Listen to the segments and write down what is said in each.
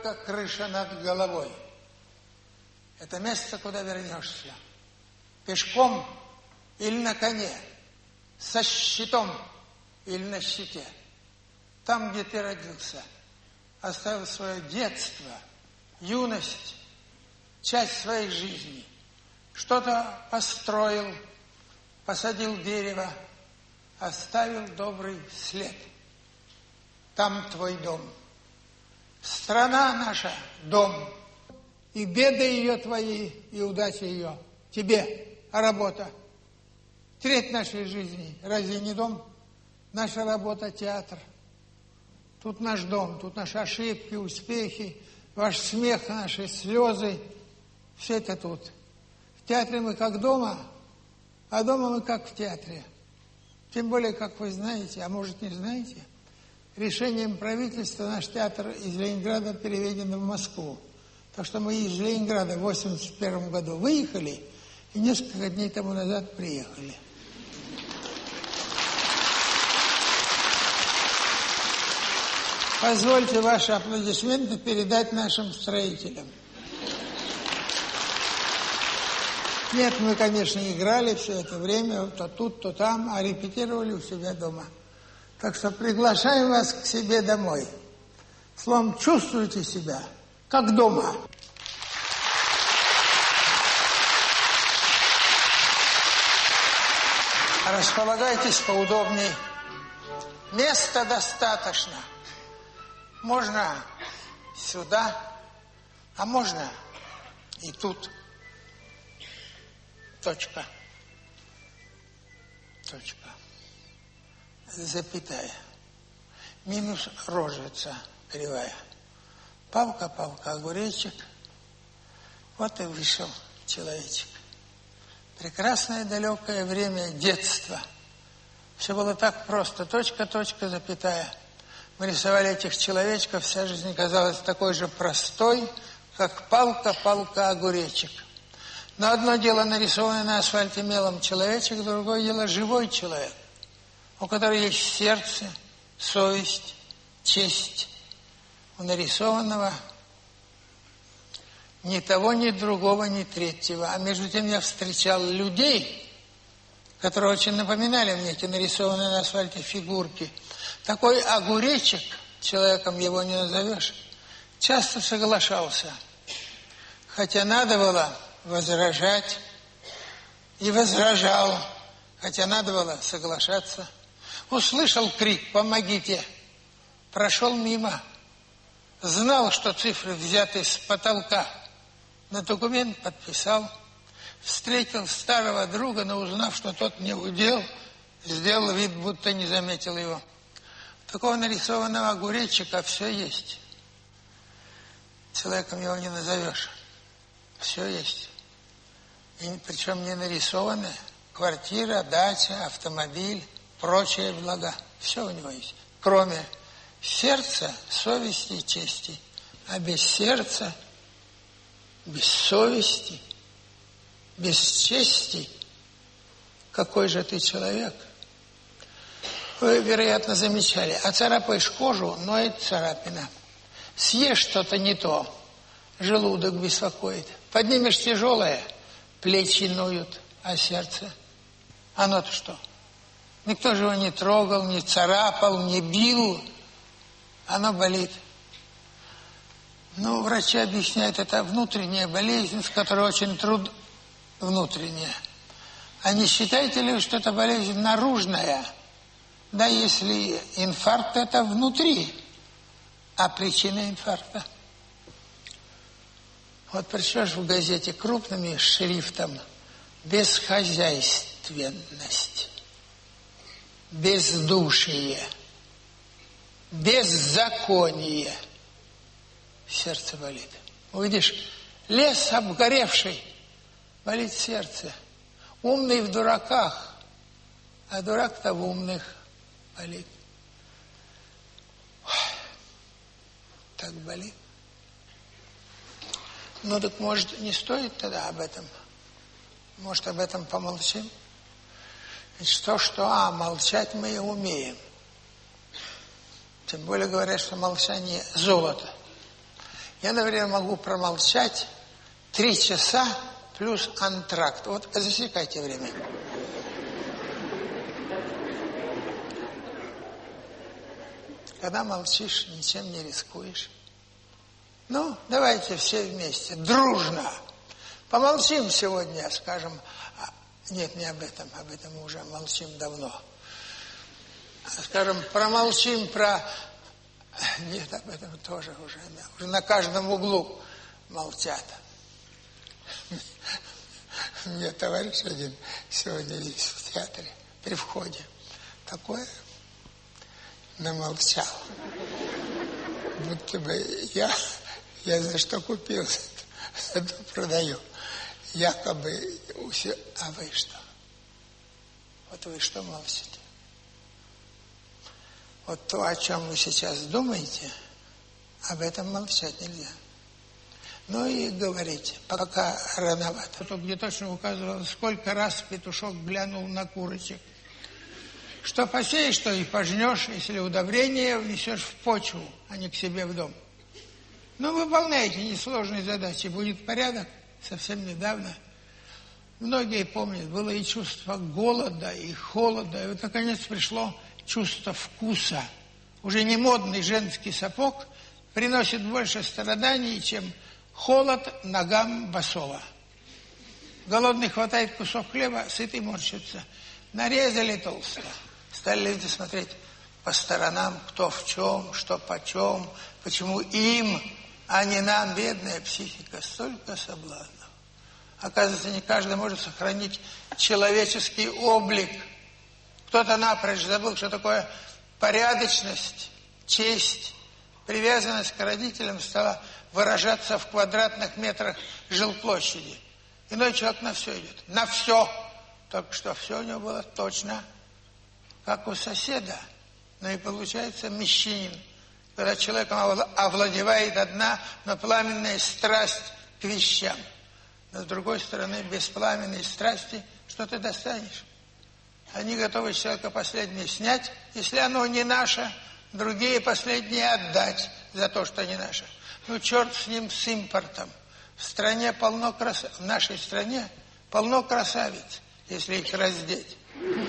только крыша над головой. Это место, куда вернешься. Пешком или на коне, со щитом или на щите. Там, где ты родился, оставил свое детство, юность, часть своей жизни. Что-то построил, посадил дерево, оставил добрый след. Там твой дом. Страна наша – дом. И беды ее твои, и удачи ее. Тебе работа. Треть нашей жизни. Разве не дом? Наша работа – театр. Тут наш дом, тут наши ошибки, успехи, ваш смех, наши слезы. Все это тут. В театре мы как дома, а дома мы как в театре. Тем более, как вы знаете, а может не знаете, решением правительства наш театр из Ленинграда переведен в Москву. Так что мы из Ленинграда в 1981 году выехали и несколько дней тому назад приехали. Позвольте ваши аплодисменты передать нашим строителям. Нет, мы, конечно, играли все это время, то тут, то там, а репетировали у себя дома. Так что приглашаем вас к себе домой. Словом, чувствуйте себя, как дома. Располагайтесь поудобней. Места достаточно. Можно сюда, а можно и тут. Точка. Точка. Запятая. Минус рожица кривая. Палка, палка, огуречек. Вот и вышел человечек. Прекрасное далекое время детства. Все было так просто. Точка, точка, запятая. Мы рисовали этих человечков, вся жизнь казалась такой же простой, как палка, палка, огуречек. Но одно дело нарисованный на асфальте мелом человечек, другое дело живой человек, у которого есть сердце, совесть, честь. У нарисованного ни того, ни другого, ни третьего. А между тем я встречал людей, которые очень напоминали мне эти нарисованные на асфальте фигурки. Такой огуречек, человеком его не назовешь, часто соглашался. Хотя надо было возражать, и возражал, хотя надо было соглашаться. Услышал крик «Помогите!», прошел мимо. Знал, что цифры взяты с потолка. На документ подписал. Встретил старого друга, но узнав, что тот не удел, сделал вид, будто не заметил его. Такого нарисованного огуречика все есть. Человеком его не назовешь. Все есть. И причем не нарисованное. Квартира, дача, автомобиль, прочие блага. Все у него есть. Кроме сердца, совести и чести. А без сердца, без совести, без чести, какой же ты человек? Вы, вероятно, замечали. Оцарапаешь кожу, ноет царапина. Съешь что-то не то, желудок беспокоит. Поднимешь тяжелое, плечи ноют, а сердце? Оно-то что? Никто же его не трогал, не царапал, не бил. Оно болит. Ну, врачи объясняют, это внутренняя болезнь, с которой очень трудно внутренняя. А не считаете ли вы, что это болезнь наружная? Да, если инфаркт, это внутри. А причина инфаркта? Вот прочтешь в газете крупным шрифтом «Бесхозяйственность», «бездушие», «беззаконие». Сердце болит. Увидишь, лес обгоревший, болит сердце. Умный в дураках, а дурак-то в умных болит. Ой, так болит. Ну так, может, не стоит тогда об этом? Может, об этом помолчим? Ведь что, молчать мы и умеем. Тем более говорят, что молчание – золото. Я, например, могу промолчать 3 часа плюс антракт. Вот засекайте время. Когда молчишь, ничем не рискуешь. Ну, давайте все вместе, дружно. Помолчим сегодня, скажем... Нет, не об этом мы уже молчим давно. Скажем, промолчим про... Нет, об этом тоже уже. Да. Уже на каждом углу молчат. Мне товарищ один сегодня есть в театре, при входе. Такое намолчал. Будто бы я за что купил, это продаю. Якобы все... А вы что? Вот вы что молчите? Вот то, о чем вы сейчас думаете, об этом молчать нельзя. Ну и говорите, пока рановато. Тут где точно указывалось, сколько раз петушок глянул на курочек. Что посеешь, то и пожнешь, если удобрение внесешь в почву, а не к себе в дом. Ну, выполняйте несложные задачи, будет порядок. Совсем недавно, многие помнят, было и чувство голода, и холода, и вот, наконец, пришло чувство вкуса. Уже не модный женский сапог приносит больше страданий, чем холод ногам босого. Голодный хватает кусок хлеба, сытый морщится. Нарезали толсто. Стали люди смотреть по сторонам, кто в чем, что почем, почему им, а не нам, бедная психика, столько соблазнов. Оказывается, не каждый может сохранить человеческий облик. Кто-то напрочь забыл, что такое порядочность, честь, привязанность к родителям стала выражаться в квадратных метрах жилплощади. Иной человек на все идет. На все. Только что все у него было точно, как у соседа. Но и получается мещанин. Когда человеком овладевает одна, но пламенная страсть к вещам. Но с другой стороны, без пламенной страсти, что ты достанешь? Они готовы с человека последнее снять, если оно не наше, другие последние отдать за то, что не наше. Ну, черт с ним, с импортом. В нашей стране полно красавиц, если их раздеть.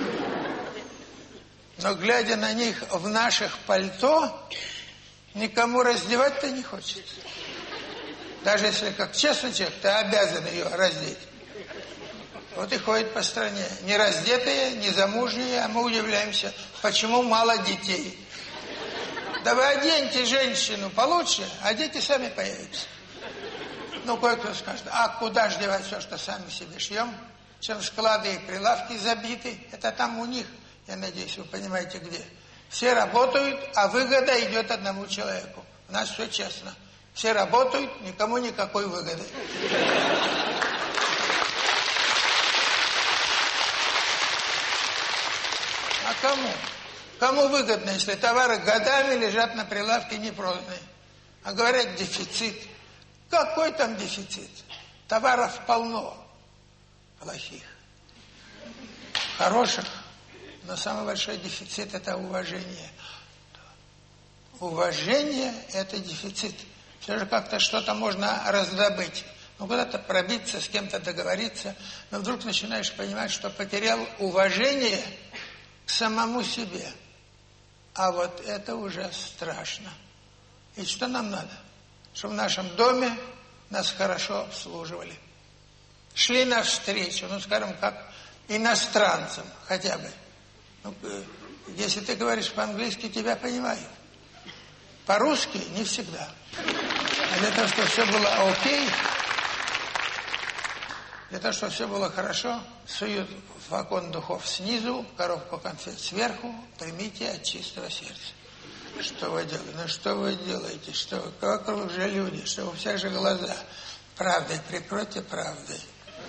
Но, глядя на них в наших пальто, никому раздевать-то не хочется. Даже если, как честный человек, ты обязан ее раздеть. Вот и ходит по стране. Не раздетые, не замужние, а мы удивляемся, почему мало детей. Да вы оденьте женщину получше, а дети сами появятся. Ну, кое-кто скажет, а куда ж девать все, что сами себе шьем? Чем склады и прилавки забиты, это там у них. Я надеюсь, вы понимаете, где. Все работают, а выгода идет одному человеку. У нас все честно. Все работают, никому никакой выгоды. А кому? Кому выгодно, если товары годами лежат на прилавке непроданные? А говорят, дефицит. Какой там дефицит? Товаров полно. Плохих. Хороших. Но самый большой дефицит – это уважение. Уважение – это дефицит. Все же как-то что-то можно раздобыть. Ну, куда-то пробиться, с кем-то договориться. Но вдруг начинаешь понимать, что потерял уважение к самому себе. А вот это уже страшно. И что нам надо? Чтобы в нашем доме нас хорошо обслуживали. Шли навстречу, ну, скажем, как иностранцам хотя бы. Ну, если ты говоришь по-английски, тебя понимаю. По-русски не всегда. А для того, чтобы все было окей, для того, чтобы все было хорошо, суют в вагон духов снизу, коробку конфет сверху, примите от чистого сердца. Что вы делаете? Ну, что вы делаете? Что вы? Вокруг же люди, что у всех же глаза. Правдой прикройте правдой.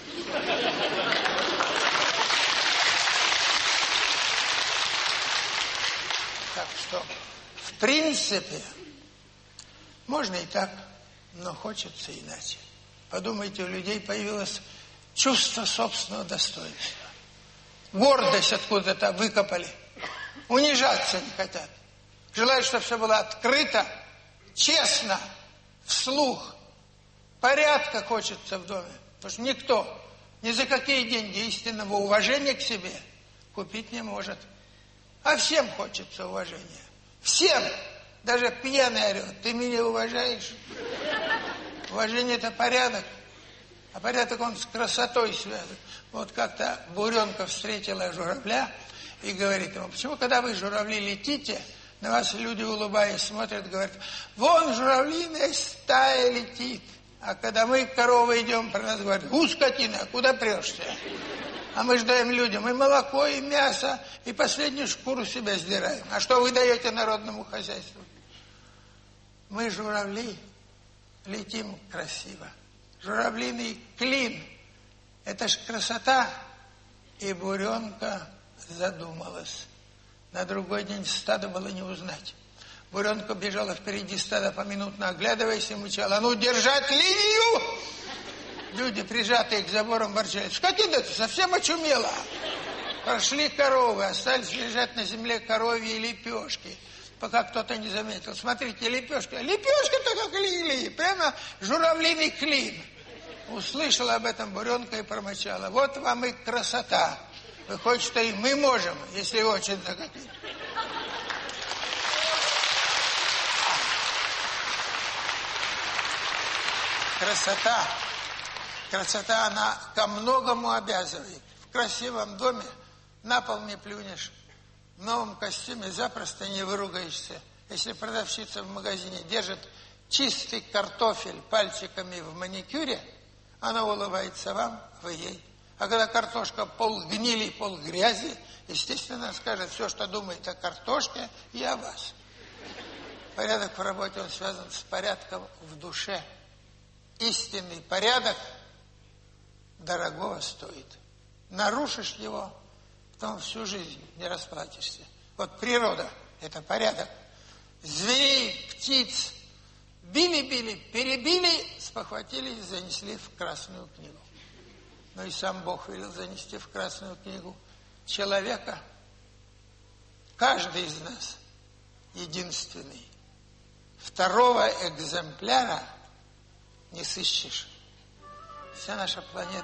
Так что, в принципе, можно и так, но хочется иначе. Подумайте, у людей появилось чувство собственного достоинства. Гордость откуда-то выкопали. Унижаться не хотят. Желают, чтобы все было открыто, честно, вслух. Порядка хочется в доме. Потому что никто ни за какие деньги истинного уважения к себе купить не может. А всем хочется уважения. Всем. Даже пьяный орет. Ты меня уважаешь? Уважение – это порядок. А порядок, он с красотой связан. Вот как-то буренка встретила журавля и говорит ему: почему, когда вы, журавли, летите, на вас люди, улыбаясь, смотрят, говорят: вон журавлиная стая летит. А когда мы, коровы, идем, про нас говорят: скотина, куда прешься? А мы же даем людям и молоко, и мясо, и последнюю шкуру себя сдираем. А что вы даете народному хозяйству? Мы, журавли, летим красиво. Журавлиный клин – это ж красота. И буренка задумалась. На другой день стадо было не узнать. Буренка бежала впереди стада, поминутно оглядываясь, и мычала: а ну, держать линию! Люди, прижатые к заборам, ворчали: скотина-то совсем очумела. Прошли коровы, остались лежать на земле коровьи лепешки, пока кто-то не заметил. Смотрите, лепешка. Лепешка-то как лилии, прямо журавлиный клин. Услышала об этом буренка и промычала: вот вам и красота. Выходит, что и мы можем, если очень захотим. Красота, она ко многому обязывает. В красивом доме на пол не плюнешь, в новом костюме запросто не выругаешься. Если продавщица в магазине держит чистый картофель пальчиками в маникюре, она улыбается вам, вы ей. А когда картошка полгнили, полгрязи, естественно, скажет все, что думает о картошке, и о вас. Порядок в работе, он связан с порядком в душе. Истинный порядок дорогого стоит. Нарушишь его, потом всю жизнь не расплатишься. Вот природа – это порядок. Зверей, птиц били, перебили, спохватились, занесли в Красную книгу. Но и сам Бог велел занести в Красную книгу человека. Каждый из нас единственный. Второго экземпляра не сыщешь. Вся наша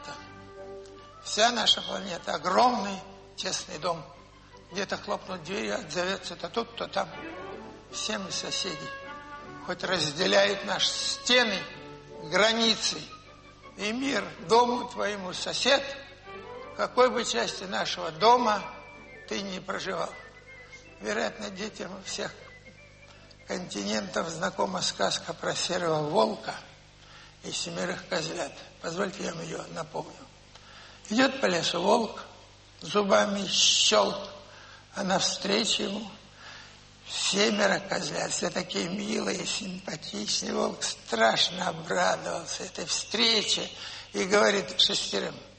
планета огромный тесный дом. Где-то хлопнут дверью, отзовется то тут, то там. Все мы соседи. Хоть разделяют наши стены, границы и мир дому твоему сосед, в какой бы части нашего дома ты ни проживал. Вероятно, детям всех континентов знакома сказка про серого волка и 7 козлят. Позвольте, я вам ее напомню. Идет по лесу волк, зубами щелк, а навстречу ему 7 козлят. Все такие милые, симпатичные. Волк страшно обрадовался этой встрече и говорит 6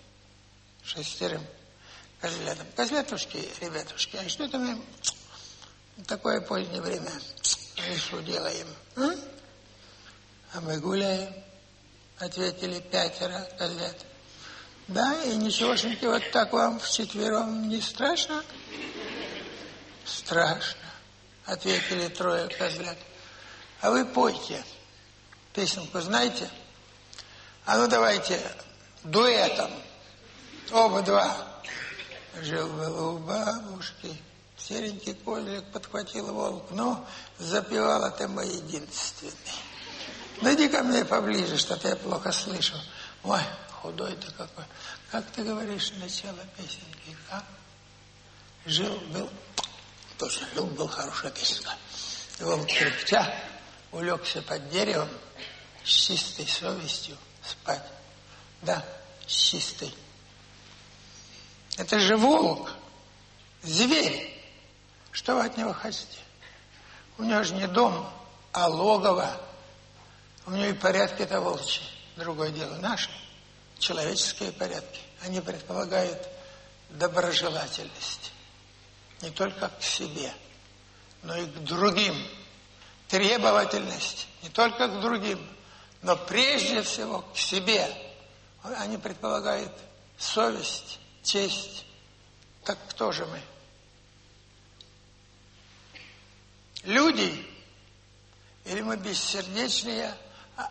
козлятам: козлятушки, ребятушки, а что это мы в такое позднее время в лесу делаем? А мы гуляем, ответили 5 козлят. Да, и ничегошеньки, вот так вам вчетвером не страшно? Страшно, ответили 3 козлят. А вы пойте. Песенку знаете? А ну давайте дуэтом. Оба два. Жил-был у бабушки серенький козлик, подхватил волк. Ну, запевала ты мой единственный. Дойди ко мне поближе, что-то я плохо слышу. Ой, худой ты какой. Как ты говоришь начало песенки? Как? Жил-был. Точно, жил-был, хорошая песенка. И волк, кряхтя, улегся под деревом с чистой совестью спать. Да, с чистой. Это же волк, зверь. Что вы от него хотите? У него же не дом, а логово. У него и порядки-то волчьи. Другое дело, наши человеческие порядки. Они предполагают доброжелательность. Не только к себе, но и к другим. Требовательность не только к другим, но прежде всего к себе. Они предполагают совесть, честь. Так кто же мы? Люди? Или мы бессердечные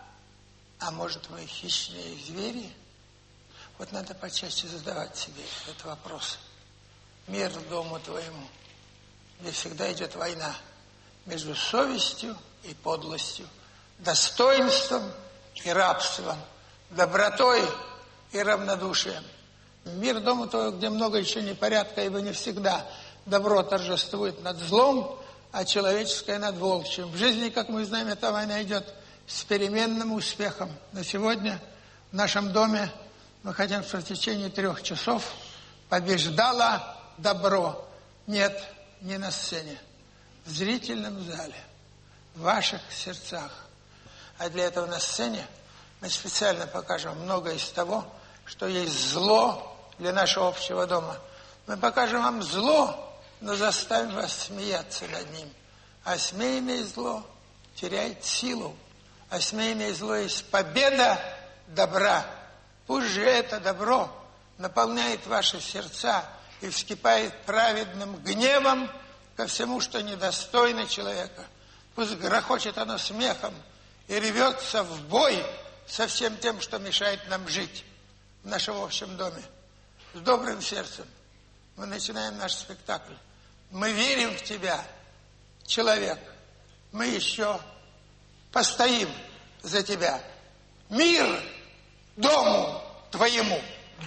А может, мы хищные звери? Вот надо почаще задавать себе этот вопрос. Мир дому твоему, где всегда идет война между совестью и подлостью, достоинством и рабством, добротой и равнодушием. Мир дому твоему, где много еще непорядка, ибо не всегда добро торжествует над злом, а человеческое над волчьим. В жизни, как мы знаем, эта война идет с переменным успехом. Но сегодня в нашем доме мы хотим, чтобы в течение 3 часов побеждало добро. Нет, не на сцене, в зрительном зале, в ваших сердцах. А для этого на сцене мы специально покажем многое из того, что есть зло для нашего общего дома. Мы покажем вам зло, но заставим вас смеяться над ним. А осмеянное зло теряет силу. Осмеянное зло есть победа добра. Пусть же это добро наполняет ваши сердца и вскипает праведным гневом ко всему, что недостойно человека. Пусть грохочет оно смехом и рвется в бой со всем тем, что мешает нам жить в нашем общем доме. С добрым сердцем мы начинаем наш спектакль. Мы верим в тебя, человек. Мы еще постоим за тебя. Мир дому твоему.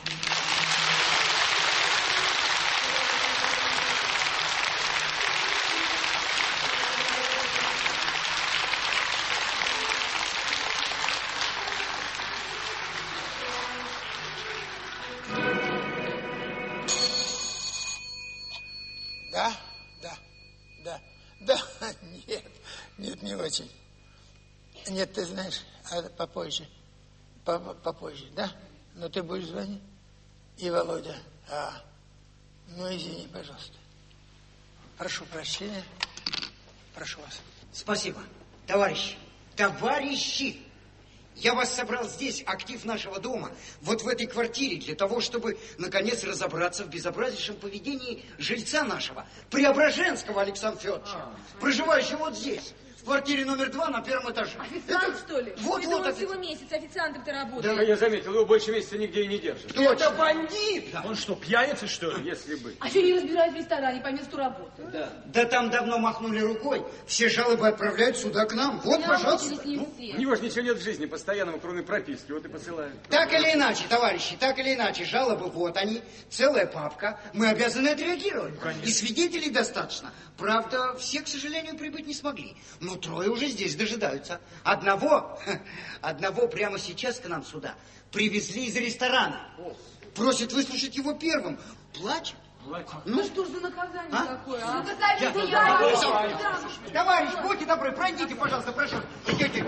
Нет, не очень. Нет, ты знаешь, попозже. Попозже, да? Но ты будешь звонить? И Володя. Ну, извини, пожалуйста. Прошу прощения. Прошу вас. Спасибо. Товарищи. Я вас собрал здесь, актив нашего дома, вот в этой квартире, для того, чтобы, наконец, разобраться в безобразнейшем поведении жильца нашего, Преображенского Александра Федоровича, проживающего вот здесь, в квартире номер 2 на 1-м этаже. Официант, что ли? Вот. Всего месяц официантом-то работает. Да, я заметил, его больше месяца нигде и не держат. Это бандит! Он что, пьяница, что ли, если бы? А что не разбирают в ресторане по месту работы? Да там давно махнули рукой. Все жалобы отправляют сюда к нам. Вот, пожалуйста. У него же ничего нет в жизни постоянного, кроме прописки. Вот и посылают. Так или иначе, товарищи, так или иначе, жалобы вот они, целая папка. Мы обязаны отреагировать. Конечно. И свидетелей достаточно. Правда, все, к сожалению, прибыть не смогли. Но 3 уже здесь дожидаются. Одного прямо сейчас к нам сюда привезли из ресторана. Просит выслушать его первым. Плачет. Ну что ж за наказание такое, а? Товарищ, будьте добры, пройдите, пожалуйста, прошу. Идите.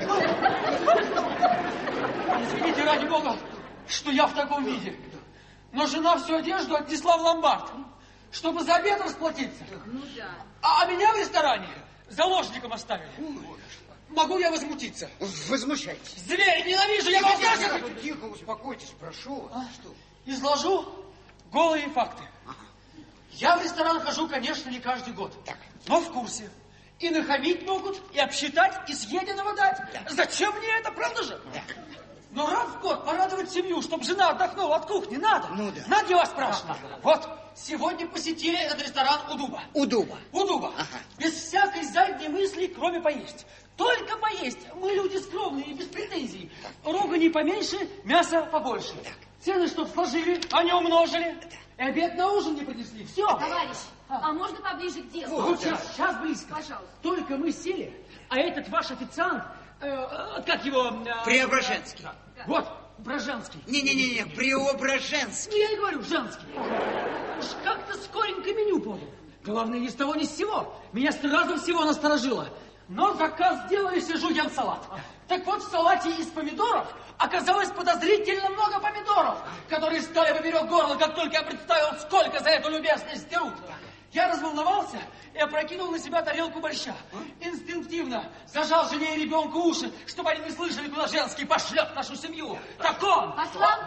Извините, ради бога, что я в таком виде. Но жена всю одежду отнесла в ломбард, чтобы за обед расплатиться. Ну да. А меня в ресторане заложником оставили. Могу я возмутиться? Возмущайтесь. Зверь, ненавижу, я вас даже... Тихо, успокойтесь, прошу вас. Что? Изложу голые факты. Я в ресторан хожу, конечно, не каждый год, но в курсе. И нахамить могут, и обсчитать, и съеденного дать. Зачем мне это, правда же? Но раз в год порадовать семью, чтобы жена отдохнула от кухни, надо. Ну да. Надо, я вас спрашиваю. Вот, сегодня посетили этот ресторан у Дуба. У Дуба. Ага. Без всякой задней мысли, кроме поесть. Только поесть. Мы люди скромные и без претензий. Ругани поменьше, мясо побольше. Цены, чтоб сложили, а не умножили. И обед на ужин не принесли. Все. Товарищ, а можно поближе к делу? Вот сейчас близко. Пожалуйста. Только мы сели, а этот ваш официант, как его... Преображенский. Вот, Брожанский. Не, Преображенский. Ну, я и говорю, женский. Уж как-то скоренько меню подал. Главное, ни с того, ни с сего. Меня сразу всего насторожило. Но заказ сделали, сижу, ем салат. Так вот, в салате из помидоров оказалось подозрительно много помидоров, которые стали поперек горла, как только я представил, сколько за эту любезность дерут. Я разволновался и опрокинул на себя тарелку борща. Инстинктивно зажал жене и ребенку уши, чтобы они не слышали, куда женский пошлет нашу семью. Так он... Послал?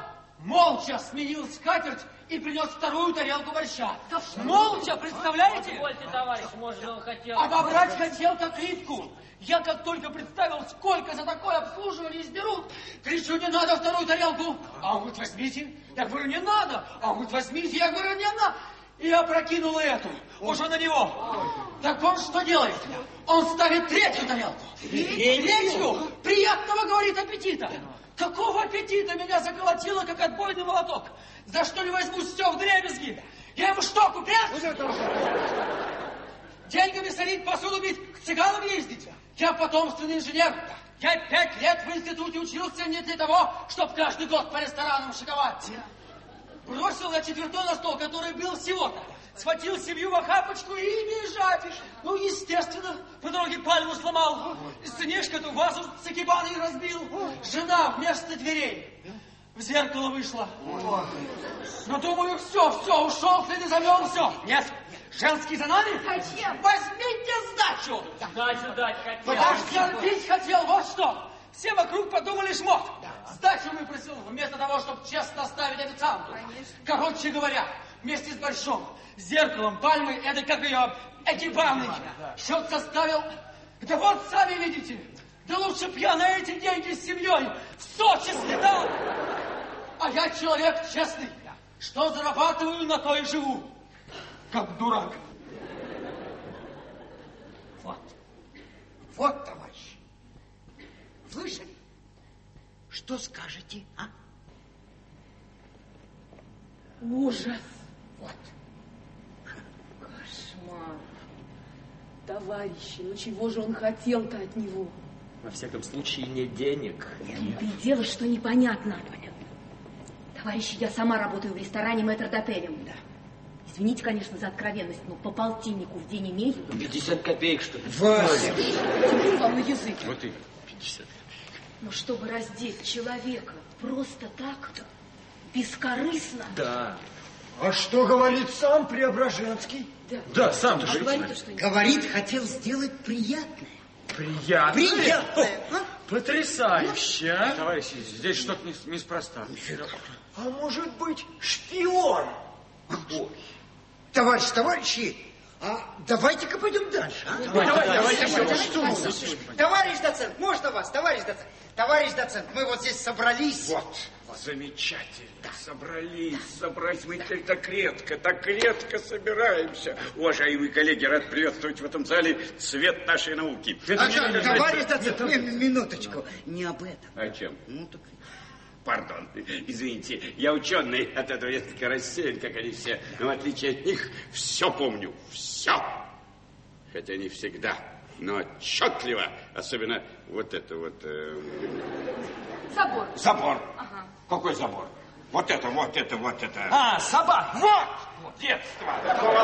молча сменил скатерть и принес вторую тарелку борща. Молча, представляете? Позвольте, товарищ, может, он хотел... Обобрать хотел как рыбку. Я как только представил, сколько за такое обслуживание сберут, кричу, не надо вторую тарелку. А он говорит, возьмите. Я говорю, не надо. А он говорит, возьмите. Я говорю, не надо. И опрокинул эту, уже на него. Так он что делает? Он ставит третью тарелку. Третью? Приятного, говорит, аппетита. Какого аппетита меня заколотило, как отбойный молоток? За что не возьму все вдребезги? Я ему что, купец? Деньгами солить, посуду бить, к цыганам ездить? Я потомственный инженер. Я 5 лет в институте учился не для того, чтобы каждый год по ресторанам шиковать. Бросил я четвертый на стол, который был всего-то. Схватил семью в охапочку и бежать. Ну, естественно, по дороге пальму сломал. Снежка эту вазу с экибаной разбил. Жена вместо дверей в зеркало вышла. Но думаю, все, ушел, следы замел, все. Нет, женский за нами. Зачем? Возьмите сдачу. Сдачу дать хотел. Подожди, пить хотел, вот что. Все вокруг подумали шмот. Сдачу выпросил, вместо того, чтобы честно ставить официанту. Короче говоря, вместе с большим зеркалом, пальмой, это как ее, экипажный. Счет составил. Да вот, сами видите. Да лучше б я на эти деньги с семьей в Сочи слетал. А я человек честный. Что зарабатываю, на то и живу. Как дурак. Вот, товарищ. Слышали? Что скажете, а? Ужас. Вот. Кошмар. Товарищи, ну чего же он хотел-то от него? Во всяком случае, не денег. И дело, что непонятно. Товарищи, я сама работаю в ресторане метрдотелем. Да. Извините, конечно, за откровенность, но по полтиннику в день имею. 50 копеек, что ли? Вася! Тяну вам на язык. Вот и 50 копеек. Но чтобы раздеть человека просто так-то, бескорыстно. Да. А что говорит сам Преображенский? Да, сам А говорит, что Говорит, хотел сделать приятное. приятно. Приятное, а? Потрясающе. Товарищи, здесь что-то неспроста. А может быть, шпион? Товарищи, а давайте-ка пойдем дальше, а? Давайте. Товарищ доцент, можно вас, товарищ доцент? Товарищ доцент, мы вот здесь собрались. Вот, замечательно. Собрались. Мы теперь так редко собираемся. Уважаемые коллеги, рад приветствовать в этом зале цвет нашей науки. Товарищ доцент, минуточку. Не об этом. О чем? Ну, так... Пардон, извините, я ученый, от этого я так рассеян, как они все. Но в отличие от них, все помню, все. Хотя не всегда, но отчетливо. Особенно вот это вот... Забор. Забор. Ага. Какой забор? Вот это. А, собака. Вот, детство.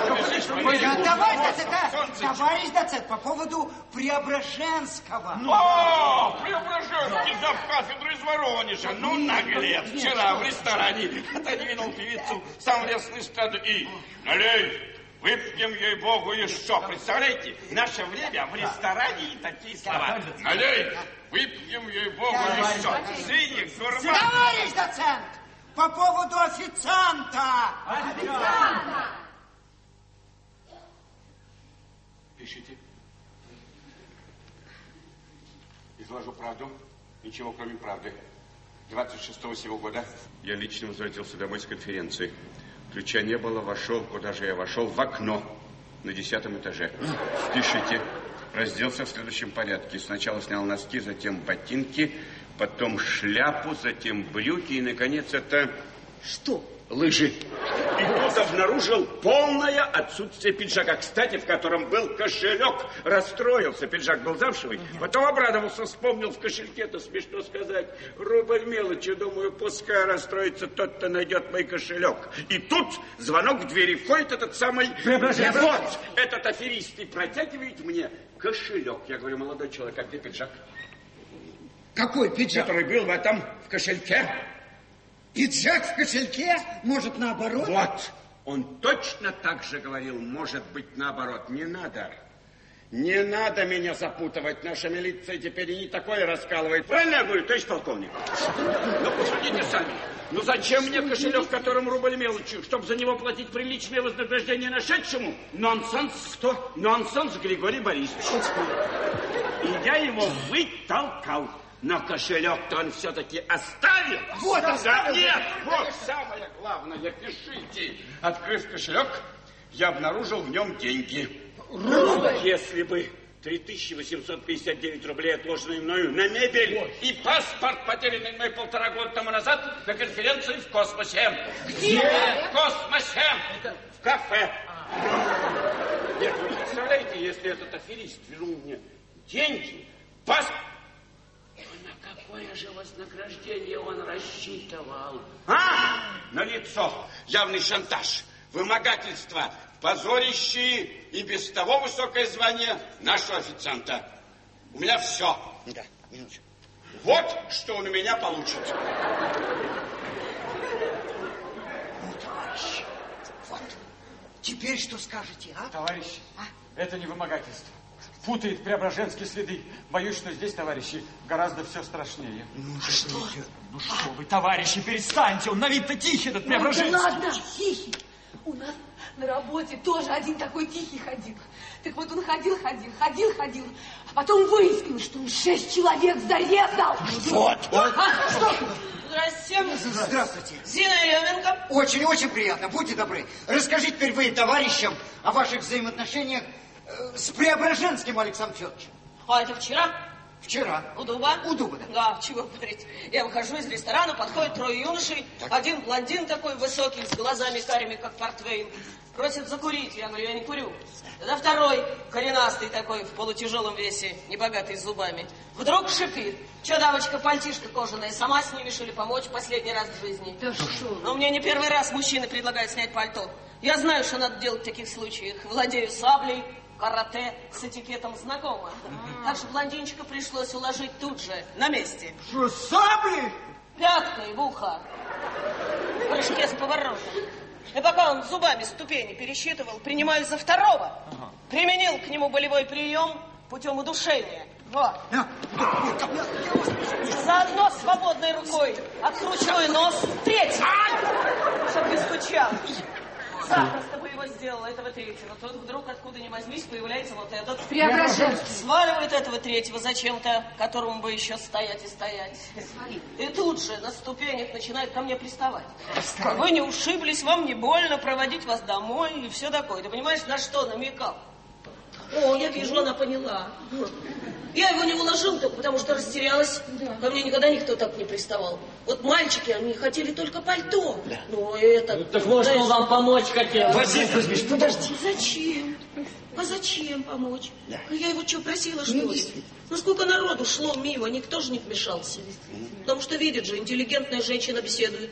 Товарищ доцент, по поводу Преображенского. О, Преображенский, завкафедры из Воронежа. Ну, наглец. Вчера в ресторане отодвинул певицу сам лесный стад и... Налей, выпьем, ей-богу, еще. Представляете, в наше время в ресторане и такие слова. Налей, выпьем, ей-богу, еще. Свиньих, сурма. Товарищ доцент, по поводу официанта. Пишите. Изложу правду. Ничего, кроме правды. 26-го сего года я лично возвратился домой с конференции. Ключа не было, вошел. Куда же я вошел? В окно на 10-м этаже. Пишите. Разделся в следующем порядке. Сначала снял носки, затем ботинки, потом шляпу, затем брюки и, наконец, это... Что? Лыжи. И тут обнаружил полное отсутствие пиджака. Кстати, в котором был кошелек. Расстроился. Пиджак был замшевый. Потом обрадовался, вспомнил в кошельке. Это смешно сказать. Рубль мелочи. Думаю, пускай расстроится тот, кто найдет мой кошелек. И тут звонок в двери. Входит этот самый... Вот, этот аферист. И протягивает мне кошелек. Я говорю, молодой человек, а где пиджак? Какой пиджак? Который был в этом, в кошельке. Пиджак в кошельке? Может, наоборот? Вот. Он точно так же говорил, может быть, наоборот. Не надо. Не надо меня запутывать. Наша милиция теперь и не такое раскалывает. Правильно я говорю, товарищ полковник? Ну, посудите сами. Ну зачем мне кошелек, в котором рубль мелочью, чтобы за него платить приличное вознаграждение нашедшему? Нонсенс. Кто? Нонсенс, Григорий Борисович. И я его вытолкал. Но кошелек-то он все-таки оставил. Вот оставил. Да нет, вот самое главное, пишите. Открыв кошелек, я обнаружил в нем деньги. Рубль? Если бы 3859 рублей, отложенные мною на мебель, и паспорт, потерянный мной 1,5 года тому назад на конференции в космосе. Где? В космосе. В кафе. Нет, вы представляете, если этот аферист вернул мне деньги, паспорт... На какое же вознаграждение он рассчитывал? На лицо. Явный шантаж, вымогательство, позорище и без того высокое звание нашего официанта. У меня все. Да, минуточку. Вот что он у меня получит. Ну, товарищ, вот. Теперь что скажете, а? Товарищи, это не вымогательство. Путает Преображенские следы. Боюсь, что здесь, товарищи, гораздо все страшнее. Ну, что? Ну что вы, товарищи, перестаньте. Он на вид-то тихий, этот Преображенский. Да ладно, тихий. У нас на работе тоже один такой тихий ходил. Так вот он ходил, а потом выяснилось, что он 6 человек зарезал. Вот. Что? Здравствуйте. Здравствуйте. Зина Еременко. Очень приятно. Будьте добры. Расскажите теперь вы товарищам о ваших взаимоотношениях с Преображенским Александром Федоровичем. А это вчера? Вчера. У дуба? У дуба, да. Да, чего говорить. Я выхожу из ресторана, подходят 3 юношей. Так. Один блондин такой высокий, с глазами карими, как портвейн. Просит закурить. Я говорю, я не курю. Тогда второй, коренастый такой, в полутяжелом весе, небогатый, с зубами. Вдруг шипит. Че, дамочка, пальтишко кожаное, сама снимешь или помочь последний раз в жизни? Да что? Но мне не первый раз мужчины предлагают снять пальто. Я знаю, что надо делать в таких случаях. Владею саблей, карате, с этикетом знакома. Так что блондинчика пришлось уложить тут же, на месте. Что, сабли? Пяткой в ухо. В прыжке с поворотом. И пока он зубами ступени пересчитывал, принимаю за второго. Применил к нему болевой прием путем удушения. Вот. Заодно свободной рукой откручиваю нос третий, чтобы не стучал. Запросто бы его сделал, этого третьего. Тут вдруг, откуда ни возьмись, появляется вот этот. Преображенский. Сваливает этого третьего зачем-то, которому бы еще стоять и стоять. И тут же на ступенях начинает ко мне приставать. Вы не ушиблись, вам не больно, проводить вас домой и все такое. Ты понимаешь, на что намекал? О, я вижу, она поняла. Я его не уложил только потому, что растерялась. Ко мне никогда никто так не приставал. Вот мальчики, они хотели только пальто. Да. Но это... Так может, он вам помочь хотел? Василий Кузьмич, подожди. Зачем? А зачем помочь? Да. Я его что, просила, что ли? Ну, сколько народу шло мимо, никто же не вмешался. Потому что видит же, интеллигентная женщина беседует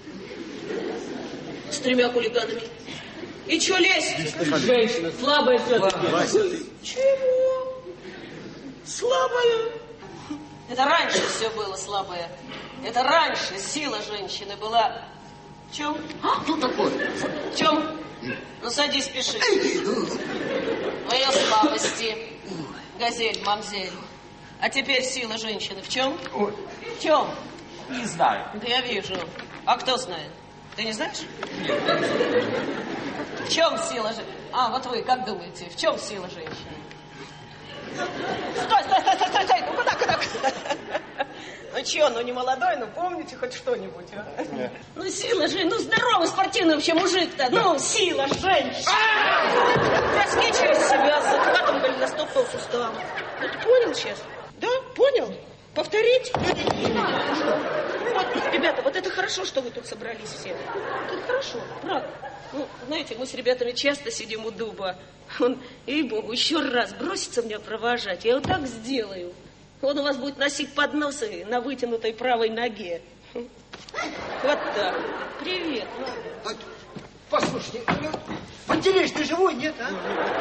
с 3 хулиганами. И что лезть? Женщина, слабая все-таки. Чего? Слабая? Это раньше все было слабое. Это раньше сила женщины была. В чем? Кто такой? В чем? Ну, садись, пиши. В ее слабости. Газель, мамзель. А теперь сила женщины в чем? В чем? Не знаю. Да я вижу. А кто знает? Ты не знаешь? В чем сила женщины? А, вот вы, как думаете, в чем сила женщины? Стой! Ну куда? Ну чё, ну не молодой, ну помните хоть что-нибудь, а? Нет. Ну сила женщины, ну здоровый спортивный вообще мужик-то, ну сила женщины. Броски через себя, с захватом голеностопного сустава. Ну ты понял сейчас? Да, понял? Повторить? Вот, ребята, вот это хорошо, что вы тут собрались все. Это хорошо, правда. Ну, знаете, мы с ребятами часто сидим у дуба. Он, ей-богу, еще раз бросится меня провожать, я вот так сделаю. Он у вас будет носить подносы на вытянутой правой ноге. Вот так. Привет. Послушайте, Пантелеич, ты живой, нет, а?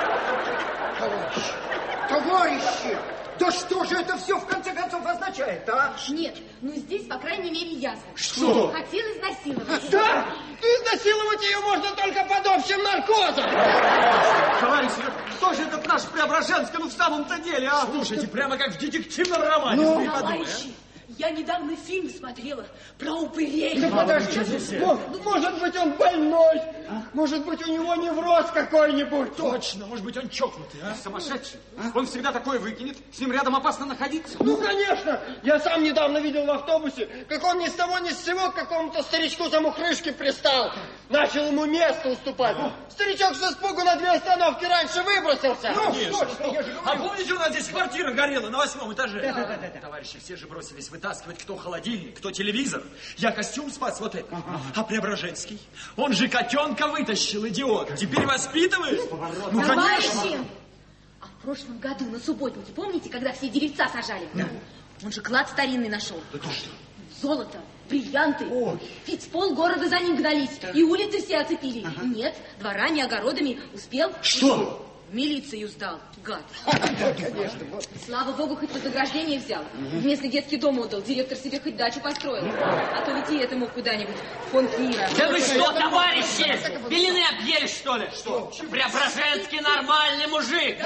Товарищи! Да что же это все в конце концов означает, а? Нет, ну здесь, по крайней мере, ясно. Что? Хотел изнасиловать. Да? Изнасиловать ее можно только под общим наркозом. Товарищи, кто же этот наш Преображенский, ну в самом-то деле, а? Слушайте, прямо как в детективном романе. Товарищи, Я недавно фильм смотрела про упырей. Да подожди, может быть, он больной, может быть, у него невроз какой-нибудь. Точно, может быть, он чокнутый, а? Сумасшедший. Он всегда такое выкинет, с ним рядом опасно находиться. Ну, конечно, я сам недавно видел в автобусе, как он ни с того ни с сего к какому-то старичку замухрышке пристал. Начал ему место уступать. Старичок с испугу на 2 остановки раньше выбросился. А помните, у нас здесь квартира горела на 8 этаже? Да. Товарищи, все же бросились вытаскивать, кто холодильник, кто телевизор. Я костюм спас вот этот. А Преображенский? Он же котенка вытащил, идиот. Теперь воспитывает? Ну, товарищи! А в прошлом году на субботнике, помните, когда все деревца сажали? Да. Он же клад старинный нашел. Да ты что? Золото, бриллианты. Ой. Ведь с полгорода за ним гнались. И улицы все оцепили. Ага. Нет, дворами, огородами успел. Что? В милицию сдал, гад. Да, конечно. Слава богу, хоть вознаграждение взял. Вместо детский дом отдал, директор себе хоть дачу построил. А то ведь и это мог куда-нибудь в фонд мира. Да вы что, товарищи? Белины объели, что ли? Что? Преображенский нормальный мужик.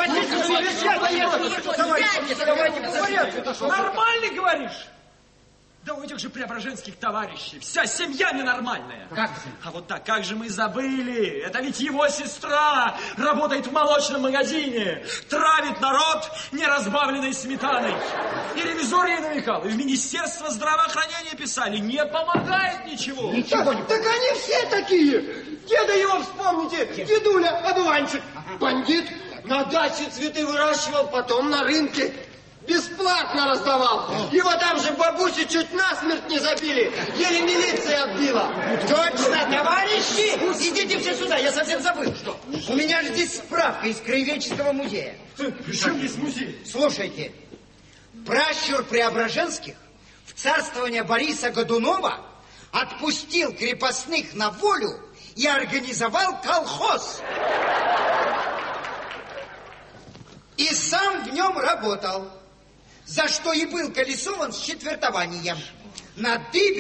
Нормальный, говоришь? Да у этих же преображенских товарищей вся семья ненормальная. Как? А вот так, как же мы забыли? Это ведь его сестра работает в молочном магазине, травит народ неразбавленной сметаной. И ревизор ей намекал, и в Министерство здравоохранения писали, не помогает ничего. Ничего не помогает. Так они все такие. Деда его вспомните, дедуля, одуванчик. Бандит на даче цветы выращивал, потом на рынке бесплатно раздавал. Его там же бабуси чуть насмерть не забили. Еле милиция отбила. Точно, товарищи! Идите все сюда, я совсем забыл. Что? У меня же здесь справка из Краеведческого музея. Причем здесь музей? Слушайте, пращур Преображенских в царствование Бориса Годунова отпустил крепостных на волю и организовал колхоз. И сам в нем работал. За что и был колесован с четвертованием. На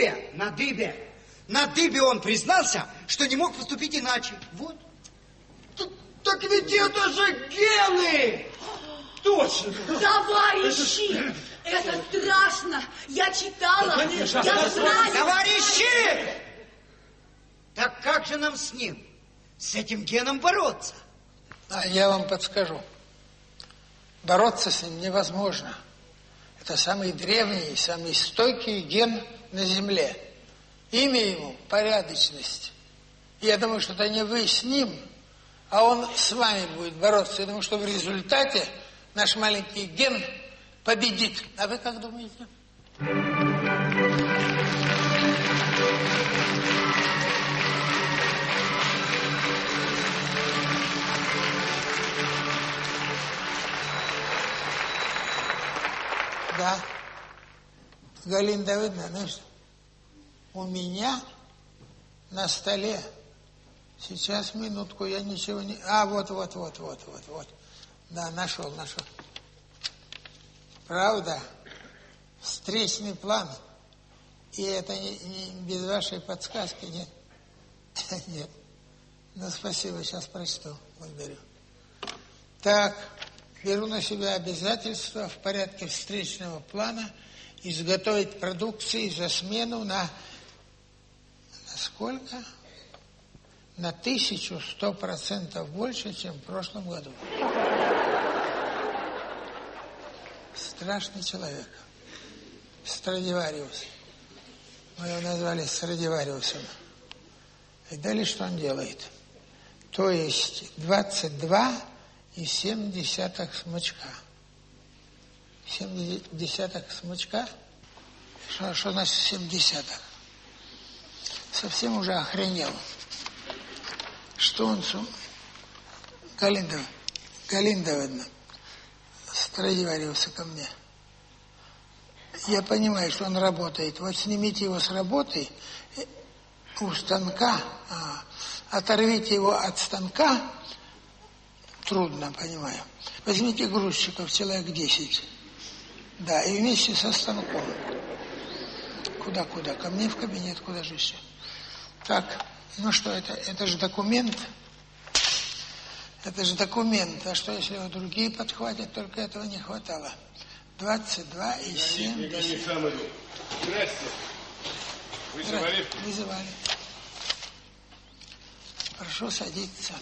дыбе он признался, что не мог поступить иначе. Вот. Так ведь это же гены! Точно! Товарищи! Это страшно! Я читала! Конечно, я знаю! Товарищи! Так как же нам с ним, с этим геном бороться? А я вам подскажу. Бороться с ним невозможно. Это самый древний, самый стойкий ген на Земле. Имя ему – порядочность. И я думаю, что это не вы с ним, а он с вами будет бороться. Я думаю, что в результате наш маленький ген победит. А вы как думаете? Да. Галина Давыдовна, ну что? У меня на столе. Сейчас, минутку, я ничего не... А, вот. Да, нашел. Правда? Встречный план. И это не без вашей подсказки, нет? Нет. Ну, спасибо, сейчас прочту. Благодарю. Так... Беру на себя обязательство в порядке встречного плана изготовить продукции за смену на сколько? На 1100% больше, чем в прошлом году. Страшный человек. Страдивариус. Мы его назвали Страдивариусом. И далее что он делает? То есть 22,7 смычка. 0,7 смычка? Что значит 0,7? Совсем уже охренел. Что он... Галина Давыдовна, Страдивариуса ко мне. Я понимаю, что он работает. Вот снимите его с работы у станка, оторвите его от станка. Трудно, понимаю. Возьмите грузчиков, человек 10. Да, и вместе со станком. Куда? Ко мне в кабинет, куда же еще? Так, ну что, это же документ. Это же документ. А что, если его другие подхватят? Только этого не хватало. 22 и 7. Я не сам иду. Здрасте. Вызывали? Вызывали. Прошу садиться.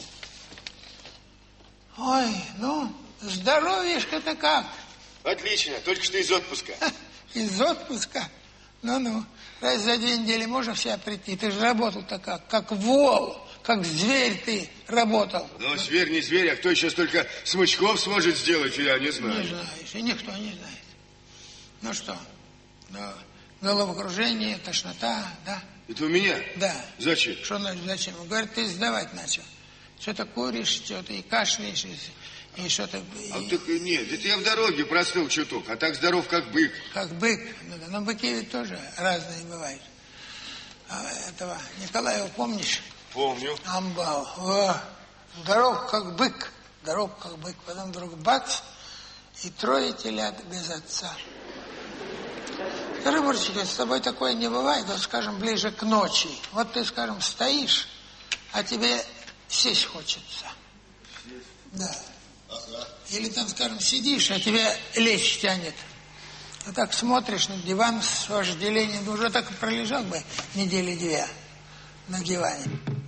Ой, ну, здоровьишко-то как? Отлично, только что из отпуска. Из отпуска? Ну-ну, раз за 2 недели можно в себя прийти? Ты же работал-то как вол, как зверь ты работал. Ну, зверь не зверь, а кто еще столько смычков сможет сделать, я не знаю. Не знаешь, и никто не знает. Ну что, головокружение, тошнота, да? Это у меня? Да. Зачем? Что значит зачем? Он говорит, ты сдавать начал. Что-то куришь, что-то и кашляешь, и что-то... А так нет, это я в дороге простыл чуток, а так здоров, как бык. Как бык. Но быки ведь тоже разные бывают. А этого Николаева помнишь? Помню. Амбал. О, здоров, как бык. Здоров, как бык. Потом вдруг бац, и 3 телят без отца. Скажи, Бурчик, с тобой такое не бывает, вот, скажем, ближе к ночи. Вот ты, скажем, стоишь, а тебе сесть хочется. Да. Ага. Или там, скажем, сидишь, а тебя лечь тянет. А так смотришь на диван с вожделением, ты уже так и пролежал бы 2 недели на диване.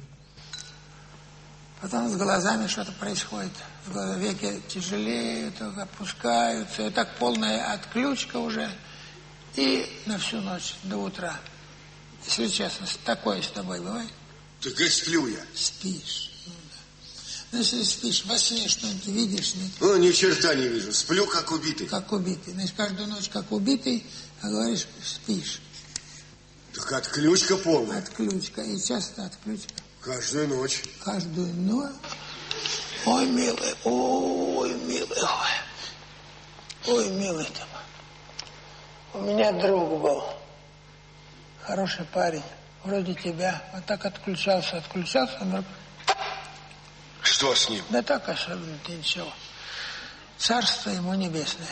Потом с глазами что-то происходит. Веки тяжелеют, опускаются. И так полная отключка уже. И на всю ночь, до утра. Если честно, такое с тобой бывает? Так и сплю я. Спишь. Ну, да. Но если спишь, во сне что-нибудь видишь? Нет? Ну, ни черта не вижу. Сплю, как убитый. Как убитый. Значит, каждую ночь как убитый, а говоришь, спишь. Так отключка полная. Отключка. И часто отключка. Каждую ночь. Каждую ночь. Ой, милый, ой, милый, ой. Ой, милый ты. У меня друг был. Хороший парень. Вроде тебя. Вот так отключался, вдруг... Что с ним? Да так особенно-то ничего. Царство ему небесное.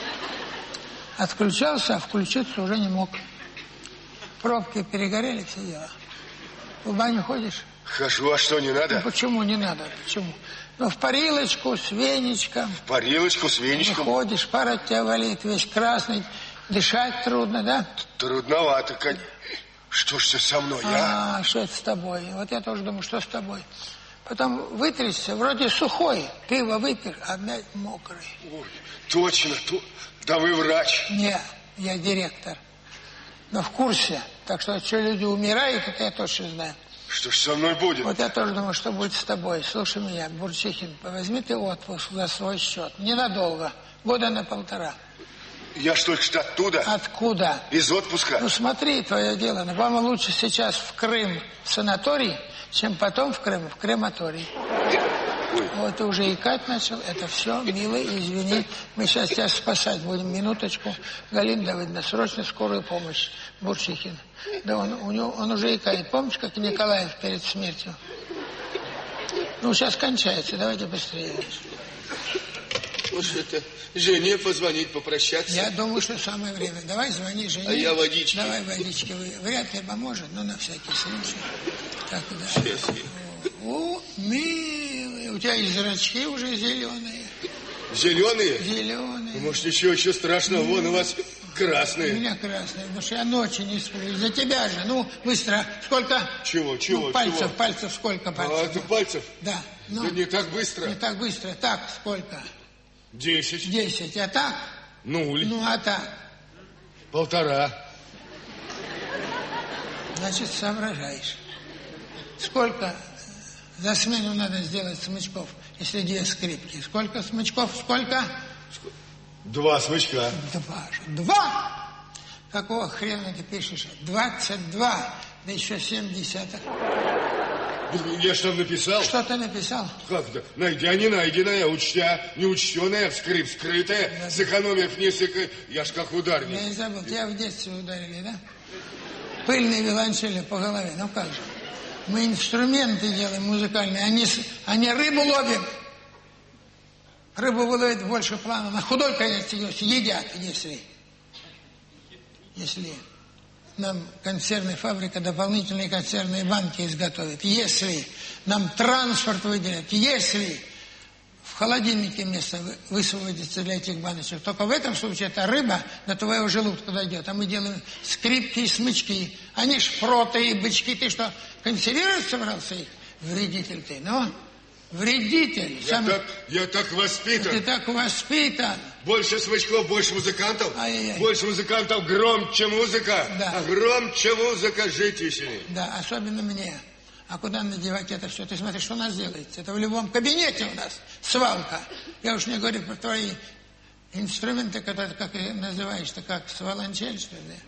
Отключался, а включиться уже не мог. Пробки перегорели, все дела. В баню ходишь? Хожу, а что, не надо? Ну, почему не надо? Почему? Ну, в парилочку с веничком. В парилочку с веничком? Ходишь, пар от тебя валит, весь красный. Дышать трудно, да? Трудновато, конечно. Что ж все со мной, а? Что это с тобой? Вот я тоже думаю, что с тобой. Потом вытрясся, вроде сухой. Пиво выпьешь, опять мокрый. Ой, точно. Да вы врач. Не, я директор. Но в курсе. Так что люди умирают, это я точно знаю. Что ж со мной будет? Вот я тоже думаю, что будет с тобой. Слушай меня, Бурчихин, возьми ты отпуск за свой счет. Ненадолго. 1 на 1,5. Я ж только что оттуда. Откуда? Из отпуска. Ну смотри, твое дело. Но вам лучше сейчас в Крым санаторий, чем потом в Крым, в крематорий. Ой. Вот ты уже икать начал. Это все, милый, извини. Мы сейчас тебя спасать будем. Минуточку. Галина Давыдовна, срочно скорую помощь. Бурчихин. Да он уже икает. Помнишь, как Николаев перед смертью? Ну, сейчас кончается. Давайте быстрее. Может, это жене позвонить, попрощаться? Я думаю, что самое время. Давай звони жене. А я водички. Давай водички. Вряд ли поможет, но на всякий случай. Так, да. Сейчас. О, милый. У тебя и зрачки уже зеленые. Зеленые? Зеленые. Может, еще страшного. Вон у вас красные. У меня красные, потому что я ночи не сплю. Из-за тебя же. Ну, быстро. Сколько? Чего? Ну, пальцев сколько пальцев? А, это пальцев? Да. Ну, да не так быстро. Не так быстро. Так, сколько? 10. 10. А так? 0. Ну, а так? 1,5. Значит, соображаешь. Сколько за смену надо сделать смычков, если 2 скрипки? Сколько смычков? Сколько? 2 смычка. 2? Какого хрена ты пишешь? 22, да еще 7 десятых. Я что написал? Что ты написал? Как-то? Найдя не найденное, учтя неучтенное, вскрытое, сэкономив несколько... Я ж как ударник. Я не забыл, тебя в детстве ударили, да? Пыльные виолончели по голове, ну как же? Мы инструменты делаем музыкальные, а не рыбу ловим. Рыбу выловить больше плана. На худой конец едят, если нам консервная фабрика дополнительные консервные банки изготовит, если нам транспорт выделят, если в холодильнике место высвободится для этих баночек. Только в этом случае эта рыба до твоего желудка дойдет. А мы делаем скрипки и смычки. Они шпроты и бычки. Ты что, консервировать собрался их? Вредитель ты, ну? Вредитель. Я так воспитан. Ты так воспитан. Больше смычков, больше музыкантов. Ай-яй-яй. Больше музыкантов, громче музыка. Да. А громче музыка, жить веселее. Да, особенно мне. А куда надевать это все? Ты смотри, что у нас делается. Это в любом кабинете у нас свалка. Я уж не говорю про твои инструменты, которые, как ты называешь-то, как сволончель, что ли?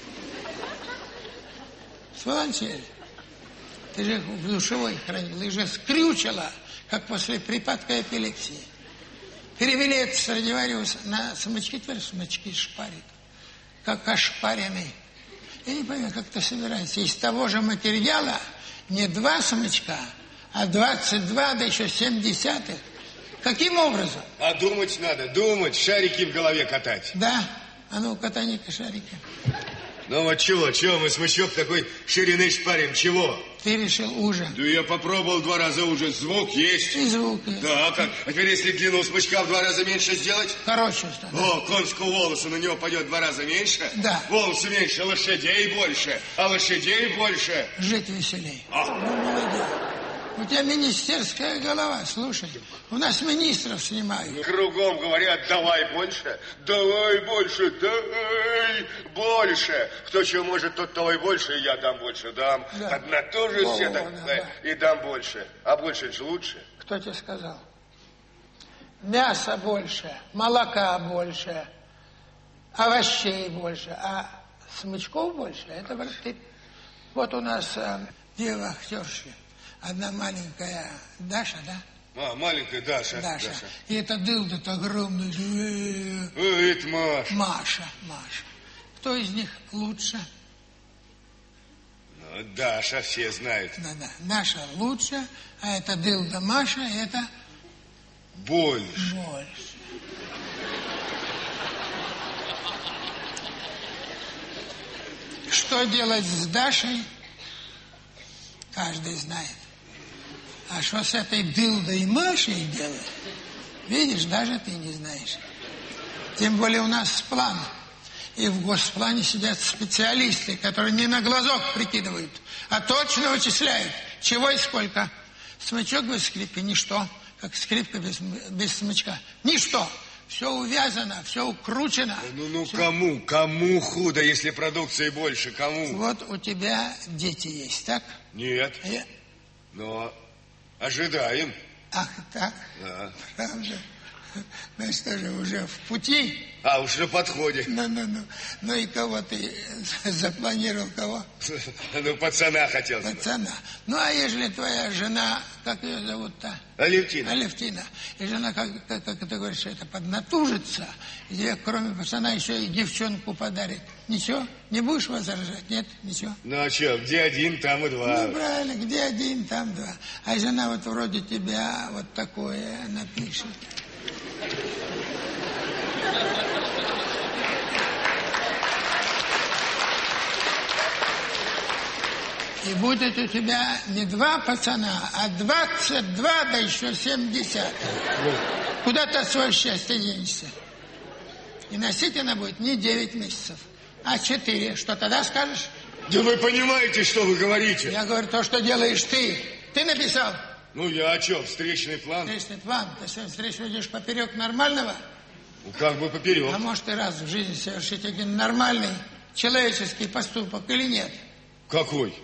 Сволончель. Ты же их в душевой хранил, их же скрючила, как после припадка эпилепсии. Перевели это Страдивариус на смычки, теперь смычки шпарит. Как ошпаренный. Я не понимаю, как это собирается. Из того же материала не 2 смычка, а 22, да еще 0,7. Каким образом? А думать надо, думать, шарики в голове катать. Да, а ну катани-ка шарики. Ну вот чего мы смычок такой ширины шпарим, чего? Ты решил уже. Да я попробовал 2 раза уже, звук есть. И звук есть. Да, как? А теперь если длину смычка в 2 раза меньше сделать? Короче стало. О, конского волоса на него пойдет в 2 раза меньше. Да. Волосы меньше, лошадей больше. А лошадей больше. Жить веселей. Ну, молодец. У тебя министерская голова, слушай. У нас министров снимают. Кругом говорят, давай больше, дай больше. Кто чего может, тот давай больше, и я дам больше, дам. Да. Поднатужусь все так, да. и дам больше. А больше же лучше. Кто тебе сказал? Мяса больше, молока больше, овощей больше, а смычков больше. Это, брат, ты... Вот у нас две вахтерши. Одна маленькая Даша, да? А, маленькая Даша. И это дылда-то огромная. Это Маша. Маша. Кто из них лучше? Ну, Даша, все знают. Да. Даша лучше, а это дылда Маша, это... Больше. Что делать с Дашей, каждый знает. А что с этой дылдой Машей делать, видишь, даже ты не знаешь. Тем более у нас план. И в госплане сидят специалисты, которые не на глазок прикидывают, а точно вычисляют, чего и сколько. Смычок без скрипки – ничто, как скрипка без смычка. Ничто. Все увязано, все укручено. Ну, кому худо, если продукции больше, кому? Вот у тебя дети есть, так? Нет. Но ожидаем. Ах, так? Да. Правда? Ну что же, уже в пути? А, уж на подходе. Ну и кого ты запланировал, кого? Ну, пацана хотел. Пацана. Ну, а ежели твоя жена, как ее зовут-то? Алевтина. И жена, как ты говоришь, это поднатужится, и тебе, кроме пацана, еще и девчонку подарит. Ничего? Не будешь возражать? Нет? Ничего? Ну, а что, где один, там и два. Ну, правильно, где один, там два. А жена вот вроде тебя вот такое напишет. И будет у тебя не 2 пацана, а 22, да еще 70. Куда ты от своего счастья денешься? И носить она будет не 9 месяцев, а 4. Что тогда скажешь? Да вы понимаете, что вы говорите? Я говорю то, что делаешь ты. Ты написал? Ну, я о чем? Встречный план? Встречный план? Ты сегодня встречу идешь поперек нормального? Ну, как бы поперек. А может, ты раз в жизни совершить один нормальный человеческий поступок или нет? Какой?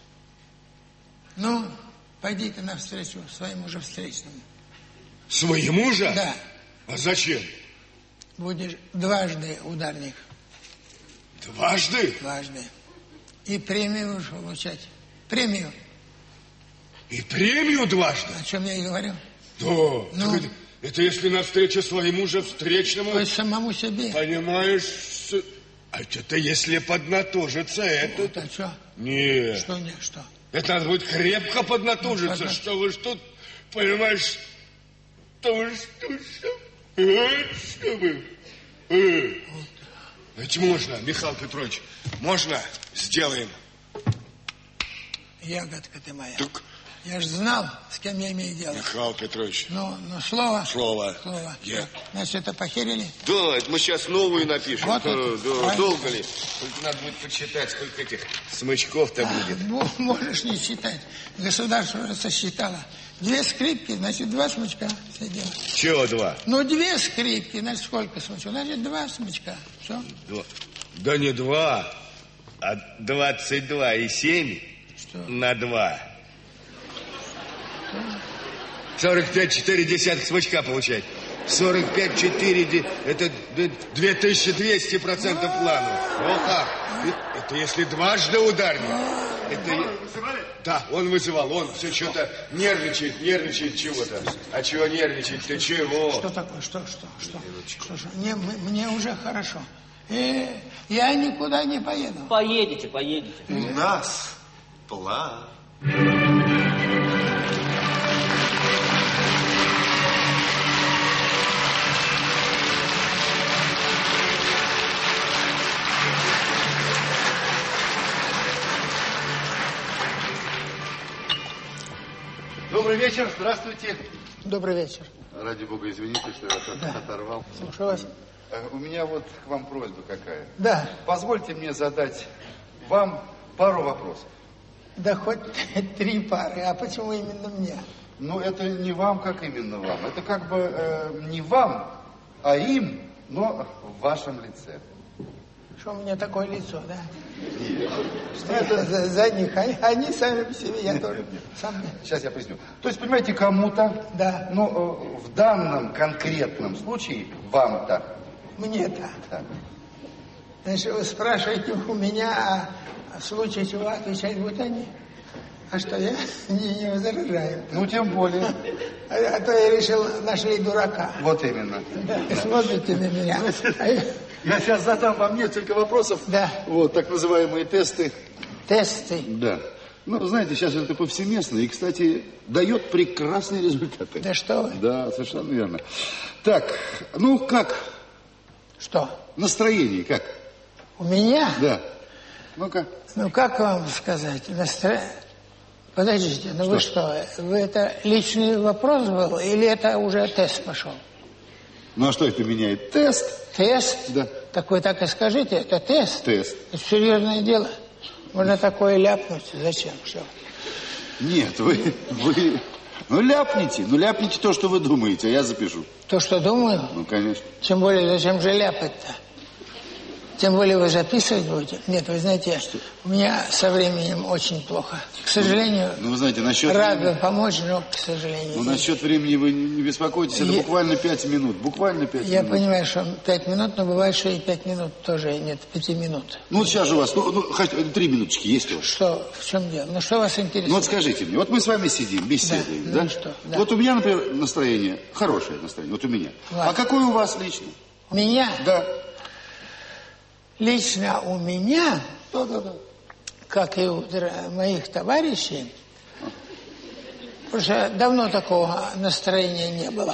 Ну, пойди ты навстречу своему же встречному. Своему же? Да. А зачем? Будешь дважды ударник. Дважды? Дважды. И премию будешь получать. Премию. И премию дважды? О чем я и говорю. Да. Ну, это если навстречу своему же встречному... То есть самому себе. Понимаешь... А это если поднатужиться, это... Вот, а что? Нет. Что нет, что? Это надо будет крепко поднатужиться, Ну, что вы ж тут, понимаешь, что вы... Ведь можно, Михаил Петрович, можно? Сделаем. Ягодка ты моя. Так... Я же знал, с кем я имею дело. Михаил Петрович. Ну, слово. Слово. Я. Значит, это похерили? Да, это мы сейчас новую напишем. Вот да, долго ли? Только надо будет почитать, сколько этих смычков-то будет. Можешь не считать. Государство уже сосчитало. 2 скрипки, значит, 2 смычка. Все дело. Чего 2? Ну, 2 скрипки, значит, сколько смычков? Значит, 2 смычка. Все. Да не 2, а 22 и 7 на 2. 45,4 смычка получать. 45,4, это 2200% плану. Ну как? Это если дважды ударник. Это... Да, он вызывал, он все что-то нервничает чего-то. А чего нервничать? Ты чего? Что такое? Что? Мне уже хорошо. Я никуда не поеду. Поедете. У нас план. Добрый вечер, здравствуйте. Добрый вечер. Ради бога, извините, что я так оторвал. Слушаю вас. У меня вот к вам просьба какая. Да. Позвольте мне задать вам пару вопросов. Да хоть 3 пары, а почему именно мне? Ну, это не вам, как именно вам. Это как бы не вам, а им, но в вашем лице. Что у меня такое лицо, да? Нет. Что это за них? Они сами по себе, я тоже сам. Сейчас я поясню. То есть, понимаете, кому-то, да. Ну, в данном конкретном случае вам-то. Мне-то. Да. Значит, вы спрашиваете у меня, а в случае чего отвечать будут они. А что, я не возражаю. Ну, тем более. А то я решил, нашли дурака. Вот именно. Да, смотрите на меня. Я сейчас задам вам несколько вопросов. Да. Вот, так называемые тесты. Тесты? Да. Ну, знаете, сейчас это повсеместно. И, кстати, дает прекрасные результаты. Да что вы? Да, совершенно верно. Так, ну, как? Что? Настроение как? У меня? Да. Ну-ка. Ну, как вам сказать? Подождите, ну что? Вы это личный вопрос был или это уже тест пошел? Ну, а что это меняет? Тест. Тест? Да. Так вы так и скажите, это тест? Тест. Это серьезное дело. Можно такое ляпнуть. Зачем? Что? Нет, вы... Ну, ляпните то, что вы думаете, а я запишу. То, что думаю? Ну, конечно. Тем более, зачем же ляпать-то? Тем более вы записывать будете? Нет, вы знаете, у меня со временем очень плохо. К сожалению, ну, вы знаете, насчет рад времени... помочь, но, к сожалению... Ну, насчет времени вы не беспокойтесь, это буквально 5 минут. Буквально 5 минут. Я понимаю, что 5 минут, но бывает, что и 5 минут тоже нет, 5 минут. Ну, сейчас же у вас, хоть 3 минуточки есть у вас. Что, в чем дело? Ну, что вас интересует? Ну, вот скажите мне, вот мы с вами сидим, беседуем, да? Ну, что? Да. Вот у меня, например, настроение, хорошее настроение, вот у меня. Ладно. А какое у вас лично? У меня? Да. Лично у меня, да. как и у моих товарищей, потому что давно такого настроения не было.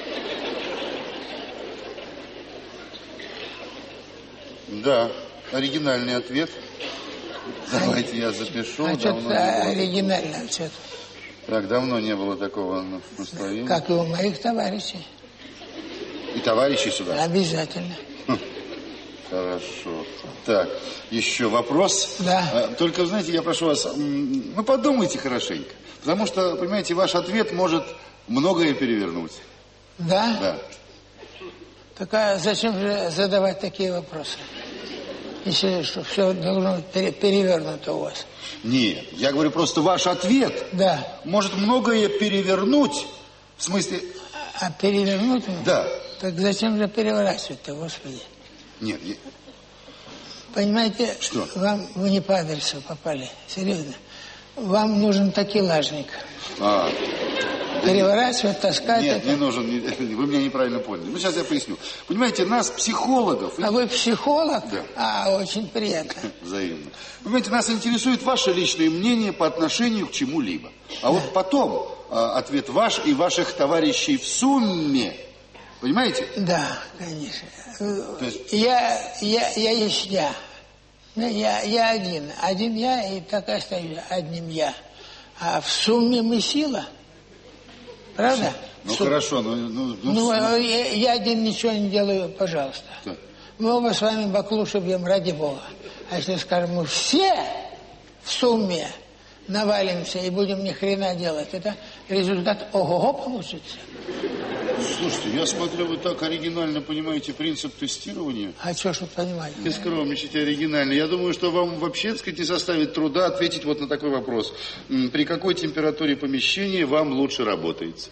Да, оригинальный ответ. Давайте я запишу. А что-то оригинальное, что-то. Так, давно не было такого настроения. Как и у моих товарищей. И товарищей сюда? Обязательно. Хорошо. Так, еще вопрос. Да. Только, знаете, я прошу вас, ну, подумайте хорошенько. Потому что, понимаете, ваш ответ может многое перевернуть. Да? Да. Так а зачем же задавать такие вопросы? Если что, все должно быть перевернуто у вас. Нет, я говорю, просто ваш ответ может многое перевернуть. В смысле... А перевернуть? Да. Так зачем же переворачивать-то, Господи? Нет, понимаете, что? Вы не по адресу попали, серьезно. Вам нужен такелажник. Переворачивать, таскать. Нет, не нужен, вы меня неправильно поняли. Ну, сейчас я поясню. Понимаете, нас, психологов... А вы психолог? Да. Очень приятно. Взаимно. Понимаете, нас интересует ваше личное мнение по отношению к чему-либо. А вот потом ответ ваш и ваших товарищей в сумме. Понимаете? Да, конечно. Есть... Я есть я. Я один. Один я, и так и остаюсь одним я. А в сумме мы сила. Правда? Ну, хорошо. Я один ничего не делаю, пожалуйста. Да. Мы оба с вами баклуши бьем, ради бога. А если, скажем, мы все в сумме навалимся и будем ни хрена делать, это результат ого-го получится. Слушайте, я смотрю, вы так оригинально понимаете принцип тестирования. А что ж вы понимаете? Не скромничайте оригинально. Я думаю, что вам вообще, так сказать, не составит труда ответить вот на такой вопрос. При какой температуре помещения вам лучше работается?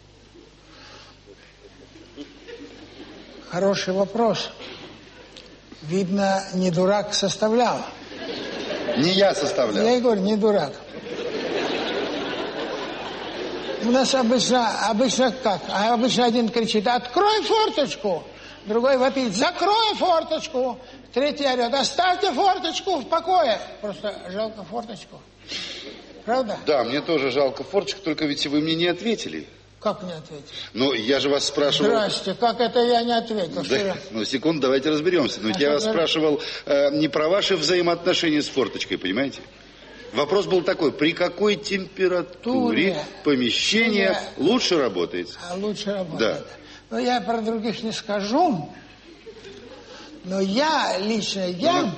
Хороший вопрос. Видно, не дурак составлял. Не я составлял. Я и говорю, не дурак. У нас обычно как? Обычно один кричит: открой форточку. Другой вопит: закрой форточку. Третий орет: оставьте форточку в покое. Просто жалко форточку. Правда? Да, мне тоже жалко форточку, только ведь вы мне не ответили. Как не ответил? Ну, я же вас спрашивал... Здрасте, как это я не ответил? Да, ну, секунду, давайте разберемся. Но я вас спрашивал не про ваши взаимоотношения с форточкой, понимаете? Вопрос был такой: при какой температуре помещение лучше работает? Лучше работает. Да. Ну, я про других не скажу, но я лично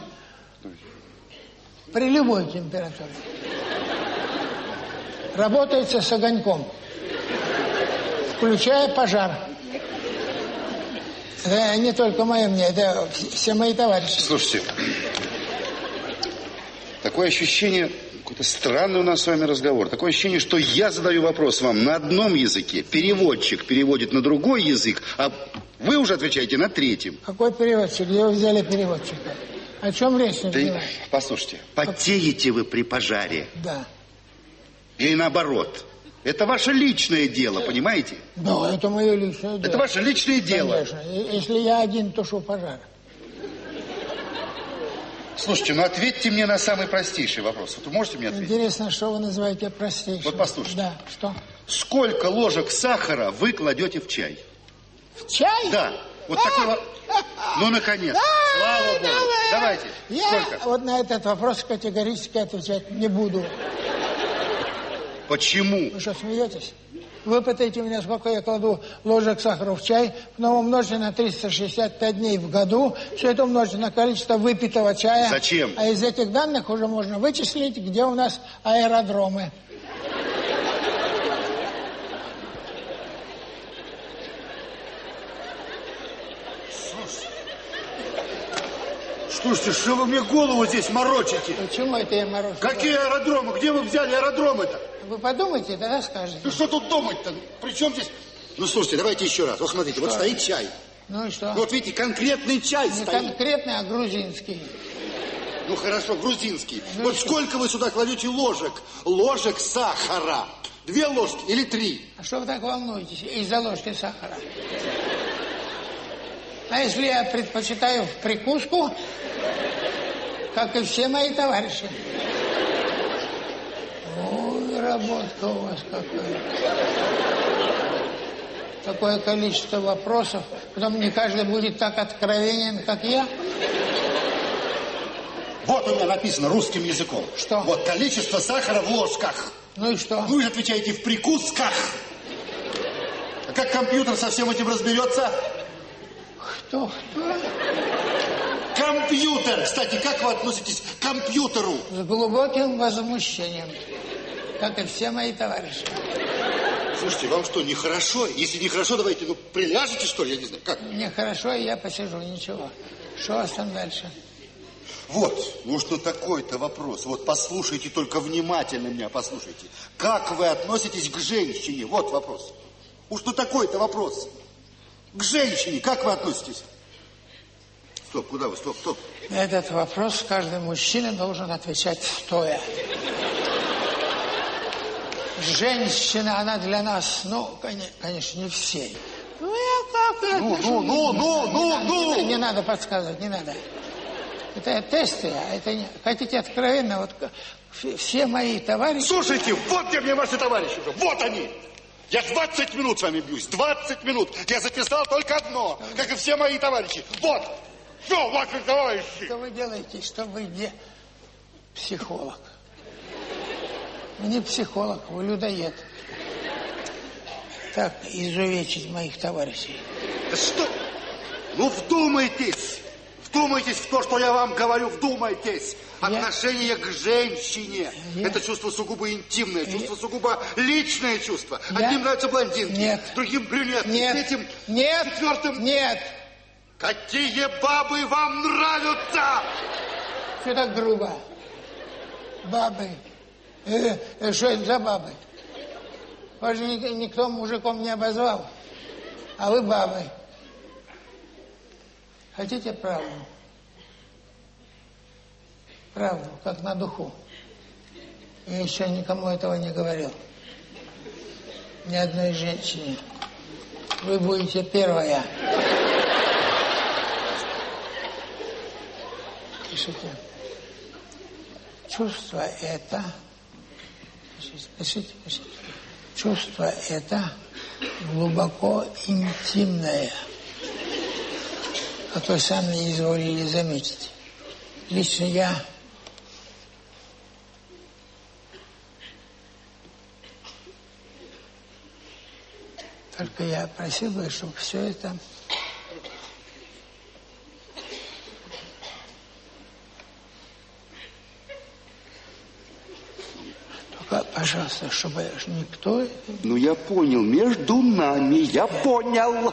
при любой температуре работается с огоньком, включая пожар. Это не только мое мнение, это все мои товарищи. Слушайте, такое ощущение, какой-то странный у нас с вами разговор. Такое ощущение, что я задаю вопрос вам на одном языке, переводчик переводит на другой язык, а вы уже отвечаете на третьем. Какой переводчик? Где вы взяли переводчика? О чем речь идет? Послушайте, потеете вы при пожаре? Да. Или наоборот? Это ваше личное дело, понимаете? Да, это мое личное дело. Это ваше личное дело. Конечно. Если я один тушу пожар. Слушайте, ну ответьте мне на самый простейший вопрос. Вот вы можете мне ответить? Интересно, что вы называете простейшим. Вот послушайте. Да, что? Сколько ложек сахара вы кладете в чай? В чай? Да. Вот такой... Ну, наконец. Слава Богу. Давайте. Я Сколько? вот на этот вопрос категорически отвечать не буду. Почему? Вы что, смеетесь? Вы пытаете меня, сколько я кладу ложек сахара в чай, но умножьте на 365 дней в году, все это умножьте на количество выпитого чая. Зачем? А из этих данных уже можно вычислить, где у нас аэродромы. Слушайте, что вы мне голову здесь морочите? Почему это я морочу? Какие аэродромы? Где вы взяли аэродромы-то? Вы подумайте, тогда скажете. Ну что тут думать-то? При чем здесь... Ну слушайте, давайте еще раз. Вот смотрите, вот стоит чай. Ну и что? Ну вот видите, конкретный чай Не стоит. конкретный, а грузинский. Ну хорошо, грузинский. Ну, вот сколько вы сюда кладете ложек? Ложек сахара. 2 ложки или 3? А что вы так волнуетесь из-за ложки сахара? А если я предпочитаю в прикуску, как и все мои товарищи? Ой, работка у вас какая. Такое количество вопросов. Потом не каждый будет так откровенен, как я. Вот у меня написано русским языком. Что? Вот количество сахара в ложках. Ну и что? Вы же отвечаете в прикусках. А как компьютер со всем этим разберется? Кто? Компьютер! Кстати, как вы относитесь к компьютеру? С глубоким возмущением, как и все мои товарищи. Слушайте, вам что, нехорошо? Если нехорошо, давайте, ну, приляжете, что ли? Я не знаю, как? Нехорошо, и я посижу, ничего. Что у вас там дальше? Вот, ну что такой-то вопрос. Вот послушайте, только внимательно меня послушайте. Как вы относитесь к женщине? Вот вопрос. Уж ну такой-то вопрос. К женщине как вы относитесь? Стоп, куда вы? Стоп, стоп. На этот вопрос каждый мужчина должен отвечать стоя. Женщина, она для нас, ну, конечно, не всей. Ну, я как... Не надо подсказывать, не надо. Это тесты, а это не... Хотите откровенно, вот все мои товарищи... Слушайте, вот где мне ваши товарищи уже, вот они! Я 20 минут с вами бьюсь, 20 минут. Я записал только одно, как и все мои товарищи. Вот, все, ваши товарищи. Что вы делаете, что вы не психолог? Вы не психолог, вы людоед. Так, изувечить моих товарищей. Да что? Ну, вдумайтесь! Вдумайтесь в то, что я вам говорю, вдумайтесь! Отношение к женщине. Это чувство сугубо интимное, чувство сугубо личное чувство. Одним нравятся блондинки, другим брюнетки, третьим, четвертым... Нет! Какие бабы вам нравятся? Что так грубо? Бабы. Что это за бабы? Вас же никто мужиком не обозвал. А вы бабы. Хотите правду? Правду, как на духу. Я еще никому этого не говорил. Ни одной женщине. Вы будете первая. Пишите. Чувство это... Пишите. Чувство это глубоко интимное. Как вы сами изволили заметить. Лично я... Только я просил бы, чтобы все это... Только, пожалуйста, чтобы никто... Ну, я понял, между нами, я понял.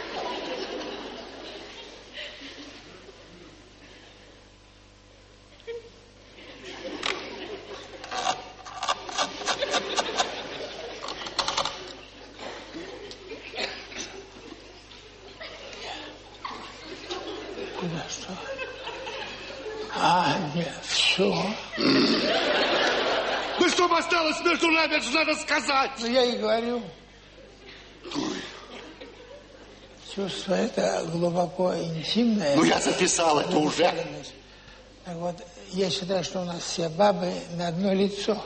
Все. Ну, что осталось между нами, это же надо сказать. Ну, я и говорю. Чувство это глубоко интимное. Ну, я записал это уже. Так вот, я считаю, что у нас все бабы на одно лицо.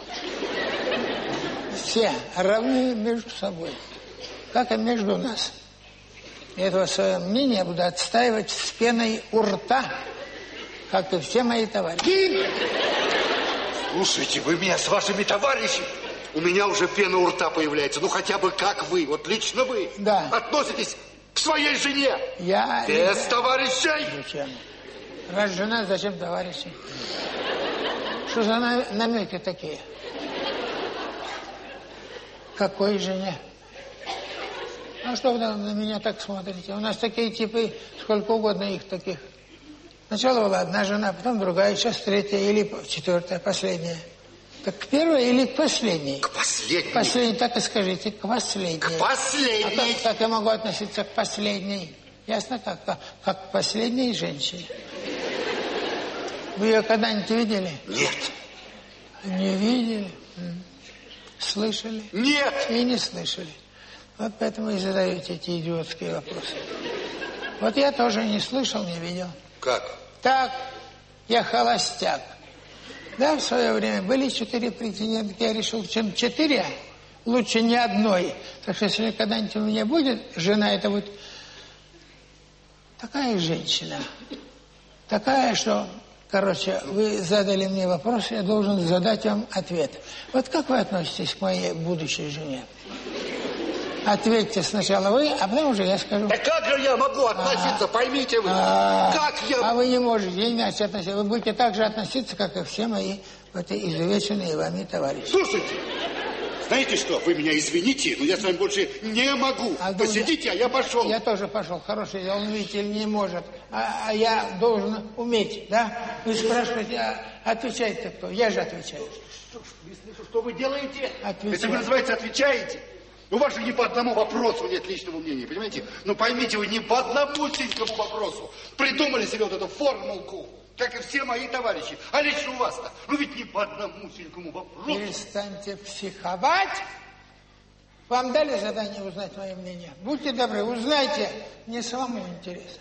Все равны между собой. Как и между нас. И этого свое мнение буду отстаивать с пеной у рта. Как и все мои товарищи. Слушайте, вы меня с вашими товарищами... У меня уже пена у рта появляется. Ну, хотя бы как вы, вот лично вы, относитесь к своей жене. Я... Без товарищей. Зачем? Раз жена, зачем товарищи? Что за намеки такие? Какой жене? А что вы на меня так смотрите? У нас такие типы, сколько угодно их таких. Сначала была одна жена, потом другая, сейчас третья или четвертая, последняя. Так к первой или к последней? К последней. Последней, так и скажите, к последней. К последней. А как я могу относиться к последней? Ясно как? Как к последней женщине. Вы ее когда-нибудь видели? Нет. Не видели? Слышали? Нет. И не слышали. Вот поэтому и задаете эти идиотские вопросы. Вот я тоже не слышал, не видел. Как? Так, я холостяк. Да, в свое время были 4 претендентки, я решил, чем 4, лучше ни одной. Так что если когда-нибудь у меня будет жена, это будет такая женщина. Такая, что, короче, вы задали мне вопрос, я должен задать вам ответ. Вот как вы относитесь к моей будущей жене? Ответьте сначала вы, а потом уже я скажу. Да как же я могу относиться, поймите вы? Как я... А вы не можете иначе относиться. Вы будете так же относиться, как и все мои вот, изувеченные вами товарищи. Слушайте, знаете что, вы меня извините, но я с вами больше не могу. Посидите, а я пошел. Я тоже пошел. Хороший дел, он, видите ли, не может. А я должен уметь, да? Вы спрашиваете, отвечает-то кто? Я же отвечаю. Что вы делаете? Отвечаю. Это вы называете отвечаете? У вас же ни по одному вопросу нет личного мнения, понимаете? Ну поймите вы, ни по одному синькому вопросу придумали себе вот эту формулку, как и все мои товарищи. А лично у вас-то, ну ведь ни по одному синькому вопросу. Перестаньте психовать. Вам дали задание узнать мое мнение? Будьте добры, узнайте. Мне самому интересно.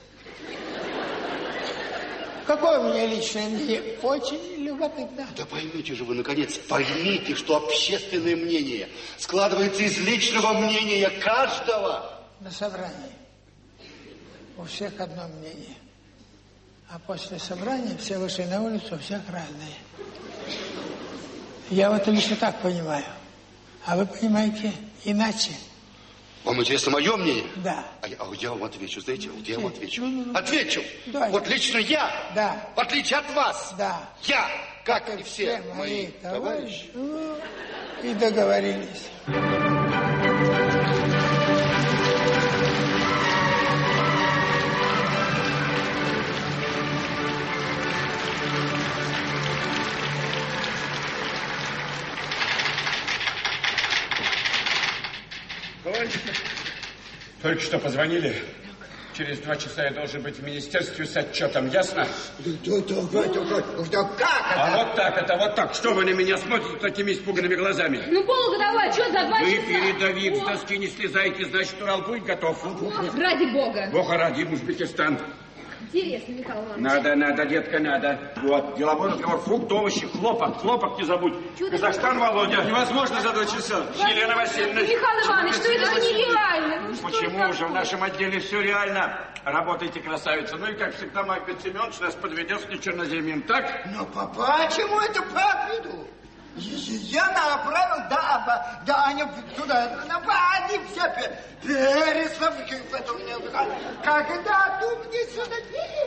Какое у меня личное мнение? Очень любопытно. Да поймите же вы, наконец, поймите, что общественное мнение складывается из личного мнения каждого. На собрании у всех одно мнение. А после собрания все вышли на улицу, у всех разные. Я вот лично так понимаю. А вы понимаете иначе. Вам интересно мое мнение? Да. А я вам отвечу, знаете, вот я вам отвечу. Отвечу. Да, вот лично я, да. в отличие от вас, да. я, как и все мои товарищи. И договорились. Только что позвонили. Через 2 часа я должен быть в министерстве с отчетом, ясно? Да как это? А вот так, это вот так. Что вы на меня смотрите такими испуганными глазами? Ну, полугодовой отчет за 2 часа. Вы передовик с доски не слезаете, значит, Урал будет готов. Ради бога. Бога ради, Узбекистан. Интересно, Михаил Иванович. Надо, детка, надо. Вот, деловой разговор, фрукт, овощи, хлопок не забудь. Казахстан, Володя. Невозможно за 2 часа. Елена Васильевна. Михаил Иванович, что это же нереально? Почему же? В нашем отделе все реально. Работайте, красавица. Ну и, как всегда, Марк Семенович нас подведет с нечерноземьем, так? Но почему это подведу? Я направил, да, они туда, они все переславки, поэтому мне когда ты мне сюда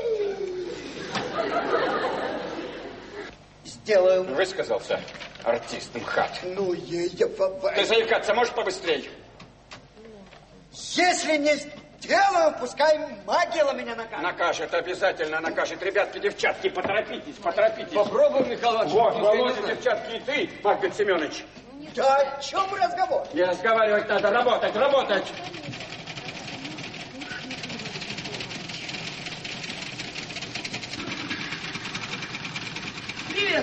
сделаю. Высказался артист МХАТ. Ну, Ты заикаться можешь побыстрей? Если не сделаю, пускай могила меня накажет. Накажет, обязательно накажет. Ребятки, девчатки, поторопитесь. Попробуй, Михаил Иванович. Вот, Володя, девчатки, и ты, Марк Семенович. Да о чем разговор? Не разговаривать надо, работать. Привет.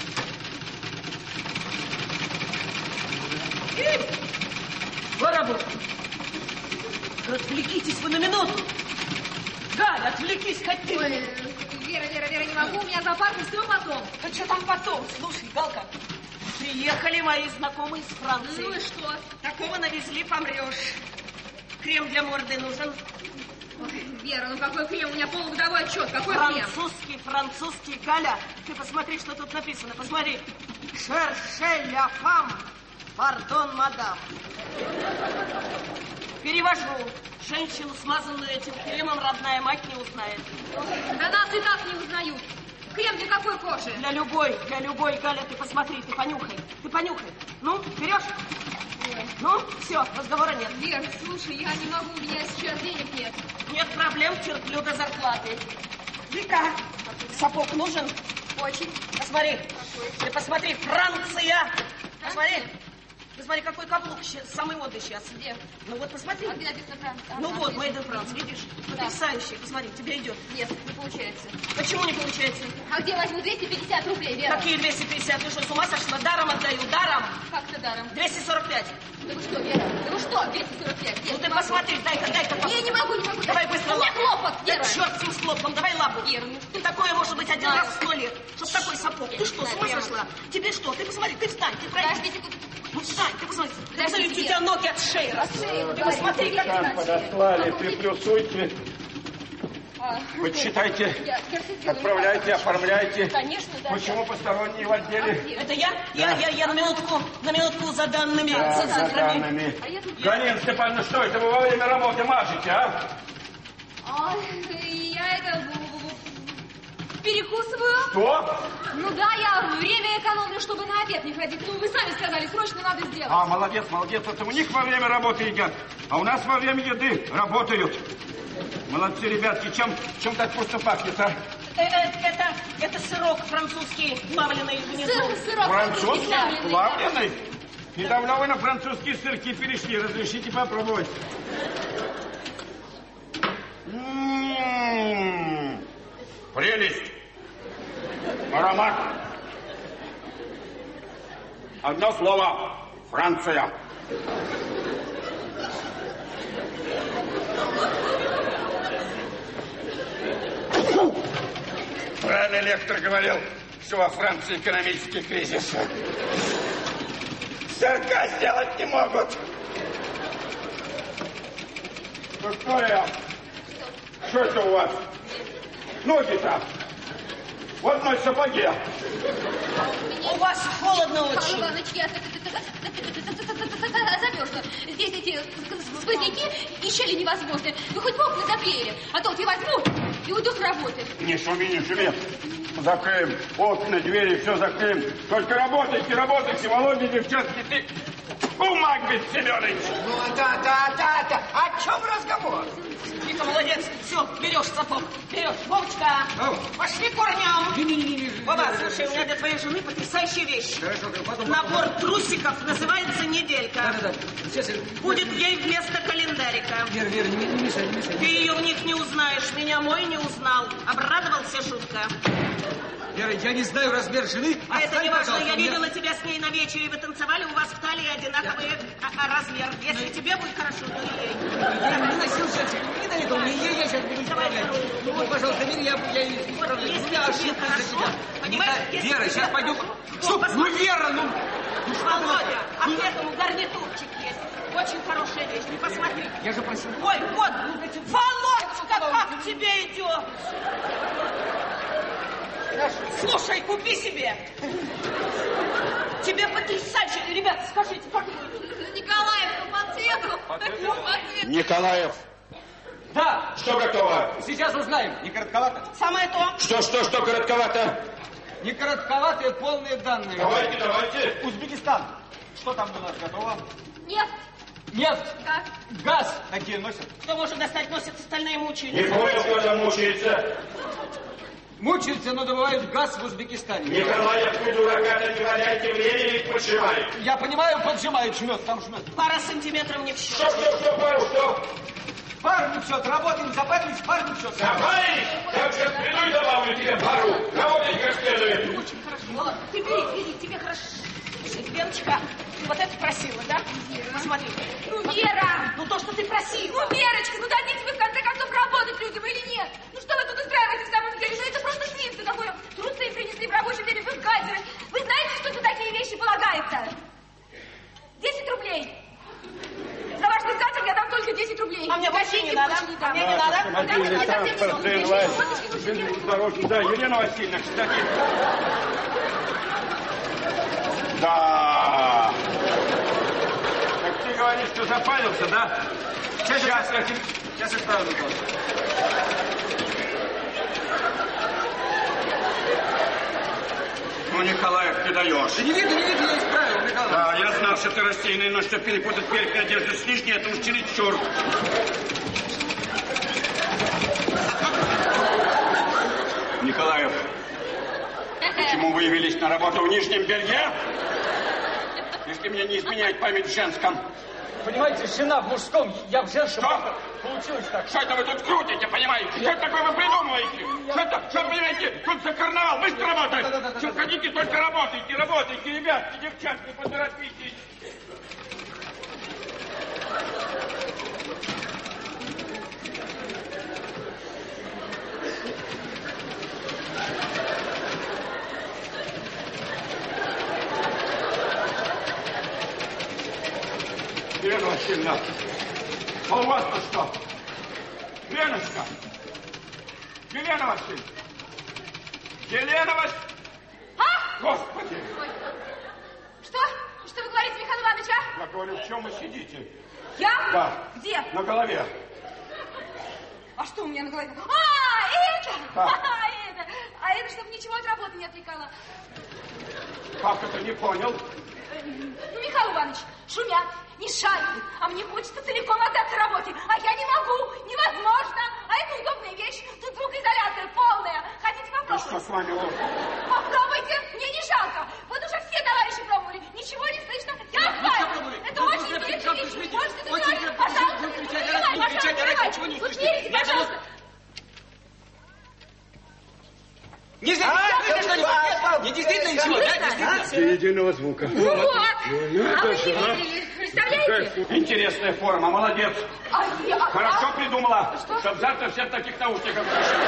Поработай. Отвлекитесь вы на минуту. Галя, отвлекись хоть ты. Ой, Вера, не могу, у меня зоопарк, и все потом. А что там потом? Слушай, Галка, приехали мои знакомые из Франции. Ну и что? Такого навезли, помрешь. Крем для морды нужен. Ой, Вера, ну какой крем? У меня полугодовой отчет. Какой крем? Французский, Галя. Ты посмотри, что тут написано. Посмотри. Шерше ля фам. Пардон, мадам. Перевожу. Женщину, смазанную этим кремом, родная мать не узнает. Да нас и так не узнают. Крем для какой кожи? Для любой, Галя, ты посмотри, ты понюхай. Ну, берешь? Ну, все, разговора нет. Вера, слушай, я не могу, у меня сейчас денег нет. Нет проблем, терплю до зарплаты. Вика, сапог нужен? Очень. Посмотри. Ты посмотри, Франция. Посмотри, какой каблук самый модный сейчас. Где? Ну вот посмотри. А где написано Франция? Ну вот, Made in France, видишь? Да. Потрясающе, посмотри, тебе идет. Нет, не получается. Почему не получается? А где возьму 250 рублей, Вера? Какие 250? Ты что, с ума сошла? Даром отдаю, даром. Как это даром? 245. Да вы что, Вера? Да вы что, 245? Ну ты посмотри, дай-ка. Я не могу. Давай быстро лапу. У меня хлопок, Вера. Да черт с ним с хлопком, давай лапу. Вера, ну ты такое может быть один раз в 100 лет. Чтоб такой сапог. Ты что, с ума сошла? Тебе что? Ты посмотри, ты встань, ты пройди. Подождите, Ну встань, ты посмотри. У тебя ноги от шеи растут. Ты посмотри, как Как подослали, приплюсуйте. Почитайте, отправляйте, оформляйте. Конечно, да. Почему посторонние в отделе? Это я? Да. Я на минутку за данными. Да, за данными. Галина Степановна, что это вы во время работы мажете, а? Я это перекусываю. Что? Ну да, я время экономлю, чтобы на обед не ходить. Ну, вы сами сказали, срочно надо сделать. А, молодец. Это у них во время работы едят, а у нас во время еды работают. Молодцы, ребятки. Чем так вкусно пахнет, а? Это сырок французский, плавленый внизу. Сырок французский, плавленый? Недавно вы на французские сырки перешли. Разрешите попробовать. Прелесть. Аромат. Одно слово. Франция. Правильно лектор говорил, что во Франции экономический кризис. Сырка сделать не могут. Виктория, что это у вас? Ноги-то. Вот мои сапоги. У вас холодно очень. Павел Иванович, я замерзла. Здесь эти сквозняки и щели невозможны. Вы хоть окна заклеили, а то вот я возьму и уйду с работы. Не шуми, не шуми. Закроем окна, двери, все закроем. Только работайте, работайте, Володя, девчонки, ты... Бумаг без Семенович. Ну, да. О чем разговор? Вика, молодец. Все, берешь сапог. Берешь. Вовочка, пошли курнем. Вова, слушай, у меня для твоей жены потрясающая вещь. Набор трусиков называется «Неделька». Да. Будет ей вместо календарика. Вера, не мешай. Ты ее в них не узнаешь. Меня мой не узнал. Обрадовался жутко. Вера, я не знаю размер жены. А это не важно. Я видела тебя с ней на вечере. Вы танцевали, у вас в талии одинаковый размер. Если тебе будет хорошо, то и ей. Я не носил сейчас, не до этого. Я сейчас буду исправлять. Ну, пожалуйста, Вера, я исправлю. У меня ошибка за тебя. Понимаешь? Вера, сейчас пойдем. Стоп, ну, Вера, ну... Володя, а к этому гарнитурчик есть. Очень хорошая вещь. Ты посмотри. Я же просил. Ой, вот. Володька, как тебе идет? Слушай, купи себе. Тебе потрясающе. Ребята, скажите, как... Николаев, по центру. Николаев. Да. Что готово? Сейчас узнаем. Не коротковато? Самое то. Что коротковато? Не коротковатые, полные данные. Давайте. Узбекистан. Что там у нас готово? Нефть. Газ. Какие носят? Кто может достать, носят, остальные Не мучаются. понял, кто там мучается. Мучаются, но добывают газ в Узбекистане. Николаев, вы дурака-то не валяйте, время их поджимает. Я понимаю, поджимает, жмет, там жмет. Пара сантиметров не в счет. Что, пару, что? Пару не в счет, работаем, запарились, пару не в счет. Запарились? Я сейчас приду и добавлю тебе пару. Работать как следует. Очень хорошо. Володь, ты бери, тебе хорошо. Слушай, Верочка, ты вот это просила, да? Посмотри. Ну, Вера! Ну, то, что ты просила. Ну, Верочка, ну дадите вы в конце концов работать людям или нет? Ну, что вы тут устраиваете в самом деле? Ну, это просто свинство такое. Трусы принесли в рабочем время бюстгальтеры. Вы знаете, что за такие вещи полагается? 10 рублей. За ваш бюстгальтер я дам только 10 рублей. А мне вообще не надо. А мне не надо. Да, Елена Васильевна, кстати. Да. Так ты говоришь, что запалился, да? Сейчас исправлю. Ну, Николаев, ты даешь. Да не видно, я исправил, Николаев. Да, я знал, что ты рассеянный, но что перепутать верхнюю одежду с нижней, это уж чересчур. Николаев, почему вы явились на работу в Нижнем Белье? Если мне не изменяет память в женском. Понимаете, жена в мужском, я в женском. Что? Получилось так. Что это вы тут крутите, понимаете? Что такое вы придумываете? Что, понимаете, тут за карнавал, быстро работать. Что, ходите, только работайте, ребятки, девчатки, поторопитесь. Елена Васильевна, а у вас-то что? Леночка! Елена Васильевна! Елена Васильевна! А? Господи! Что? Что вы говорите, Михаил Иванович, а? Я говорю, в чем вы сидите? Я? Да. Где? На голове. А что у меня на голове? А, это! Да. А это, чтобы ничего от работы не отвлекало. Как это, не понял? Ну, Михаил Иванович, шумят, мешают, а мне хочется целиком отдаться работе, а я не могу, невозможно, а это удобная вещь, тут звукоизоляция полная, хотите попробовать? Что с вами? Попробуйте, мне не жалко, вот уже все товарищи пробовали, ничего не слышно, я знаю, это очень интересная вещь, можете договориться, пожалуйста, вот верите, пожалуйста. Нельзя, не действительно ничего, да? Действительно. Ни единого звука. Вот, а вы не видели, представляете? Интересная форма, молодец. Хорошо придумала, чтобы завтра все в таких наушниках слышали.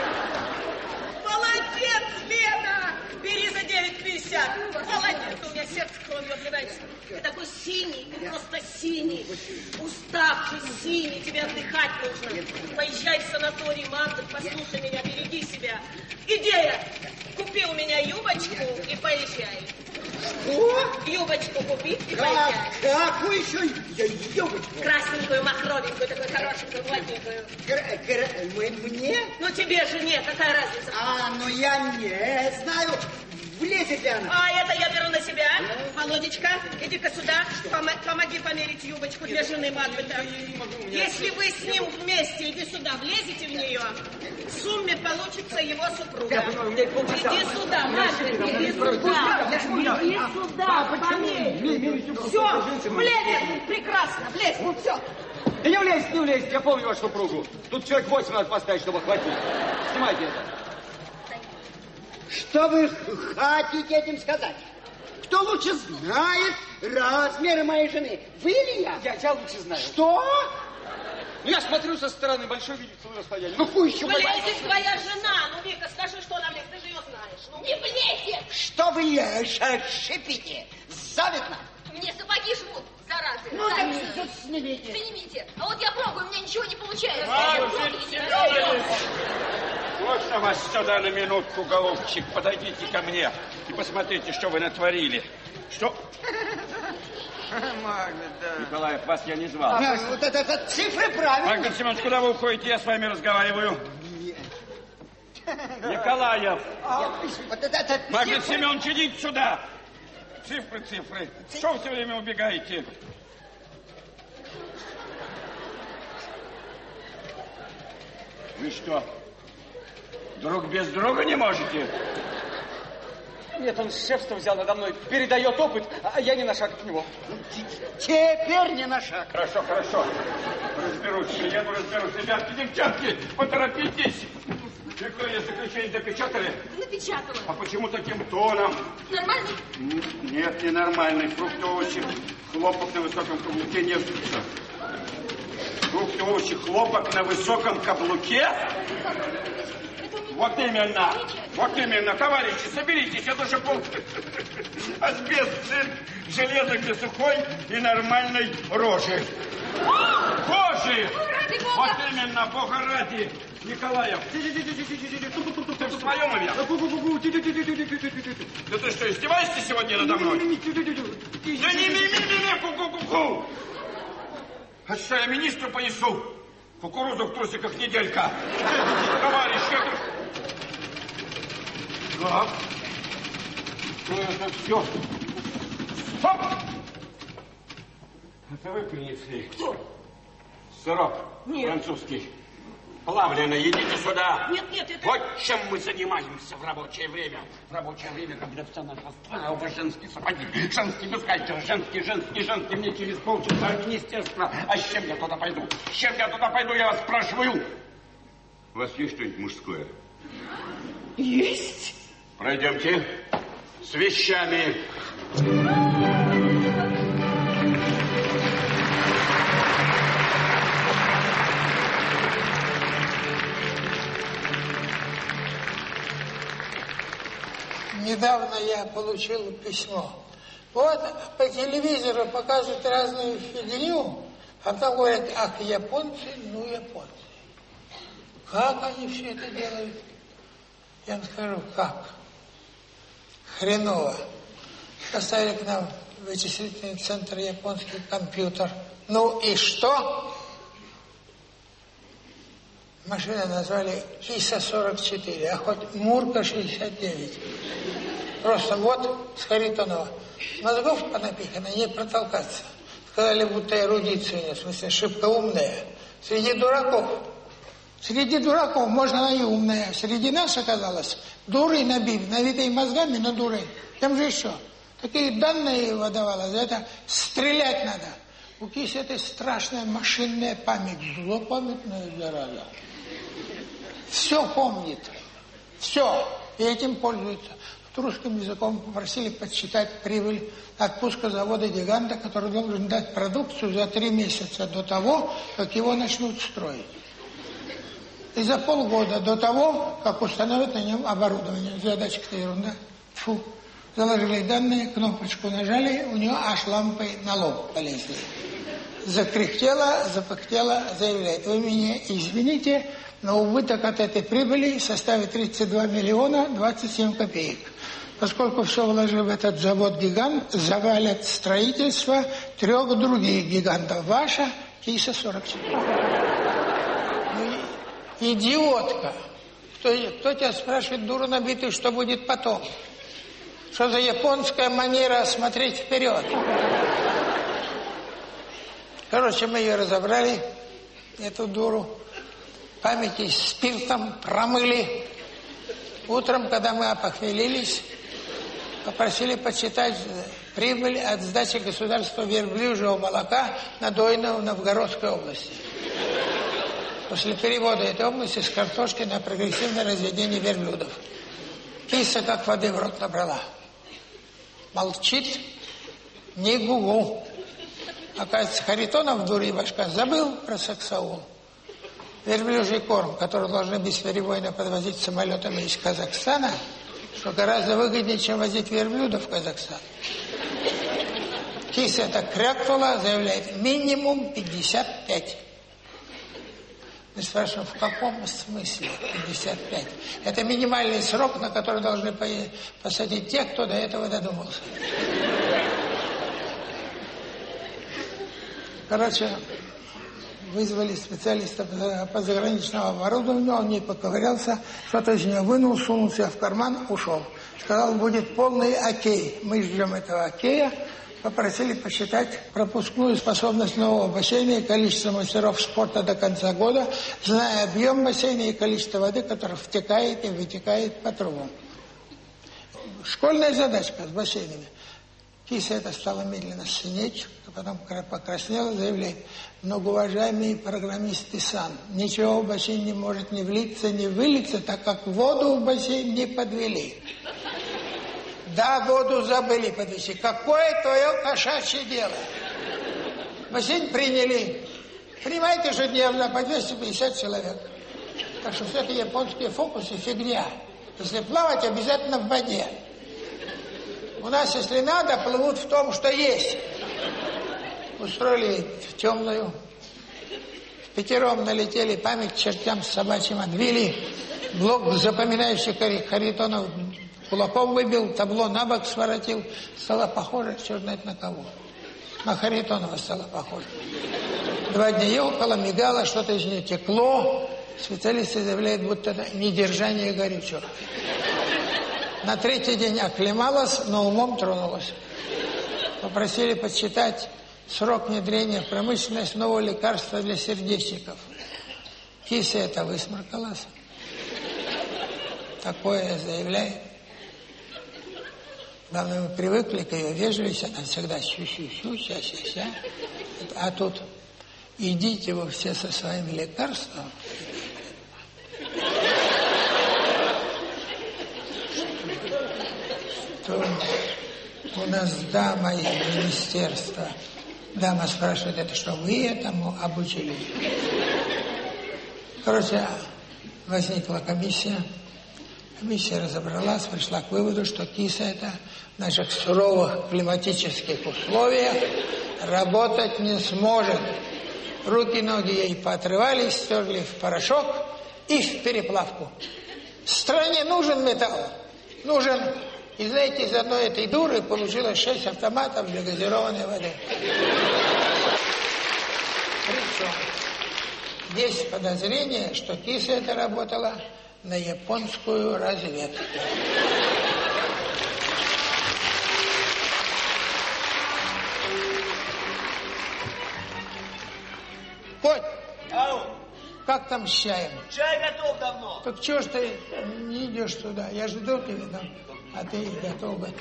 Молодец, Лена! Бери за 9,50. Молодец, у меня сердце кровью обливается. Ты такой синий, ты просто синий. Уставший, синий, тебе отдыхать нужно. Поезжай в санаторий, Магда, послушай меня, береги себя. Идея! Купи у меня юбочку и поезжай. Что? Юбочку купи и поезжай. Какую еще юбочку? Красненькую, махровенькую, такую хорошенькую, модненькую. Мне? Ну тебе же нет, какая разница? Ну я не знаю, влезет ли она. Это я беру на себя. Володечка, иди-ка сюда, помоги померить юбочку для жены Магбета. Если вы с ним вместе, иди сюда, влезете в нее, в сумме получится его супруга. Иди сюда, Магбет, иди сюда. Иди сюда, померь. Все, влезет, прекрасно, влезет, все. Да не влезет, не влезет, я помню вашу супругу. Тут человек 8 надо поставить, чтобы охватить. Снимайте это. Что вы хотите этим сказать? Кто лучше знает размеры моей жены? Вы или я? Я лучше знаю. Что? Я смотрю со стороны, большой видит целое расстояние. Ну пусть еще... Влезет твоя жена. Ну, Вика, скажи, что она влезет, ты же ее знаешь. Ну, не влезет. Что вы шипите? Завидно. Мне сапоги жмут, заразы. Ну, так снимите. Снимите. А вот я пробую, у меня ничего не получается. Можно вас сюда на минутку, голубчик? Подойдите ко мне и посмотрите, что вы натворили. Что? Николаев, вас я не звал. Вот это цифры правильно. Магнит Семенович, куда вы уходите? Я с вами разговариваю. Николаев. Магнит Семенович, идите сюда. Цифры. Что вы все время убегаете? Вы что, друг без друга не можете? Нет, он шефство взял надо мной, передает опыт, а я не на шаг от него. Теперь не на шаг. Хорошо. Разберусь. Ребятки, девчатки, поторопитесь. Какое заключение допечатали? Напечатала. А почему таким тоном? Нормальный? Нет, не нормальный. Фрукты, овощи, хлопок на высоком каблуке не сдутся. Фрукты, овощи, хлопок на высоком каблуке? Вот именно, товарищи, соберитесь, это же асбест, цирк, железо для сухой и нормальной рожи. Кожи! Вот именно, Бога ради! Николаев! Ты в своем уме? Да ты что, издеваешься сегодня надо мной? Да не ми-ми-ми-ми, ку-ку-ку-ку! А что я министру понесу? Кукурузу в трусиках неделька. Товарищ, это... Так. Что это все? Стоп! Это вы принесли? Кто? Сырок. Нет. Французский. Плавленый, идите сюда. Нет, это... Вот чем мы занимаемся в рабочее время. В рабочее время, когда вся наша страна, оба женские сапоги, женский бюстгальтер, женский, мне через полчаса в министерство. А с чем я туда пойду? Я вас спрашиваю. У вас есть что-нибудь мужское? Есть. Пройдемте с вещами. Недавно я получил письмо. Вот по телевизору показывают разную фигню, а там говорят, ах, японцы, ну японцы. Как они все это делают? Я вам скажу, как? Хреново. Поставили к нам в вычислительный центр японский компьютер. Ну и что? Машину назвали ИСа-44, а хоть Мурка-69. Просто вот с Харитонова. Мозгов понапихано, не протолкаться. Сказали, будто эрудиция у нее, в смысле, шибко умная. Среди дураков можно она и умная. Среди нас оказалось дуры набитые мозгами, но дуры. Тем же еще. Такие данные выдавала, за это стрелять надо. У киси это страшная машинная память, злопамятная зараза. Все помнит. Все. И этим пользуется. Русским языком попросили подсчитать прибыль от пуска завода-гиганта, который должен дать продукцию за 3 месяца до того, как его начнут строить. И за полгода до того, как установят на нем оборудование. Задачка-то ерунда. Фу. Заложили данные, кнопочку нажали, у нее аж лампы на лоб полезли. Закряхтела, запыхтела, заявляет: вы меня извините, но убыток от этой прибыли составит 32 миллиона 27 копеек. Поскольку все вложили в этот завод-гигант, завалят строительство 3 других гигантов. Ваша киса 44. Идиотка. Кто тебя спрашивает, дуру набитую, что будет потом? Что за японская манера смотреть вперед? Короче, мы ее разобрали, эту дуру. Памяти спиртом промыли. Утром, когда мы опохмелились, попросили подсчитать прибыль от сдачи государства верблюжьего молока, надоенного в Новгородской области. После перевода этой области с картошки на прогрессивное разведение верблюдов. Киса как воды в рот набрала. Молчит, не гугу. Оказывается, Харитонов, дури башка, забыл про саксаул. Верблюжий корм, который должны бесперебойно подвозить самолетами из Казахстана, что гораздо выгоднее, чем возить верблюдов в Казахстан. Киса так крякнула, заявляет: минимум 55. Мы спрашиваем, в каком смысле 55? Это минимальный срок, на который должны посадить тех, кто до этого додумался. Короче, вызвали специалиста по заграничному оборудованию, он не поковырялся, что-то из нее вынул, сунул себя в карман, ушел. Сказал, будет полный окей. Мы ждем этого окея. Попросили посчитать пропускную способность нового бассейна и количество мастеров спорта до конца года, зная объем бассейна и количество воды, которое втекает и вытекает по трубам. Школьная задачка с бассейнами. Киса это стала медленно синеть, а потом покраснела, заявляет: многоуважаемый программист Исан, ничего в бассейн не может ни влиться, ни вылиться, так как воду в бассейн не подвели. Да, воду забыли подвести. Какое твое кошачье дело? Бассейн приняли. Принимайте ежедневно по 250 человек. Так что все это японские фокусы фигня. Если плавать, обязательно в воде. У нас, если надо, плывут в том, что есть. Устроили в темную. Впятером налетели, память чертям собачьим отбили. Блок запоминающих Харитонов кулаком выбил, табло на бок своротил. Стало похоже, черт знает на кого. На Харитонова стало похоже. 2 дня ёлкала, мигала, что-то из нее текло. Специалисты заявляют, будто это недержание горючего. На 3-й день оклемалась, но умом тронулась. Попросили подсчитать срок внедрения в промышленность нового лекарства для сердечников. Киса это высморкалась. Такое заявляет. Главное, мы привыкли к ее вежливости, она всегда щу-щу-щу, ща-ща-ща. А тут идите вы все со своими лекарствами. Что у нас дама из министерства. Дама спрашивает, это что, вы этому обучили? Короче, возникла комиссия. Комиссия разобралась, пришла к выводу, что киса это в наших суровых климатических условиях работать не сможет. Руки, ноги ей поотрывались, стерли в порошок и в переплавку. Стране нужен металл, нужен. И знаете, из одной этой дуры получилось 6 автоматов для газированной воды. Причем есть подозрение, что киса это работала на японскую разведку. Коть, как там с чаем? Чай готов давно. Так чего ж ты не идешь туда? Я жду тебя там, а ты готов. Вот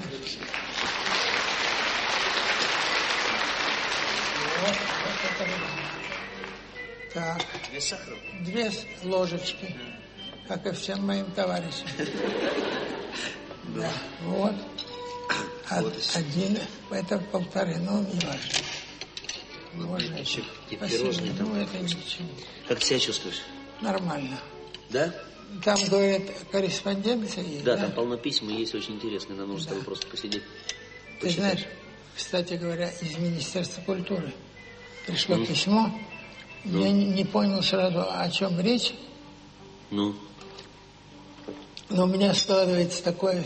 это. Так. 2 сахара? 2 ложечки, как и всем моим товарищам. Да, вот. Один, это 1,5, ну не важно. Можно. И спасибо. пирожные. Думаю, это ни к чему. Как себя чувствуешь? Нормально. Да? Там, говорят, корреспонденция есть, да? Да, там полно писем, и есть очень интересные, нам нужно с тобой просто посидеть. Ты знаешь, кстати говоря, из Министерства культуры пришло письмо. Я не понял сразу, о чем речь. Ну? Но у меня складывается такое...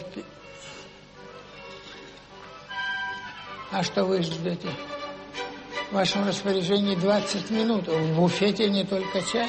А что вы ждете? В вашем распоряжении 20 минут. В буфете не только чай.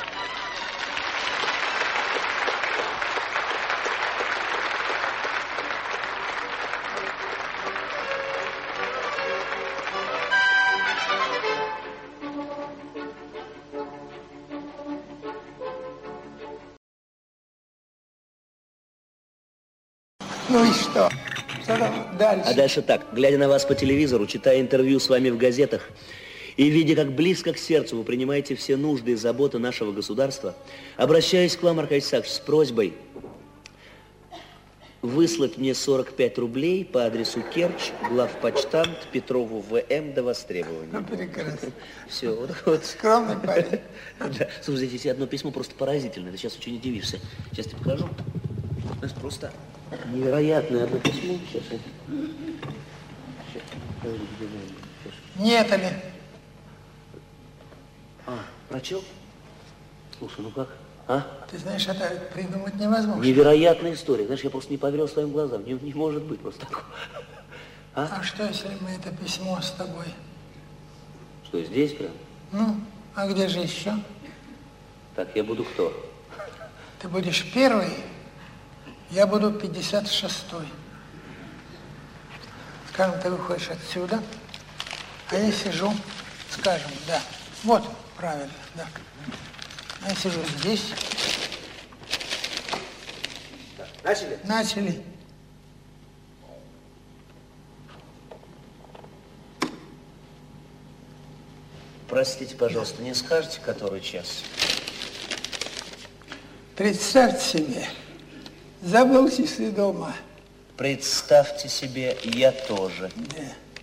Ну и что? Что там дальше? А дальше так. Глядя на вас по телевизору, читая интервью с вами в газетах и видя, как близко к сердцу вы принимаете все нужды и заботы нашего государства, обращаюсь к вам, Аркадий Исаакович, с просьбой выслать мне 45 рублей по адресу Керчь, главпочтамт, Петрову ВМ до востребования. Ну, прекрасно. Все, вот. Скромный парень. Да. Слушай, здесь одно письмо просто поразительное. Ты сейчас очень удивишься. Сейчас тебе покажу. Это просто невероятное одно письмо. Сейчас. Нет ли? Прочел? Слушай, ну как? А? Ты знаешь, это придумать невозможно. Невероятная история. Знаешь, я просто не поверил своим глазам. Не может быть просто такого. А что, если мы это письмо с тобой? Что, здесь прям? Ну, а где же еще? Так, я буду кто? Ты будешь первый, я буду 56-й. Скажем, ты выходишь отсюда, а я сижу, скажем, да. Вот, правильно, да. Я сижу здесь. Так, начали? Начали. Простите, пожалуйста, не скажете, который час? Представьте себе, забыл часы дома. Представьте себе, я тоже. Да.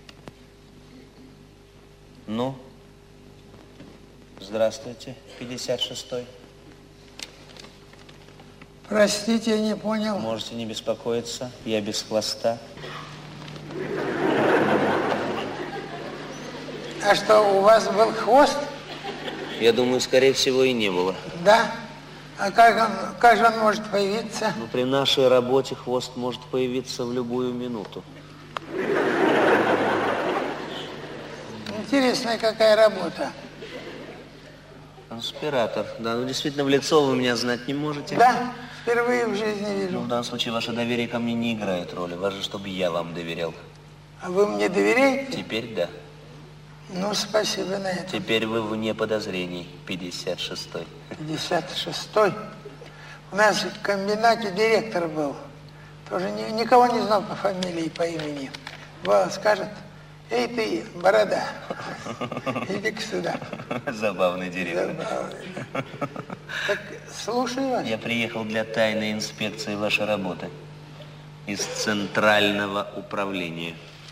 Ну? Здравствуйте, 56-й. Простите, я не понял. Можете не беспокоиться, я без хвоста. А что, у вас был хвост? Я думаю, скорее всего, и не было. Да? А как же он может появиться? Ну, при нашей работе хвост может появиться в любую минуту. Интересная какая работа. Конспиратор. Да, ну действительно, в лицо вы меня знать не можете. Да, впервые в жизни вижу. Ну, в данном случае ваше доверие ко мне не играет роли. Важно, чтобы я вам доверял. А вы мне доверяете? Теперь да. Ну, спасибо на это. Теперь вы вне подозрений, 56-й. 56-й? У нас в комбинате директор был. Тоже никого не знал по фамилии и по имени. Вот, скажет: эй ты, борода, иди-ка сюда. Забавный директор. Забавный. Так, слушаю вас. Я приехал для тайной инспекции вашей работы. Из Центрального управления.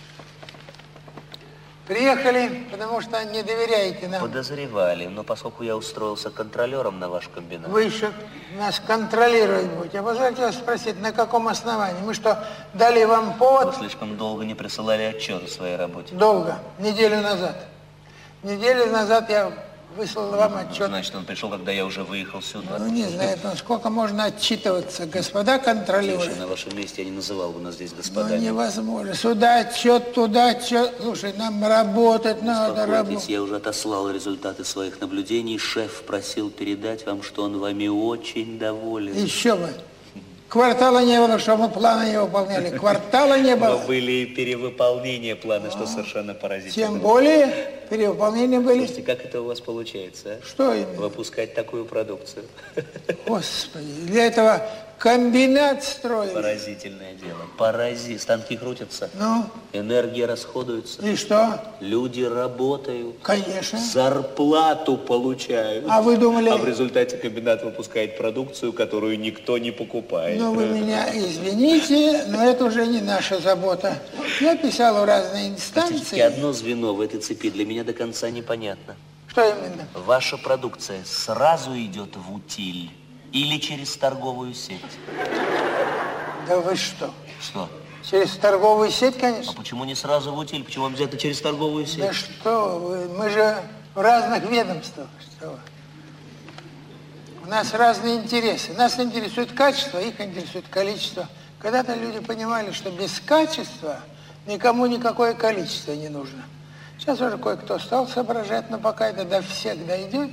Приехали, потому что не доверяете нам. Подозревали, но поскольку я устроился контролером на ваш комбинат... Вы еще нас контролировать будете. А позвольте вас спросить, на каком основании? Мы что, дали вам повод? Вы слишком долго не присылали отчет о своей работе. Долго. Неделю назад. Неделю назад я выслал вам отчет. Значит, он пришел, когда я уже выехал сюда. Ну, не знаю, сколько можно отчитываться, господа контролеры. Слушай, на вашем месте я не называл бы нас здесь господами. Ну, невозможно. Сюда отчет, туда отчет. Слушай, нам работать надо, работать. Я уже отослал результаты своих наблюдений. Шеф просил передать вам, что он вами очень доволен. Еще бы. Квартала не было, что мы планы не выполняли. Квартала не было. Но были и перевыполнения плана, что совершенно поразительно. Тем более перевыполнения были. Слушайте, как это у вас получается, а? Что именно? Выпускать такую продукцию. Господи, для этого комбинат строили. Поразительное дело. Станки крутятся. Ну? Энергия расходуется. И что? Люди работают. Конечно. Зарплату получают. А вы думали... А в результате комбинат выпускает продукцию, которую никто не покупает. Ну, вы меня извините, но это уже не наша забота. Я писал в разные инстанции. Одно звено в этой цепи для меня до конца непонятно. Что именно? Ваша продукция сразу идет в утиль или через торговую сеть? Да вы что? Что? Через торговую сеть, конечно. А почему не сразу в утиль? Почему обязательно через торговую сеть? Да что вы, мы же в разных ведомствах. Что вы? У нас разные интересы. Нас интересует качество, их интересует количество. Когда-то люди понимали, что без качества никому никакое количество не нужно. Сейчас уже кое-кто стал соображать, но пока это до всех дойдет,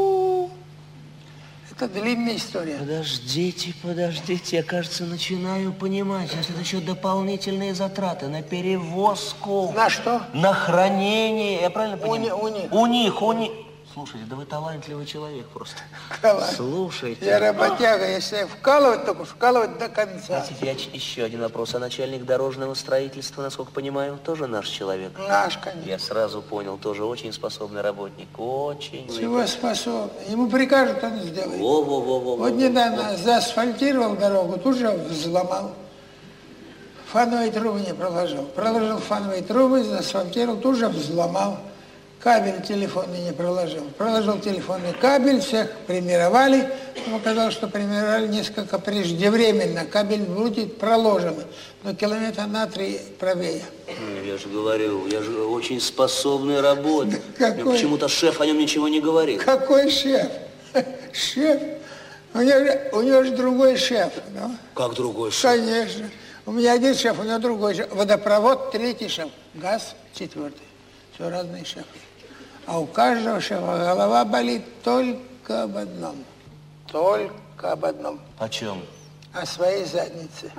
это длинная история. Подождите, я, кажется, начинаю понимать. Сейчас это еще дополнительные затраты на перевозку. На что? На хранение, я правильно понимаю? У них. Слушайте, да вы талантливый человек просто. Талант. Слушайте. Я работяга, если вкалывать, только вкалывать до конца. Простите, еще один вопрос. А начальник дорожного строительства, насколько понимаю, тоже наш человек? Наш, конечно. Я сразу понял, тоже очень способный работник. Очень. Чего способный? Ему прикажут, он сделает. Во. Вот недавно заасфальтировал дорогу, тут же взломал. Фановые трубы не проложил. Проложил фановые трубы, заасфальтировал, тут же взломал. Кабель телефонный не проложил. Проложил телефонный кабель, всех премировали. Но оказалось, что премировали несколько преждевременно. Кабель будет проложен, но километра на 3 правее. Я же говорю, я же очень способный работник. Какой? Почему-то шеф о нем ничего не говорит. Какой шеф? Шеф? У него же другой шеф. Ну? Как другой шеф? Конечно. У меня один шеф, у него другой шеф. Водопровод, 3-й шеф. Газ, 4-й. Все разные шефы. А у каждого шефа голова болит только об одном. Только об одном. О чем? О своей заднице.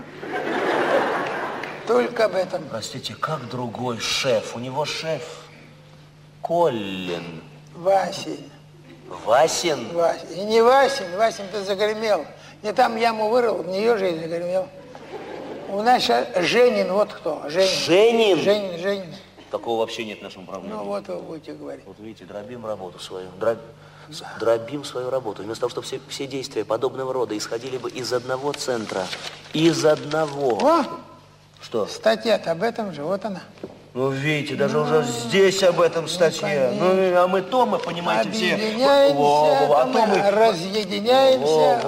Только об этом. Простите, как другой шеф? У него шеф Коллин. Васин. Васин? И не Васин. Васин-то загремел. Не там яму вырыл, в нее же и загремел. У нас сейчас Женин, вот кто. Женин? Женин. Такого вообще нет в нашем управлении. Ну вот вы будете говорить. Вот видите, дробим работу свою. Дробим свою работу. Вместо того, чтобы все действия подобного рода исходили бы из одного центра. Из одного. О! Что? Статья-то об этом же, вот она. Ну, видите, даже уже здесь об этом статья. Ну, а мы, понимаете, все... Объединяемся, разъединяемся.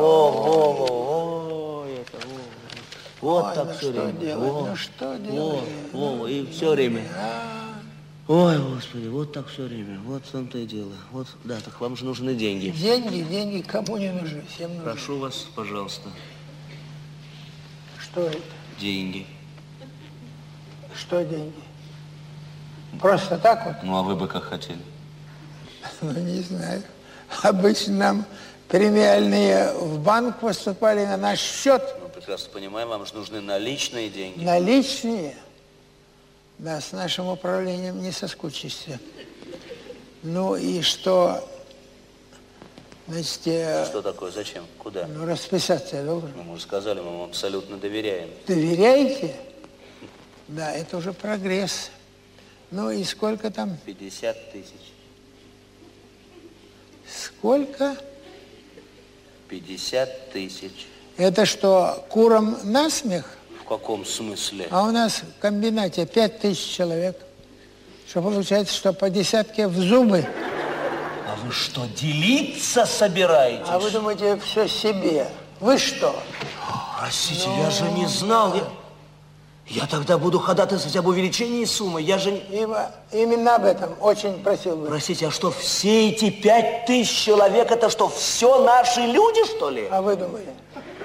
Вот так все время. Ну что делать? И все время. Ой, Господи, вот так все время. Вот в том-то и дело. Вот, да, так вам же нужны деньги. Деньги кому не нужны, всем нужны. Прошу вас, пожалуйста. Что это? Деньги. Что деньги? Просто так вот? Ну, а вы бы как хотели? Ну, не знаю. Обычно нам премиальные в банк поступали на наш счет. Мы прекрасно понимаем, вам же нужны наличные деньги. Наличные? Да, с нашим управлением не соскучишься. Ну и что? Значит, Что такое? Зачем? Куда? Ну, расписаться я должен. Ну, мы же сказали, мы вам абсолютно доверяем. Доверяете? Да, это уже прогресс. Ну и сколько там? 50 тысяч. Сколько? 50 тысяч. Это что, курам насмех? В каком смысле? А у нас в комбинате 5000 человек. Что получается, что по десятке в зубы. А вы что, делиться собираетесь? А вы думаете, все себе? Вы что? Простите, я же не знал. Я тогда буду ходатайствовать об увеличении суммы. Я же... Именно об этом очень просил бы. Простите, а что, все эти 5000 человек, это что, все наши люди, что ли? А вы думаете?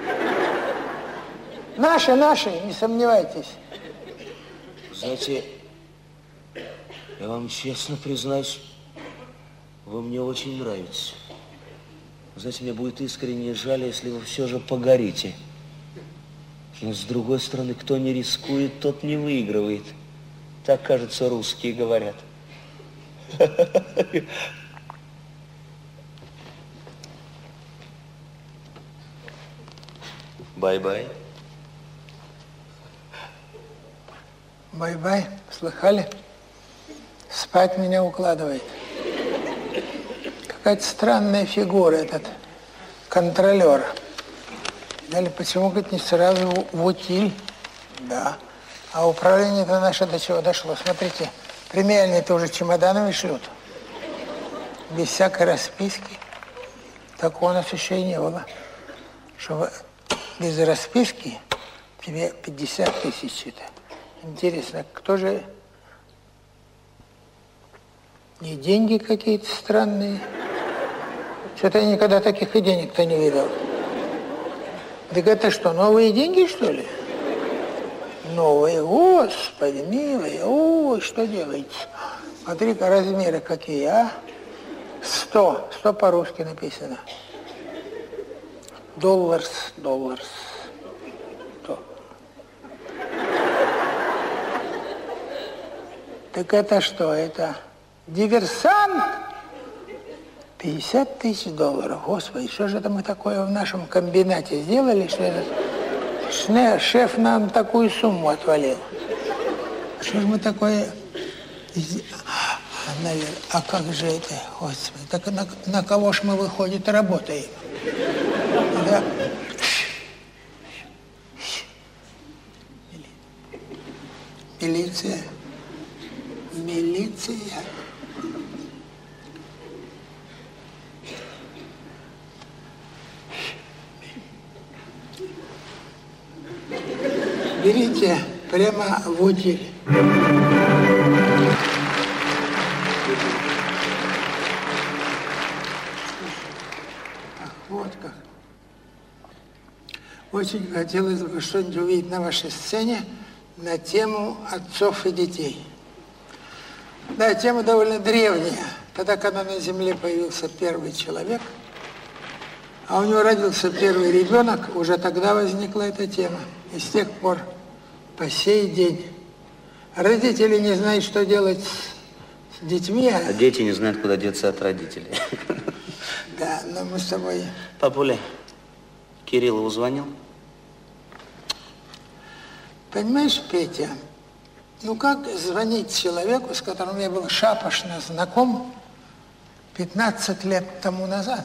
Наши, не сомневайтесь. Знаете, я вам честно признаюсь, вы мне очень нравитесь. Знаете, мне будет искренне жаль, если вы все же погорите. Но с другой стороны, кто не рискует, тот не выигрывает. Так, кажется, русские говорят. Бай-бай. Бай-бай, слыхали? Спать меня укладывает. Какая-то странная фигура этот контролер. Дали, почему, говорит, не сразу в утиль? Да. А управление-то наше до чего дошло? Смотрите, премиальные-то уже чемоданами шлют. Без всякой расписки. Такого у нас еще и не было. что без расписки тебе 50 тысяч это. Интересно, кто же... Не деньги какие-то странные. Что-то я никогда таких и денег-то не видел. Так это что, новые деньги, что ли? Новые, Господи, милые, ой, что делаете? Смотри-ка, размеры какие, а? 100 по-русски написано. Долларс. 100. Так это что, это диверсант? 50 тысяч долларов, Господи, что же это мы такое в нашем комбинате сделали, что этот шеф нам такую сумму отвалил? Что же мы такое... А как же это, Господи, так на кого ж мы, выходит, работаем? Да. Милиция. Берите прямо в утиль. Вот как. Очень хотелось бы что-нибудь увидеть на вашей сцене на тему отцов и детей. Да, тема довольно древняя. Тогда, когда на Земле появился первый человек, а у него родился первый ребенок, уже тогда возникла эта тема. И с тех пор, по сей день, родители не знают, что делать с детьми. А дети не знают, куда деться от родителей. Да, но мы с тобой... Папуля, Кириллову звонил? Понимаешь, Петя, ну как звонить человеку, с которым я был шапошно знаком 15 лет тому назад?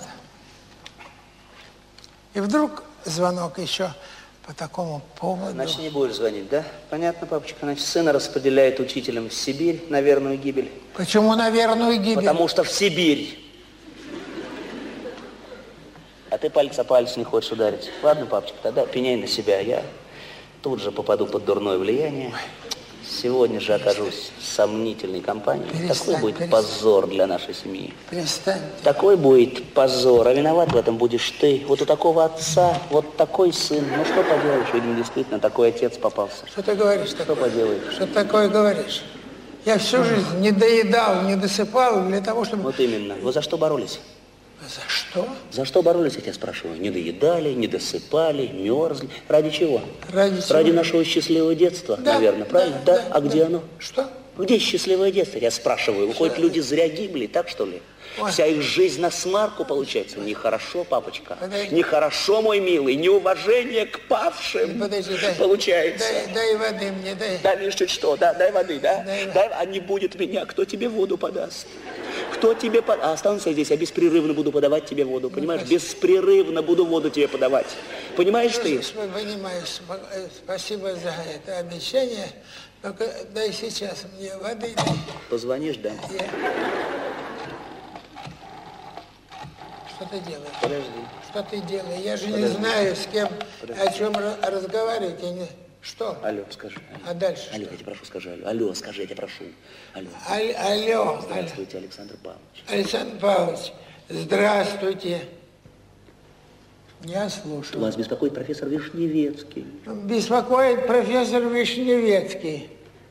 И вдруг звонок еще по такому поводу. Значит, не будешь звонить, да? Понятно, папочка. Значит, сына распределяет учителем в Сибирь на верную гибель. Почему на верную гибель? Потому что в Сибирь. А ты палец о палец не хочешь ударить. Ладно, папочка, тогда пеняй на себя. Я тут же попаду под дурное влияние. Сегодня же окажусь в сомнительной компании. Такой будет позор для нашей семьи. Перестань. Такой будет позор, а виноват в этом будешь ты. Вот у такого отца вот такой сын. Ну что поделаешь, видимо, действительно такой отец попался. Что ты говоришь? Что поделаешь? Что такое говоришь? Я всю жизнь не доедал, не досыпал для того, чтобы... Вот именно. Вы за что боролись? За что? За что боролись, я тебя спрашиваю? Не доедали, не досыпали, мерзли. Ради чего? Ради чего? Ради нашего счастливого детства, да, наверное, правильно? Да. А где оно? Что? Где счастливое детство, я спрашиваю? Выходит, люди зря гибли, так что ли? Ой. Вся их жизнь на смарку получается. Нехорошо, папочка. Подожди. Нехорошо, мой милый. Неуважение к павшим. Подожди, дай. Получается. Дай воды мне, дай. Дай мне чуть что, да? Дай воды, да? Дай. А не будет меня, кто тебе воду подаст? Кто тебе подаст? А останься здесь, я беспрерывно буду подавать тебе воду, понимаешь? Беспрерывно буду воду тебе подавать. Понимаешь ты? Понимаю, спасибо за это обещание. Только дай сейчас мне воды. Дай. Позвонишь, да? Что ты делаешь? Подожди. Что ты делаешь? Я же не знаю, с кем, о чем разговаривать. Что? Алло, скажи. А дальше Алло, что? я тебя прошу, скажи алло. Алло, скажи, я тебя прошу. Алло. Алло. Здравствуйте, Александр Павлович. Александр Павлович, здравствуйте. Я слушаю. Вас беспокоит профессор Вишневецкий. Беспокоит профессор Вишневецкий.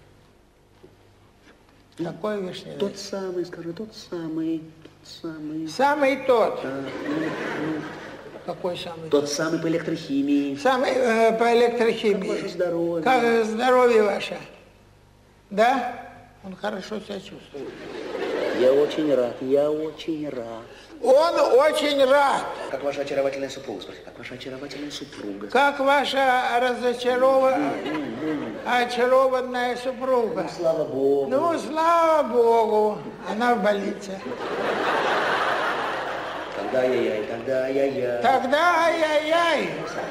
Какой Вишневецкий? Тот самый, скажи, тот самый. Самый тот. Да, Какой самый? Тот самый по электрохимии. Самый по электрохимии. Как ваше здоровье? Как здоровье ваше? Да? Он хорошо себя чувствует. Я очень рад. Он очень рад. Как ваша очаровательная супруга, спроси, как ваша очаровательная супруга? Как ваша очарованная супруга? Ну, слава Богу. Ну, слава Богу. Она в больнице. Тогда ай-яй. Тогда ай-яй.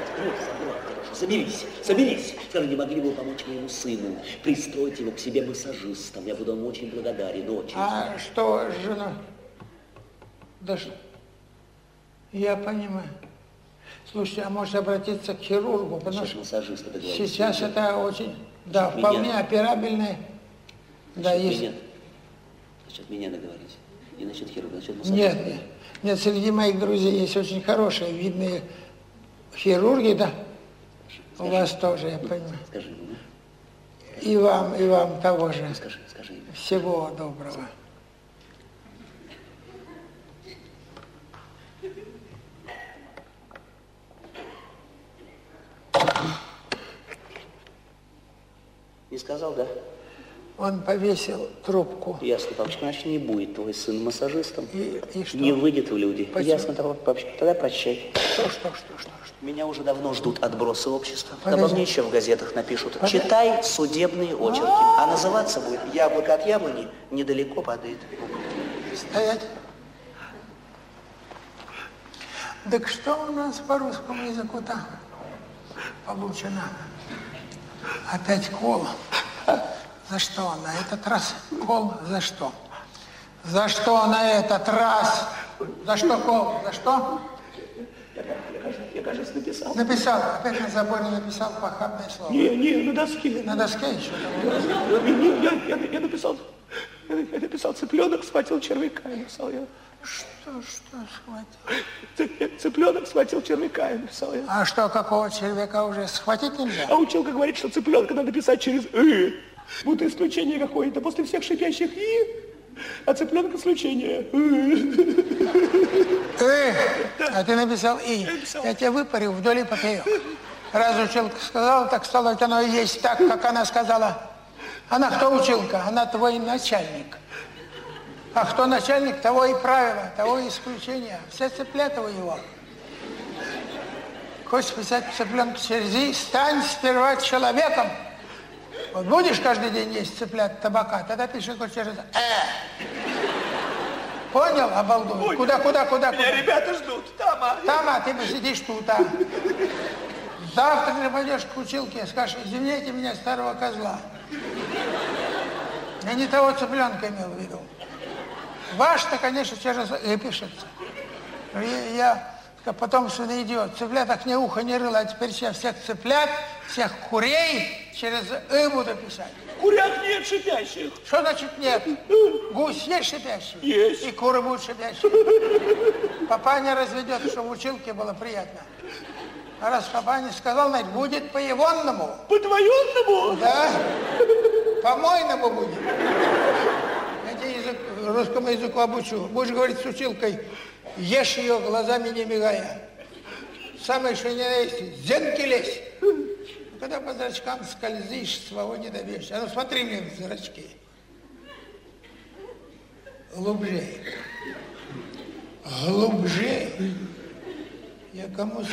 Соберись. Скажи, не могли бы вы помочь моему сыну? Пристроить его к себе массажистом. Я буду вам очень благодарен, очень. А что, жена? Да что? Я понимаю. Слушайте, а может обратиться к хирургу, потому что массажист, это говорит. сейчас это очень, да, вполне операбельное. Да, есть. Насчет меня договорить. Не насчет хирурга, насчет массажиста. Нет, среди моих друзей есть очень хорошие, видные хирурги, да. У вас тоже, я понимаю. Скажи ему. И вам того же. Скажи ему. Всего доброго. Не сказал, да? Он повесил трубку. Ясно, папочка, значит, не будет твой сын массажистом. И что? Не выйдет в люди. Почему? Ясно, папочка, тогда прощай. Что? Меня уже давно ждут отбросы общества. Подожди. Обо мне еще в газетах напишут. Подожди. Читай судебные очерки. А называться будет «Яблоко от яблони недалеко падает». Стоять. Так что у нас по русскому языку-то получено? Опять кол. За что на этот раз кол? За что? За что на этот раз? За что кол? За что? Я, кажется, написал. Написал. Опять на заборе написал похабное слово. Не, на доске. На доске еще? Я написал цыпленок схватил червяка, написал я. Что схватил? Цыпленок схватил червяка, написал я. А что, какого червяка уже схватить нельзя? А училка говорит, что цыпленка надо писать через «ы». Будто исключение какое-то после всех шипящих «и». А цыпленок исключение. А ты написал «и». Я тебя выпарю вдоль и поперек. Раз училка сказала, так стало оно и есть так, как она сказала. Она кто училка? Она твой начальник. А кто начальник, того и правило, того и исключение. Все цыплята у него. Хочешь писать цыпленка через «и», стань сперва человеком. Вот будешь каждый день есть цыплят табака, тогда пиши через «э». Понял, обалдуй? Куда? Меня ребята ждут. Там, ты посидишь тут, а. Завтра ты пойдешь к училке, скажешь: извините меня, старого козла. Я не того цыпленка имел в виду. Ваш-то, конечно, через «и» пишется. Я потомственный идиот. Цыпляток ни уха, ни рыла, а теперь я всех цыплят, всех курей через «и» буду писать. Курят нет шипящих. Что значит нет? Гусь есть шипящий? Есть. И куры будут шипящие. Папаня разведет, чтобы в училке было приятно. А раз папаня сказал, значит, будет по-егонному. По-твоенному? Да. По-мойному будет. Я тебе русскому языку обучу. Будешь говорить с училкой, ешь ее глазами не мигая. Самое, что не есть, зенки лезь. Когда по зрачкам скользишь, своего не добьешься. А ну смотри мне в зрачки. Глубже. Я кому...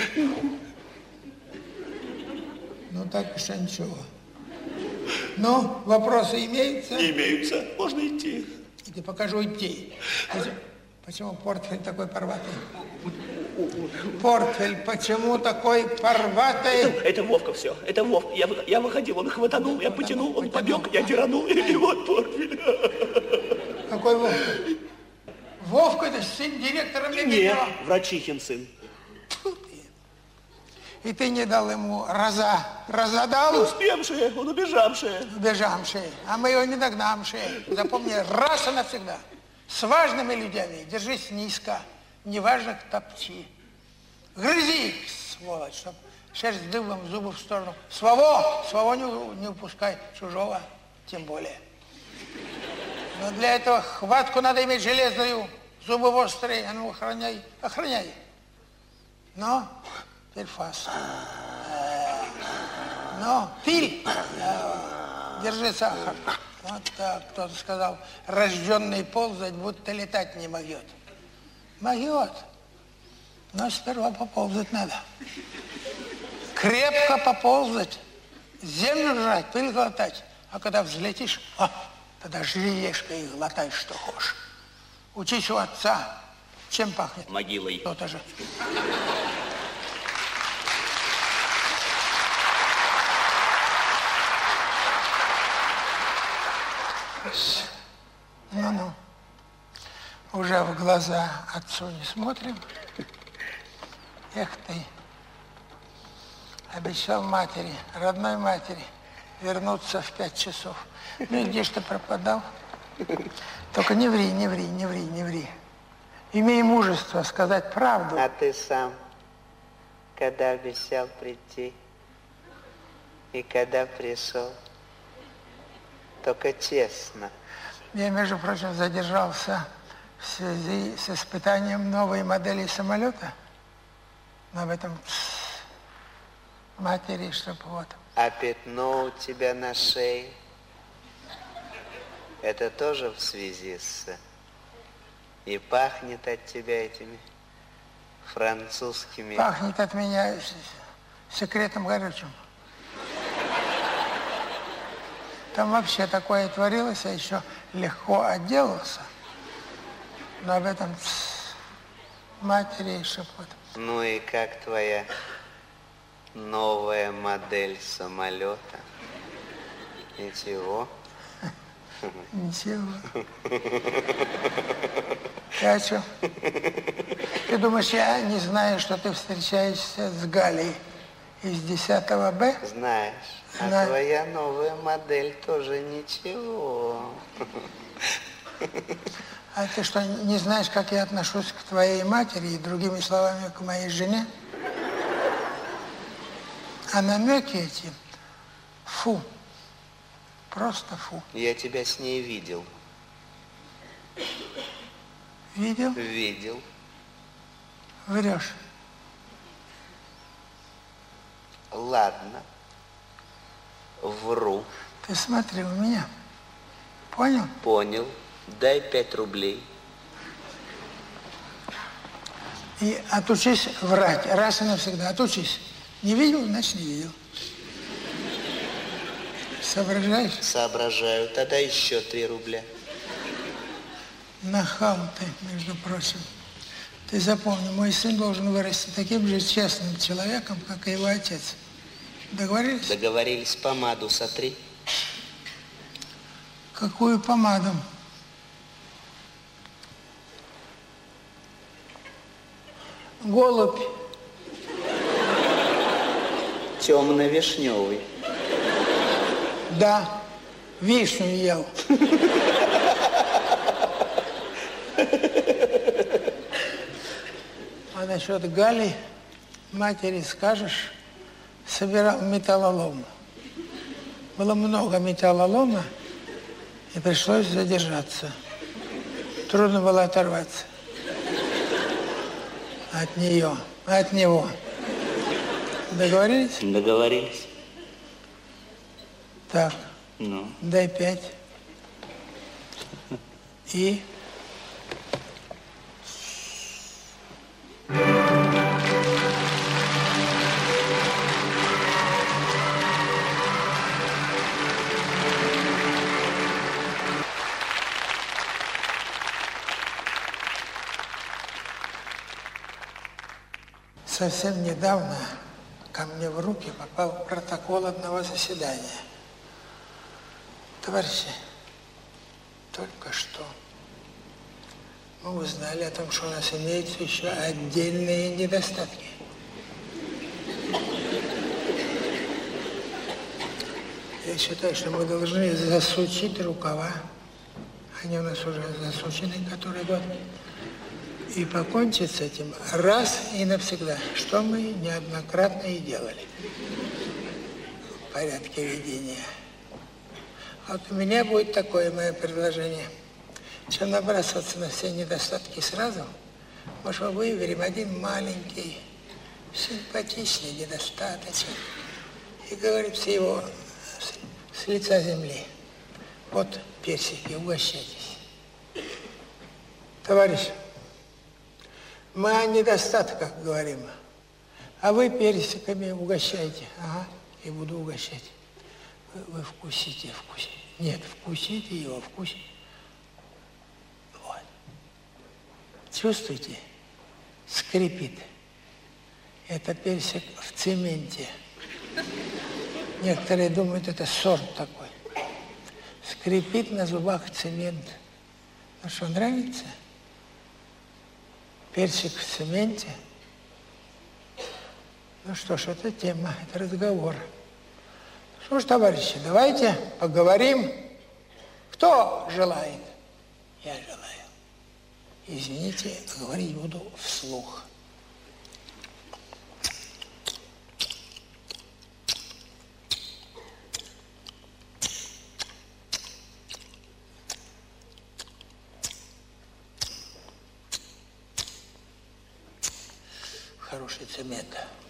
Ну так и ничего. Ну, вопросы имеются? Не имеются. Можно идти. И ты покажу идти. Почему портфель такой порватый? Портфель почему такой порватый? Это Вовка все. Это Вовка. Я выходил, он хватанул, я потянул, он побег, я тиранул, и вот портфель. Какой Вовка? Вовка, это сын директора Лебедева. Нет, Врачихин сын. И ты не дал ему раза дал? Он успевший, он убежавший. Убежавший, а мы его не догнавшие. Запомни, раз и навсегда. С важными людьми держись низко, неважных топчи. Грызи их, сволочь, чтоб шерсть дыбом, зубы в сторону. Своего не упускай, чужого тем более. Но для этого хватку надо иметь железную, зубы острые, а ну охраняй. Но теперь фас. Но пиль, держи сахар. Вот так, кто-то сказал, рожденный ползать, будто летать не могет. Могет, но сперва поползать надо. Крепко поползать, землю жрать, пыль глотать. А когда взлетишь, тогда жриешка и глотай, что хочешь. Учись у отца. Чем пахнет? Могилой. То-то же. Ну, уже в глаза отцу не смотрим. Эх ты, Обещал матери, родной матери, вернуться в 5 часов. Ну и где ж ты пропадал? Только не ври, не ври, не ври, не ври. Имей мужество сказать правду. А ты сам, когда обещал прийти и когда пришел? Только честно. Я, между прочим, задержался в связи с испытанием новой модели самолета. Но об этом матери, чтобы вот. А пятно у тебя на шее, это тоже в связи с... И пахнет от тебя этими французскими... Пахнет от меня секретом горючим. Там вообще такое творилось, я еще легко отделался. Но об этом матери шепот. Ну и как твоя новая модель самолета? Ничего? Ничего. Ты о чем? Ты думаешь, я не знаю, что ты встречаешься с Галей из 10 Б? Знаешь. А твоя новая модель тоже ничего. А ты что, не знаешь, как я отношусь к твоей матери и, другими словами, к моей жене? А намеки эти, фу, просто фу. Я тебя с ней видел. Видел? Видел. Врешь. Ладно. Вру. Ты смотри у меня. Понял? Понял. Дай 5 рублей. И отучись врать. Раз и навсегда. Отучись. Не видел, значит, не видел. Соображаешь? Соображаю. Тогда еще 3 рубля. Нахал ты, между прочим. Ты запомни, мой сын должен вырасти таким же честным человеком, как и его отец. Договорились? Договорились. Помаду сотри. Какую помаду? Голубь. Темно-вишневый. Да, вишню ел. А насчет Гали, матери скажешь, собирал металлолом. Было много металлолома, и пришлось задержаться. Трудно было оторваться от нее, от него. Договорились? Договорились. Так, ну. Дай 5. И... Совсем недавно ко мне в руки попал протокол одного заседания. Товарищи, только что мы узнали о том, что у нас имеются еще отдельные недостатки. Я считаю, что мы должны засучить рукава, они у нас уже засучены который год, и покончить с этим раз и навсегда, что мы неоднократно и делали в порядке ведения. Вот у меня будет такое мое предложение. Чем набрасываться на все недостатки сразу, может, мы выберем один маленький, симпатичный недостаточек и говорим с его, с лица земли. Вот персики, угощайтесь. Товарищи, мы о недостатках говорим, а вы персиками угощайте. Ага, и буду угощать. Вы вкусите, вкусите. Нет, вкусите его, вкусите. Вот. Чувствуете? Скрипит. Это персик в цементе. Некоторые думают, это сорт такой. Скрипит на зубах цемент. Ну что, нравится? Персик в цементе. Ну что ж, это тема, это разговор. Что ж, товарищи, давайте поговорим. Кто желает? Я желаю. Извините, говорить буду вслух. Хороший цемент.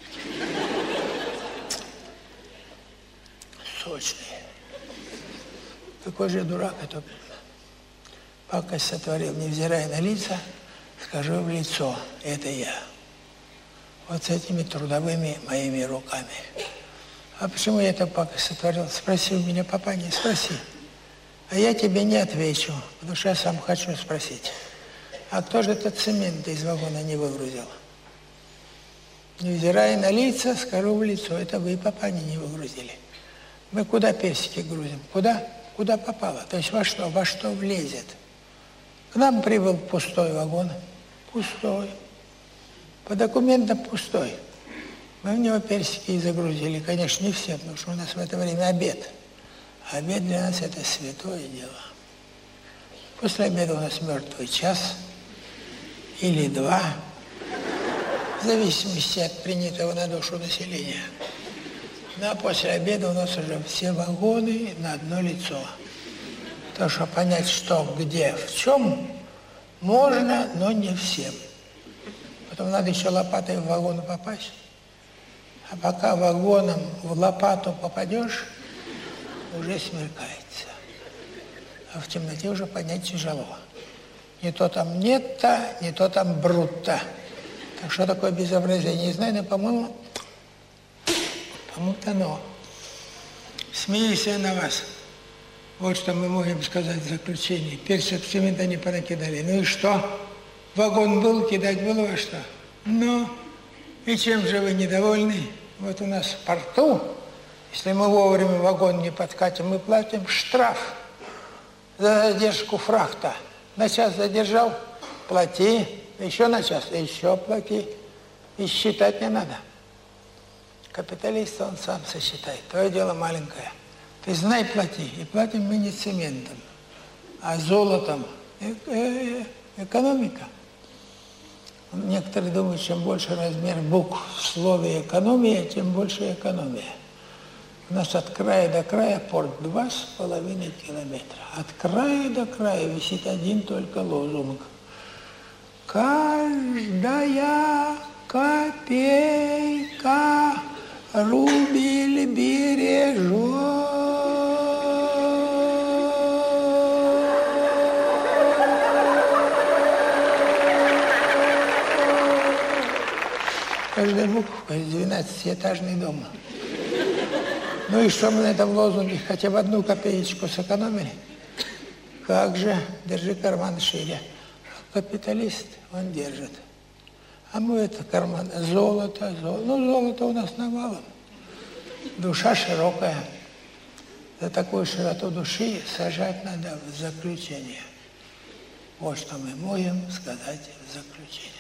Сочный. Какой же дурак, это пакость сотворил, невзирая на лица, скажу в лицо, это я. Вот с этими трудовыми моими руками. А почему я эту пакость сотворил? Спроси у меня, папа, не спроси. А я тебе не отвечу, потому что я сам хочу спросить. А кто же этот цемент из вагона не выгрузил? Невзирая на лица, скажу в лицо, это вы, папа, не выгрузили. Мы куда персики грузим? Куда? Куда попало? То есть во что влезет? К нам прибыл пустой вагон. Пустой. По документам пустой. Мы в него персики и загрузили. Конечно, не все, потому что у нас в это время обед. Обед для нас это святое дело. После обеда у нас мертвый час или два, в зависимости от принятого на душу населения. Ну, а после обеда у нас уже все вагоны на одно лицо. То, что понять, что, где, в чем, можно, но не всем. Потом надо еще лопатой в вагон попасть. А пока вагоном в лопату попадешь, уже смеркается. А в темноте уже понять тяжело. Не то там нетто, не то там брутто. Так что такое безобразие, не знаю, но, по-моему, оно. Смеюсь я на вас. Вот что мы можем сказать в заключении. Персик цемента не понакидали. Ну и что? Вагон был, кидать было во что? Ну, и чем же вы недовольны? Вот у нас в порту, если мы вовремя вагон не подкатим, мы платим штраф за задержку фрахта. На час задержал, плати. Еще на час, еще плати. И считать не надо. Капиталист, он сам сосчитает. Твое дело маленькое. Ты знай, плати. И платим мы не цементом, а золотом. Экономика. Некоторые думают, чем больше размер букв в слове экономия, тем больше экономия. У нас от края до края порт 2,5 километра. От края до края висит один только лозунг. Каждая копейка рубль бережет. Каждая буква — 12-этажный дом. Ну и что мы на этом лозунге? Хотя бы одну копеечку сэкономили? Как же, держи карман шире. Капиталист, он держит. А мы это карман. Золото, золото. Ну, золото у нас навалом. Душа широкая. За такую широту души сажать надо в заключение. Вот что мы можем сказать в заключение.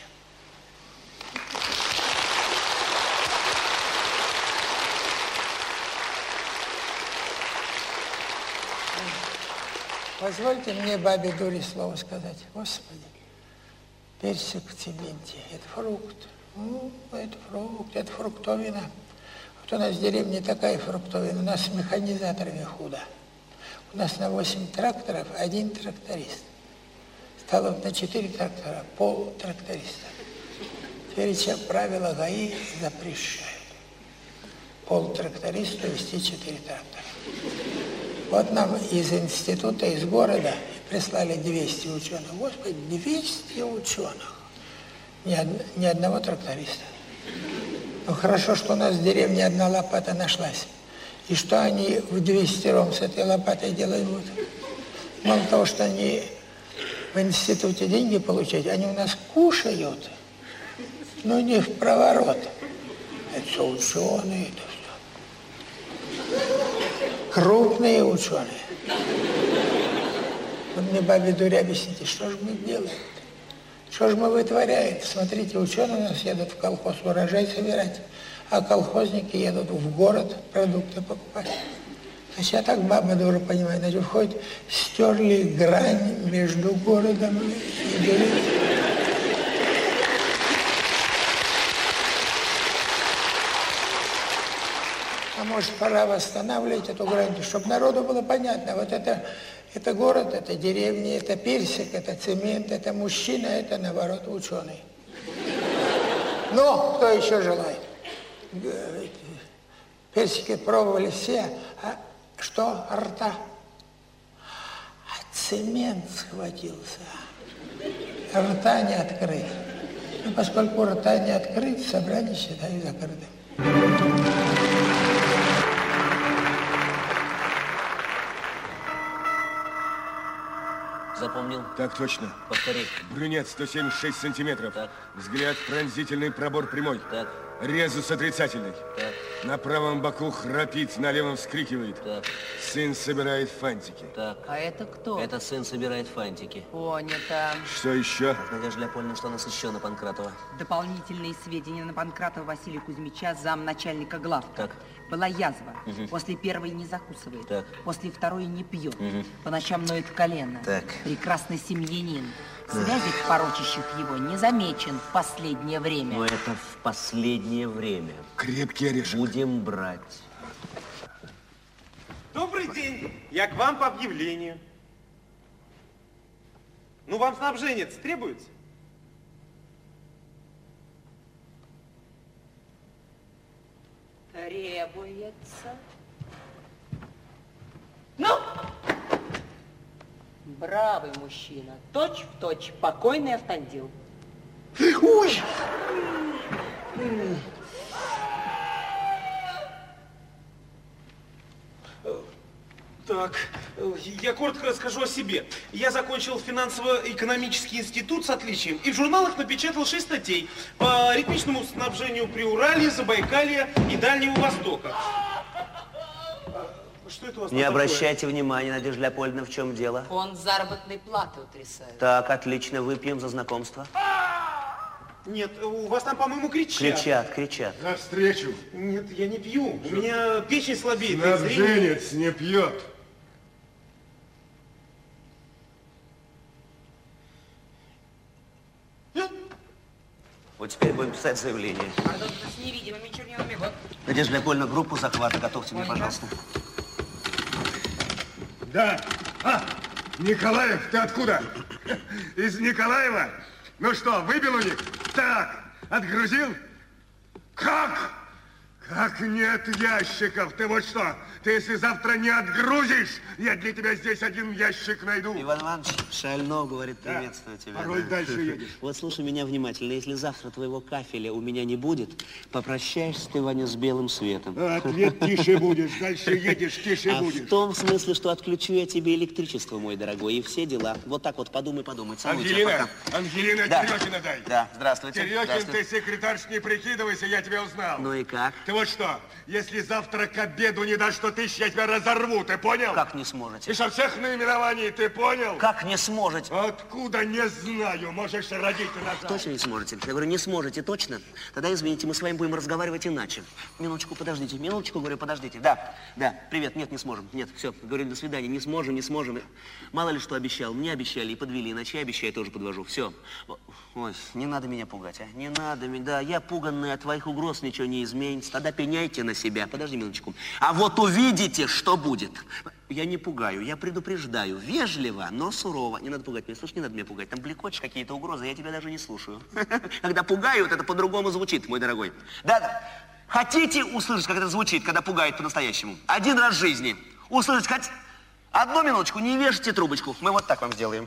Позвольте мне, бабе дури, слово сказать. Господи, персик в цементе – это фрукт. Ну, это фрукт, это фруктовина. Вот у нас в деревне такая фруктовина, у нас с механизаторами худо. У нас на 8 тракторов 1 тракторист. Стало на 4 трактора полтракториста. Теперь правила ГАИ запрещают полтракториста вести 4 трактора. Вот нам из института, из города прислали 200 ученых. Господи, 200 ученых. Ни одного тракториста. Ну хорошо, что у нас в деревне одна лопата нашлась. И что они в 200-ром с этой лопатой делать будут? Мало того, что они в институте деньги получают, они у нас кушают, но не в проворот. Это все ученые, это все. Крупные ученые. Вот мне, бабе дури, объясните, что же мы делаем? Что же мы вытворяем? Смотрите, ученые у нас едут в колхоз урожай собирать, а колхозники едут в город продукты покупать. То есть я так баба дура понимаю, значит, входит, стерли грань между городом и деревней. А может, пора восстанавливать эту грань, чтобы народу было понятно. Вот это город, это деревня, это персик, это цемент, это мужчина, это, наоборот, ученый. Ну, кто еще желает? Персики пробовали все, а что? Рта. А цемент схватился. Рта не открыть. Ну, поскольку рта не открыть, собрание считаю закрытым. Запомнил? Так точно. Повтори. Брюнет 176 сантиметров. Так. Взгляд пронзительный, пробор прямой. Так. Резус отрицательный. Так. На правом боку храпит, на левом вскрикивает. Так. Сын собирает фантики. Так. А это кто? Это сын собирает фантики. Понято. Что еще? Надежда Леопольевна, что у нас еще на Панкратова? Дополнительные сведения на Панкратова Василия Кузьмича, замначальника главка. Так. Была язва. Угу. После первой не закусывает. Так. После второй не пьет. Угу. По ночам ноет колено. Так. Прекрасный семьянин. Связей, порочащих его, не замечен в последнее время. Но это в последнее время. Крепкий орешек. Будем брать. Добрый день. Я к вам по объявлению. Ну, вам снабженец требуется? Требуется. Ну! Бравый мужчина. Точь в точь покойный Автандил. Ой! Так, я коротко расскажу о себе. Я закончил финансово-экономический институт с отличием и в журналах напечатал 6 статей по ритмичному снабжению Приуралья, Забайкалья и Дальнего Востока. Что это у вас Не такое? обращайте внимания, Надежда Леопольевна, в чем дело. Он заработной платы утрясает. Так, отлично, выпьем за знакомство. Нет, у вас там, по-моему, кричат. Кричат. За встречу. Нет, я не пью. У меня печень слабеет. Снабженец не пьет. Вот теперь будем писать заявление. Пардон, с невидимыми чернилами. Вот. Надежда Леопольевна, группу захвата готовьте мне, пожалуйста. Да. Николаев, ты откуда? Из Николаева? Ну что, выбил у них? Так, отгрузил? Как? Как нет ящиков? Ты вот что, ты если завтра не отгрузишь, я для тебя здесь один ящик найду. Иван Иванович, Шальнов говорит, приветствую тебя. Пароль дальше едешь. Вот слушай меня внимательно. Если завтра твоего кафеля у меня не будет, попрощаешься ты, Ваня, с белым светом. Ответ тише будешь, дальше едешь, тише будешь. В том смысле, что отключу я тебе электричество, мой дорогой, и все дела. Вот так вот подумай. Целую тебя, пока. Ангелина, Да. Терехина дай. Да, здравствуйте. Терехин, Здравствуйте. ты секретарш, не прикидывайся, я тебя узнал. Ну и как? Ты вот что, если завтра к обеду не дашь 100 тысяч, я тебя разорву, ты понял? Как не сможете? И со всех наименований, ты понял? Как не сможете? Откуда, не знаю, можешь родить и назад. Точно не сможете? Я говорю, не сможете, точно? Тогда, извините, мы с вами будем разговаривать иначе. Минуточку, подождите, говорю, подождите. Да, привет, нет, не сможем. Нет, все, говорю, до свидания, не сможем. Мало ли что обещал, мне обещали и подвели, иначе я обещаю, тоже подвожу. Все. Ой, не надо меня пугать, а? Не надо меня, да, я пуганный, от твоих угроз ничего не изменится. Тогда пеняйте на себя. Подожди минуточку. А вот увидите, что будет. Я не пугаю, я предупреждаю. Вежливо, но сурово. Не надо пугать меня. Слушай, не надо меня пугать. Там блекочешь какие-то угрозы, я тебя даже не слушаю. Когда пугают, это по-другому звучит, мой дорогой. Да. Хотите услышать, как это звучит, когда пугают по-настоящему? Один раз в жизни. Услышать хотите? Одну минуточку, не вешайте трубочку. Мы вот так вам сделаем.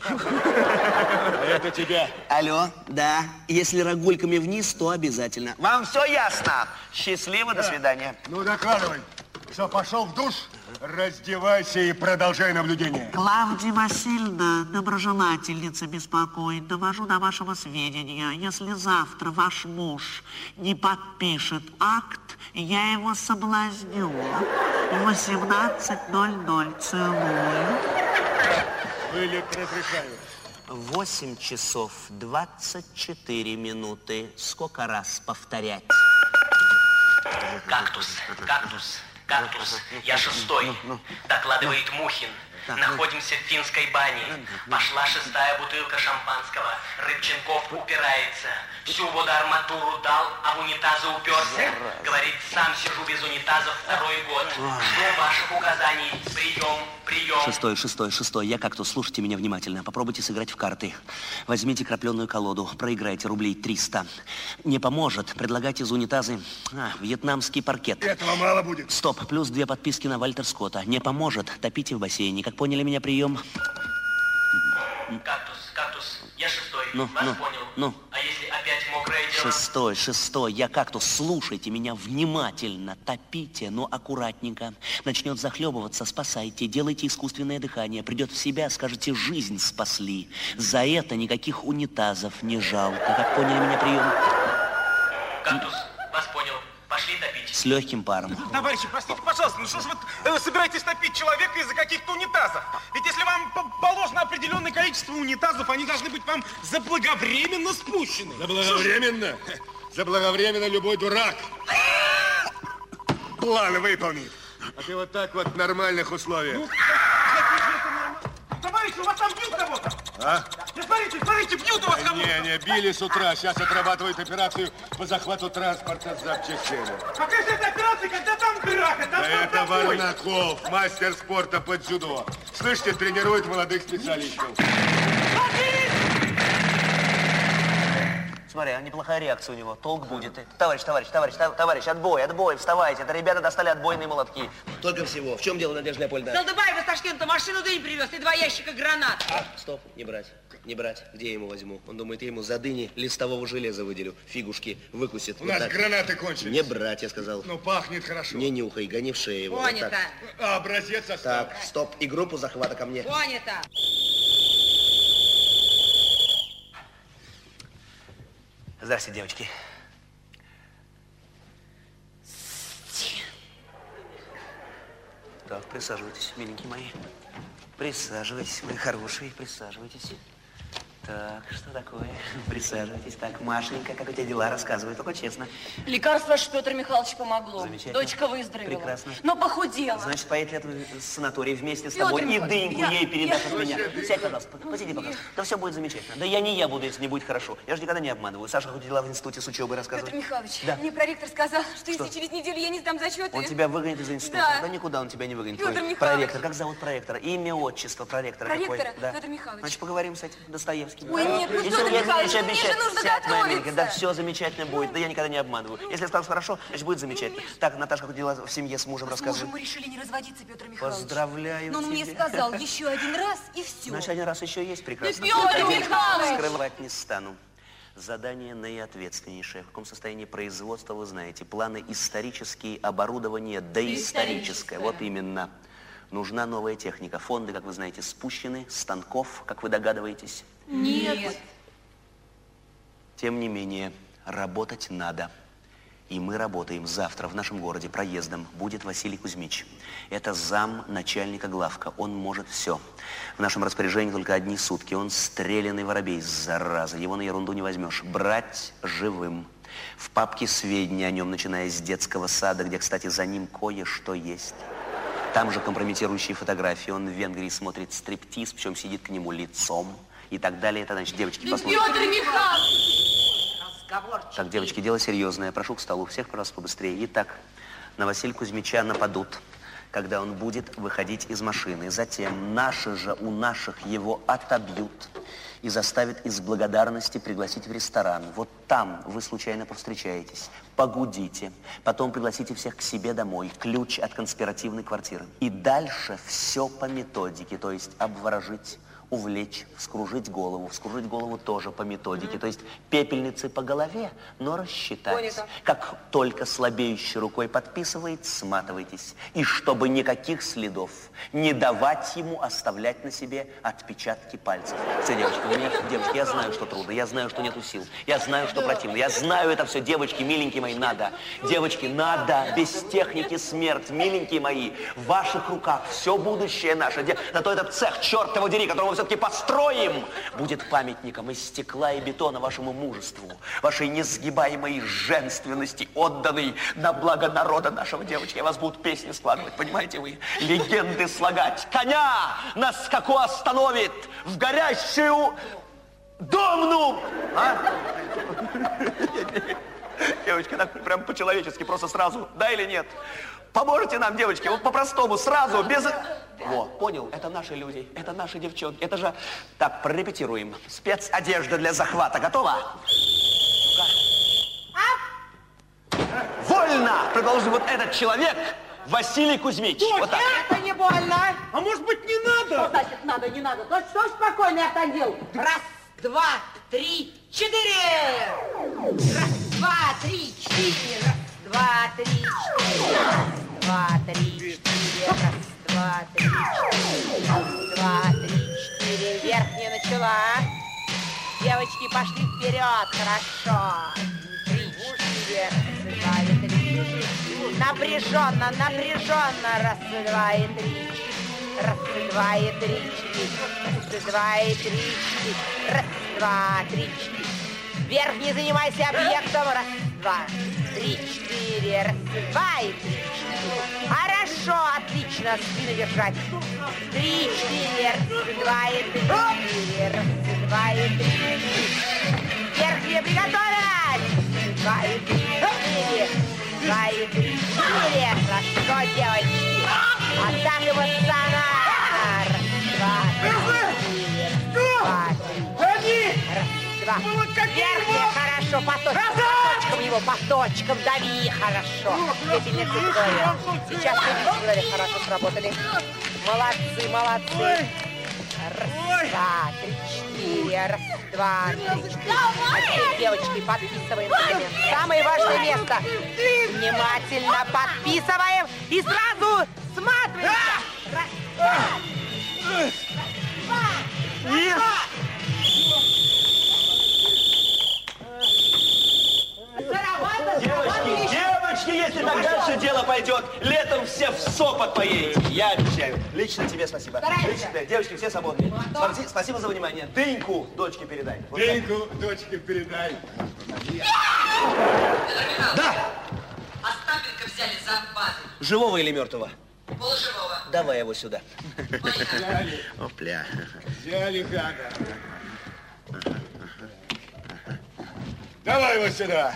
Это тебя. Алло, да. Если рогульками вниз, то обязательно. Вам все ясно? Счастливо, до свидания. Ну, докладывай. Что, пошел в душ? Раздевайся и продолжай наблюдение. Клавдия Васильевна, доброжелательница, беспокоит. Довожу до вашего сведения. Если завтра ваш муж не подпишет акт, я его соблазню. В 18:00 целую. Вылет разрешаю. 8 часов 24 минуты. Сколько раз повторять? Кактус, кактус, кактус. Я 6-й. Докладывает Мухин. Находимся в финской бане. Пошла 6-я бутылка шампанского. Рыбченков упирается. Всю водоарматуру дал, а в унитазы уперся. Говорит, сам сижу без унитазов 2-й год. Жду ваших указаний. Прием, прием. 6-й. Я Кактус. Слушайте меня внимательно. Попробуйте сыграть в карты. Возьмите крапленую колоду. Проиграйте рублей 300. Не поможет. Предлагайте за унитазы вьетнамский паркет. Этого мало будет. Стоп. Плюс 2 подписки на Вальтер Скотта. Не поможет. Топите в бассейне. Как поняли меня, прием? Кактус, я 6-й. Вас понял. А если опять мокрое дело? 6-й. Я Кактус. Слушайте меня внимательно. Топите, но аккуратненько. Начнет захлебываться, спасайте. Делайте искусственное дыхание. Придет в себя, скажете, жизнь спасли. За это никаких унитазов не жалко. Как поняли меня, прием? Кактус, вас понял. Пошли топить. С легким паром. Товарищи, простите, пожалуйста, ну что ж вы собираетесь топить человека из-за каких-то унитазов? Ведь если вам положено определенное количество унитазов, они должны быть вам заблаговременно спущены. Заблаговременно? Заблаговременно любой дурак план выполнит. А ты вот так вот в нормальных условиях. Товарищи, у вас там бьют кого-то? А? Смотрите, бьют у вас кого-то. Не, били с утра. Сейчас отрабатывают операцию по захвату транспорта с запчастями. Какая же это операция, когда там драка? Да это Варнаков, мастер спорта по дзюдо. Слышите, тренирует молодых специалистов. Смотри, неплохая реакция у него. Толк будет. Товарищ, отбой, вставайте. Это ребята достали отбойные молотки. Только всего. В чем дело, Надежда Леопольдовна? Солдыбаев из Ташкента машину дынь привез и 2 ящика гранат. Стоп, не брать. Где я ему возьму? Он думает, я ему за дыни листового железа выделю. Фигушки выкусит. У нас гранаты кончились. Не брать, я сказал. Ну, пахнет хорошо. Не нюхай, гони в шею его. Понято. Вот так. А образец оставь. Так, стоп. И группу захвата ко мне. Понято. Здравствуйте, девочки. Так, присаживайтесь, миленькие мои. Присаживайтесь, мои хорошие, присаживайтесь. Так, что такое? Присаживайтесь. Так, Машенька, как у тебя дела? Рассказывай, только честно. Лекарство ваше, Петр Михайлович, помогло. Замечательно. Дочка выздоровела. Прекрасно. Но похудела. Значит, поедет в санаторий вместе с Петр тобой. И Михайлович, дыньку ей передашь от меня. Сядь, пожалуйста, посиди, пожалуйста. Да все будет замечательно. Да я не я буду, если не будет хорошо. Я же никогда не обманываю. Саша хоть дела в институте с учебой рассказывает. Петр Михайлович, да. мне проректор сказал, что если через неделю я не сдам зачеты... Он тебя выгонит из института. Да. Да никуда он тебя не выгонит. Петр Михайлович. Проректор. Как зовут проректора? Имя, отчество проректора. Проректора? Какой? Да. Петр Михайлович. Значит, поговорим с этим Достоевским. Ой, нет, ну Петр Михайлович, мне же нужно Сядь, моя миленькая. готовиться. Да все замечательно будет. Да я никогда не обманываю. Если скажу хорошо, значит будет замечательно. Так, Наташа, как дела в семье с мужем рассказывай. Мы решили не разводиться, Петр Михайлович. Поздравляю Но он мне сказал еще один раз и все. Значит, один раз еще есть, прекрасно. Петр Михайлович! Скрывать не стану. Задание наиответственнейшее. В каком состоянии производства вы знаете? Планы исторические, оборудование доисторическое. Вот именно. Нужна новая техника. Фонды, как вы знаете, спущены. Станков, как вы догадываетесь. Нет. Тем не менее, работать надо. И мы работаем. Завтра в нашем городе проездом будет Василий Кузьмич. Это зам начальника главка. Он может все. В нашем распоряжении только одни сутки. Он стрелянный воробей, зараза. Его на ерунду не возьмешь. Брать живым. В папке сведения о нем, начиная с детского сада, где, кстати, за ним кое-что есть. Там же компрометирующие фотографии. Он в Венгрии смотрит стриптиз, причем сидит к нему лицом. И так далее. Это, значит, девочки, послушайте. Петр Михайлович! Так, девочки, дело серьезное. Прошу к столу. Всех, пожалуйста, побыстрее. Итак, на Василия Кузьмича нападут, когда он будет выходить из машины. Затем наши же у наших его отобьют и заставят из благодарности пригласить в ресторан. Вот там вы случайно повстречаетесь, погудите, потом пригласите всех к себе домой, ключ от конспиративной квартиры. И дальше все по методике, то есть обворожить, увлечь, вскружить голову тоже по методике, то есть пепельницы по голове, но рассчитать. Понято. Как только слабеющей рукой подписывает, сматывайтесь. И чтобы никаких следов, не давать ему оставлять на себе отпечатки пальцев. Все, девочки, я знаю, что трудно, я знаю, что нету сил, я знаю, что противно, я знаю это все, девочки, миленькие мои, надо. Девочки, надо, без техники смерть, миленькие мои, в ваших руках все будущее наше. Зато этот цех, черт его дери, которому вы все все-таки построим, будет памятником из стекла и бетона вашему мужеству, вашей несгибаемой женственности, отданной на благо народа нашего, девочки. Я вас будут песни складывать, понимаете вы? Легенды слагать. Коня на скаку остановит, в горящую домну. А? Девочки, так прям по-человечески, просто сразу, да или нет? Поможете нам, девочки, вот по-простому, сразу, без... Во, понял, это наши люди, это наши девчонки, это же... Так, прорепетируем. Спецодежда для захвата готова? Вольно! Продолжи вот этот человек, Василий Кузьмич. Вот так. Это не больно. А может быть, не надо? Что значит надо, не надо? Точно спокойный автомобиль. Раз, два, три, четыре. Раз, два, три, четыре. Раз, два, три, четыре. Раз, два, три, четыре. Раз, два, три, четыре. Раз, два, три, четыре. Верхняя начала. Девочки пошли вперед. Хорошо. Три, четыре. Раз, два и три. Напряженно, напряженно. Раз, два и три. Раз, два и три, четыре. Раз, два и три, четыре. Раз, два, три, четыре. Вверх не занимайся объектом. Раз, два, три, четыре. Раз, два и три, четыре. Хорошо, отлично. Спину держать. Три, четыре. Раз, два и три, четыре. Раз, два и три, четыре. Верхние приготовились. Два и три, четыре. Два и три, четыре. Хорошо, девочки. А так эмоционально. Раз, два, три, четыре. Два, три. Раз, два. Верхние, хорошо. По точкам его, по точкам дави. Хорошо. Пепельницы в голове. Сейчас пепельницы в голове хорошо сработали. Молодцы, молодцы. Раз, два, три, четыре. Раз, два, три, четыре. А теперь, девочки, подписываем документ. Самое важное место. Внимательно подписываем и сразу сматываемся. Раз, два, Девочки, если так дальше дело пойдет, летом все в Сопот поедете. Я обещаю. Лично тебе спасибо. Лично тебе. Девочки, все свободны. Спасибо за внимание. Дыньку дочке передай. Вот Дыньку дочке передай. Да! Остапенко взяли за базу. Живого или мертвого? Полуживого. Давай его сюда. Взяли. Опля. Взяли гада. Давай его сюда.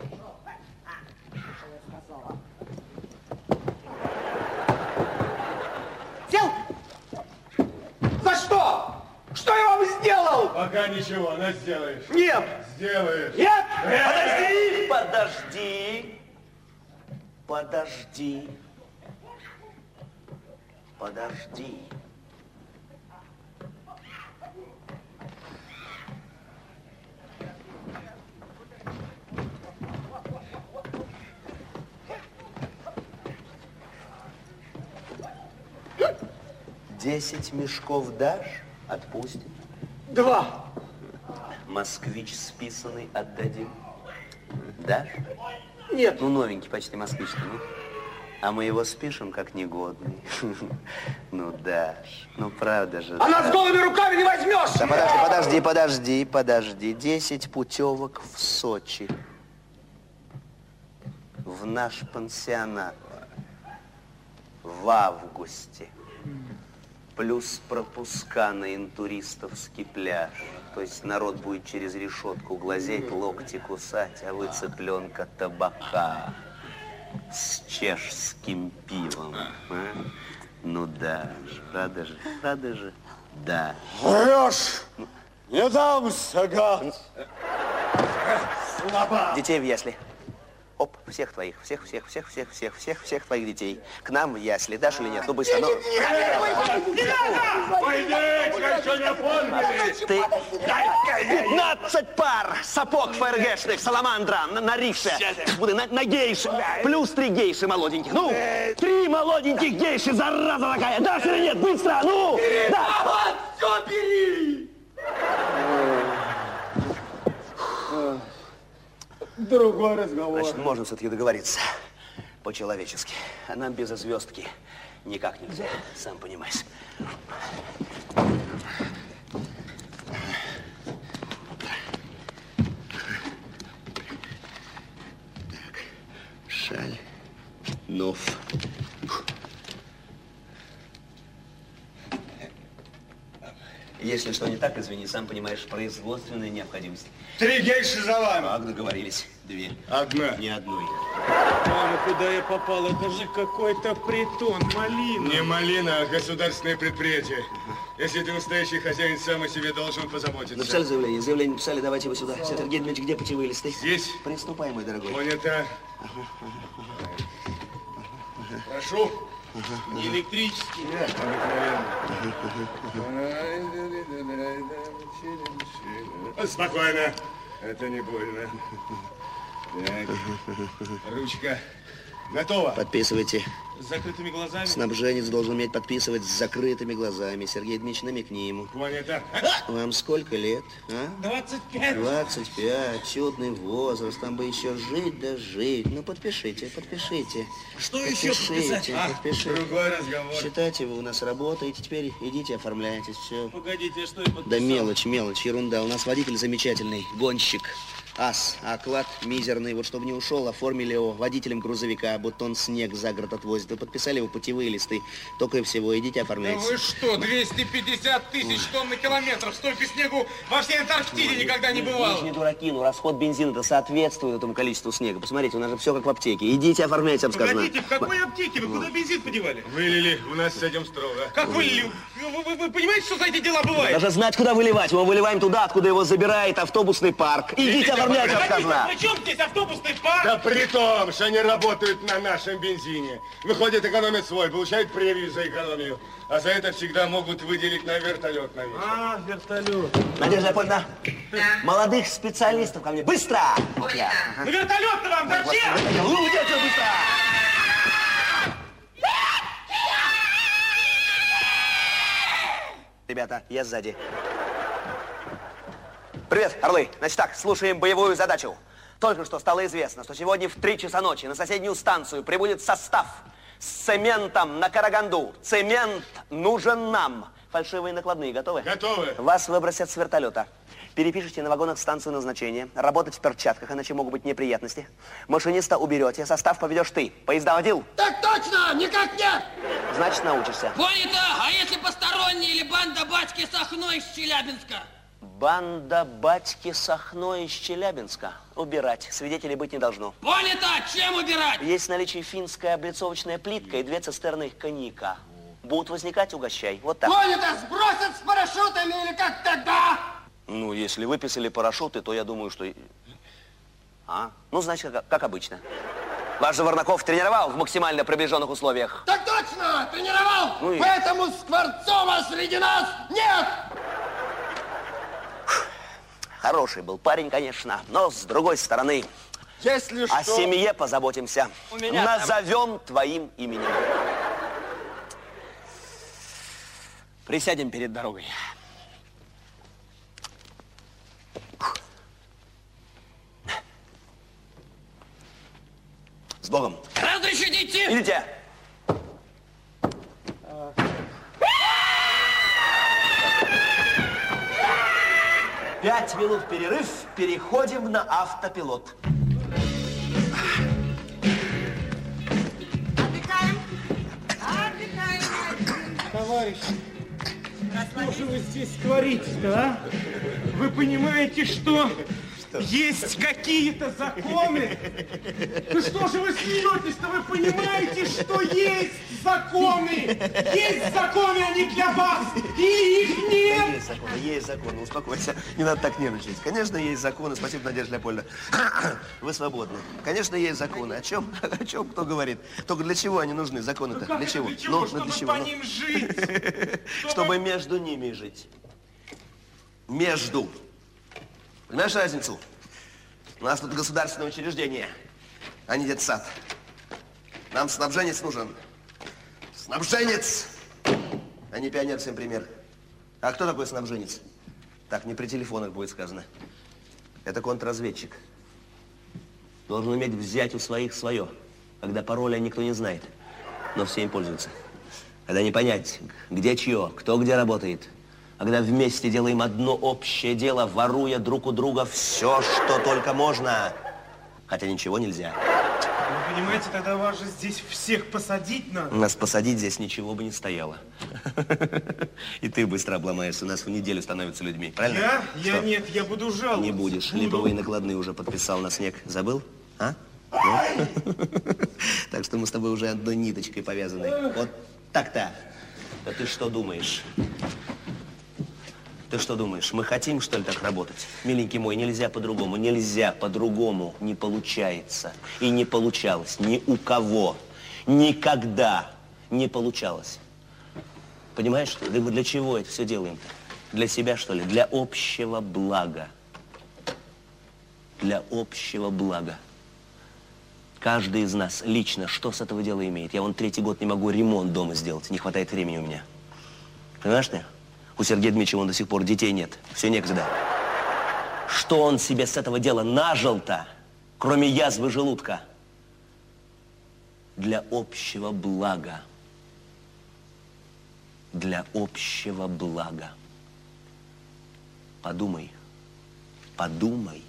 Сел? За что? Что я вам сделал? Пока ничего, но сделаешь. Нет. Сделаешь. Нет. Подожди. Подожди. Десять мешков дашь? Отпустим. 2. Москвич списанный отдадим. Дашь? Нет. Ну, новенький почти москвич-то, ну. А мы его спишем как негодный. Ну, дашь. Ну, правда же. А нас голыми руками не возьмешь! Да подожди. 10 путевок в Сочи. В наш пансионат. В августе. Плюс пропуска на интуристовский пляж. То есть народ будет через решетку глазеть, локти кусать, а вы цыпленка табака с чешским пивом. А? Ну да, правда же, да. Врешь! Не дам сагат! Слаба! Детей в ясли. Оп, всех твоих твоих детей. К нам в ясли, дашь или нет? Ну, быстро, ну. Ты 15 пар сапог ФРГшных, саламандра, на рифе, на гейше, плюс 3 гейши молоденьких. Ну, 3 молоденьких гейши, зараза такая. Дашь или нет? Быстро, ну. Да. А вот все бери! Другой разговор. Значит, можно все-таки договориться по-человечески. А нам без звездки никак нельзя, сам понимаешь. Блинов. Если что не так, извини, сам понимаешь, производственная необходимость. 3 гейши за вами. Так, договорились. 2. Одна. Ни одной. Мама, куда я попал? Это же какой-то притон, малина. Не малина, а государственное предприятие. Если ты настоящий хозяин, сам о себе должен позаботиться. Написали заявление? Заявление написали, давайте его сюда. Сергей Дмитриевич, где путевые листы? Здесь. Приступай, мой дорогой. Понято. Прошу. Не электрический. Спокойно. Это не больно. Так. Ручка. Готово. Подписывайте. С закрытыми глазами? Снабженец должен уметь подписывать с закрытыми глазами. Сергей Дмитриевич, намекни ему. Понято. Вам сколько лет, а? 25. 25. Чудный возраст. Там бы еще жить да жить. Ну, подпишите, подпишите. Что еще подписать? Подпишите. Другой разговор. Считайте, вы у нас работаете. Теперь идите, оформляйтесь. Все. Погодите, что я подписал? Да мелочь, ерунда. У нас водитель замечательный, гонщик. Ас, а оклад мизерный. Вот чтобы не ушел, оформили его водителем грузовика, будто он снег за город отвозит. Вы подписали его путевые листы. Только и всего, идите оформляйте. Да вы что, 250 тысяч тонн на километр. Столько снегу во всей Антарктиде никогда не бывало. Вы же не дураки, ну расход бензина-то соответствует этому количеству снега. Посмотрите, у нас же все как в аптеке. Идите оформляйте, я бы сказал. Погодите, в какой аптеке? Вы куда бензин подевали? Вылили. У нас с этим строго. Как вылили? Вы понимаете, что за эти дела бывает? Даже знать, куда выливать. Мы выливаем туда, откуда его забирает автобусный парк. Идите оформляйте, я бы сказал. При чем здесь автобусный парк? Да при том, что они работают на нашем бензине. Выходят, экономят свой, получают премию за экономию. А за это всегда могут выделить на вертолет на вечер. А, вертолет. Надежда Яковлевна, молодых специалистов ко мне. Быстро! Вот я. Ага. Ну вертолет-то вам зачем? Уйдете быстро! Ребята, я сзади. Привет, орлы. Значит так, слушаем боевую задачу. Только что стало известно, что сегодня в 3 часа ночи на соседнюю станцию прибудет состав с цементом на Караганду. Цемент нужен нам. Фальшивые накладные готовы? Готовы. Вас выбросят с вертолета. Перепишите на вагонах станцию назначения. Работать в перчатках, иначе могут быть неприятности. Машиниста уберете, состав поведешь ты. Поезда водил? Так точно, никак нет. Значит, научишься. Понято. А если посторонний или банда батьки Сахно из Челябинска? Банда батьки Сахно из Челябинска. Убирать. Свидетелей быть не должно. Понято. Чем убирать? Есть в наличии финская облицовочная плитка и 2 цистерны коньяка. Будут возникать, угощай. Вот так. Понято, сбросят с парашютами или как тогда? Ну, если выписали парашюты, то я думаю, что... Ну, значит, как обычно. Ваш же Варнаков тренировал в максимально приближенных условиях. Так точно, тренировал. Ну и... Поэтому Скворцова среди нас нет. Хороший был парень, конечно, но с другой стороны... Если что... О семье позаботимся. Назовем твоим именем. Присядем перед дорогой. С Богом. Разрешите идти? Идите. Пять минут перерыв. Переходим на автопилот. Отдыхаем. Отдыхаем. Товарищ, что же вы здесь творите-то, а? Вы понимаете, что есть какие-то законы? Ну что же вы смеетесь-то? Вы понимаете, что есть законы? Есть законы, они для вас, и их нет! Есть законы, успокойся. Не надо так нервничать. Конечно, есть законы. Спасибо, Надежда Леопольевна. Вы свободны. Конечно, есть законы. О чем? О чем кто говорит? Только для чего они нужны, законы-то? Ну, для чего? Для чего? Чтобы для чего? по ним жить. Чтобы между ними жить. Между. Понимаешь разницу? У нас тут государственное учреждение, а не детсад. Нам снабженец нужен. Снабженец! А не пионер, всем пример. А кто такой снабженец? Так, не при телефонах будет сказано. Это контрразведчик. Должен уметь взять у своих свое, когда пароля никто не знает, но все им пользуются. Когда не понять, где чье, кто где работает. А когда вместе делаем одно общее дело, воруя друг у друга все, что только можно. Хотя ничего нельзя. Вы понимаете, тогда вас же здесь всех посадить надо. Нас посадить здесь ничего бы не стояло. И ты быстро обломаешься. У нас в неделю становятся людьми, правильно? Я нет, я буду жаловаться. Не будешь. Липовые накладные уже подписал на снег. Забыл? А? Так что мы с тобой уже одной ниточкой повязаны. Вот так-то. А ты что думаешь? Ты что думаешь, мы хотим, что ли, так работать? Миленький мой, нельзя по-другому, нельзя по-другому. Не получается. И не получалось ни у кого. Никогда не получалось. Понимаешь, что? Да мы для чего это все делаем-то? Для себя, что ли? Для общего блага. Для общего блага. Каждый из нас лично что с этого дела имеет? Я вон 3-й год не могу ремонт дома сделать. Не хватает времени у меня. Понимаешь ты? У Сергея Дмитриевича вон до сих пор детей нет. Все некогда. Что он себе с этого дела нажил-то, кроме язвы желудка? Для общего блага. Для общего блага. Подумай. Подумай.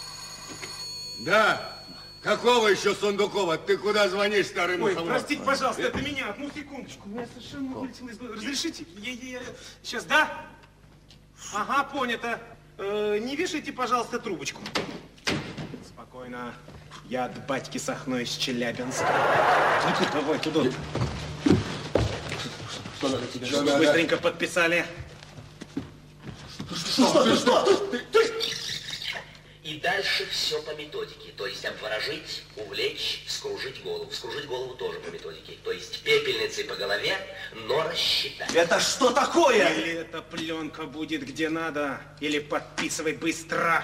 Да. Какого еще Сундукова? Ты куда звонишь, старый мусор? Ой, простите, пожалуйста, это меня. Одну секундочку. У меня совершенно вылетело из головы. Разрешите? Сейчас, да? Ага, понято. Не вешайте, пожалуйста, трубочку. Спокойно. Я от батьки Сахно из Челябинска. Давай туда. Что надо тебе? Чтобы быстренько подписали. Что? И дальше все по методике. То есть обворожить, увлечь, вскружить голову. Вскружить голову тоже по методике. То есть пепельницей по голове, но рассчитать. Это что такое? Или эта пленка будет где надо, или подписывай быстро.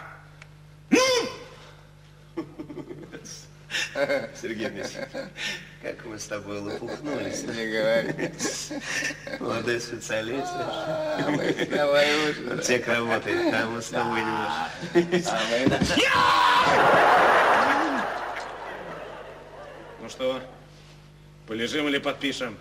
Сергей Дмитриевич, как мы с тобой лопухнулись. Не говори. Молодой специалист. Мы с тобой уже. Аптека работает, а мы с тобой не можем. Ну что, полежим или подпишем?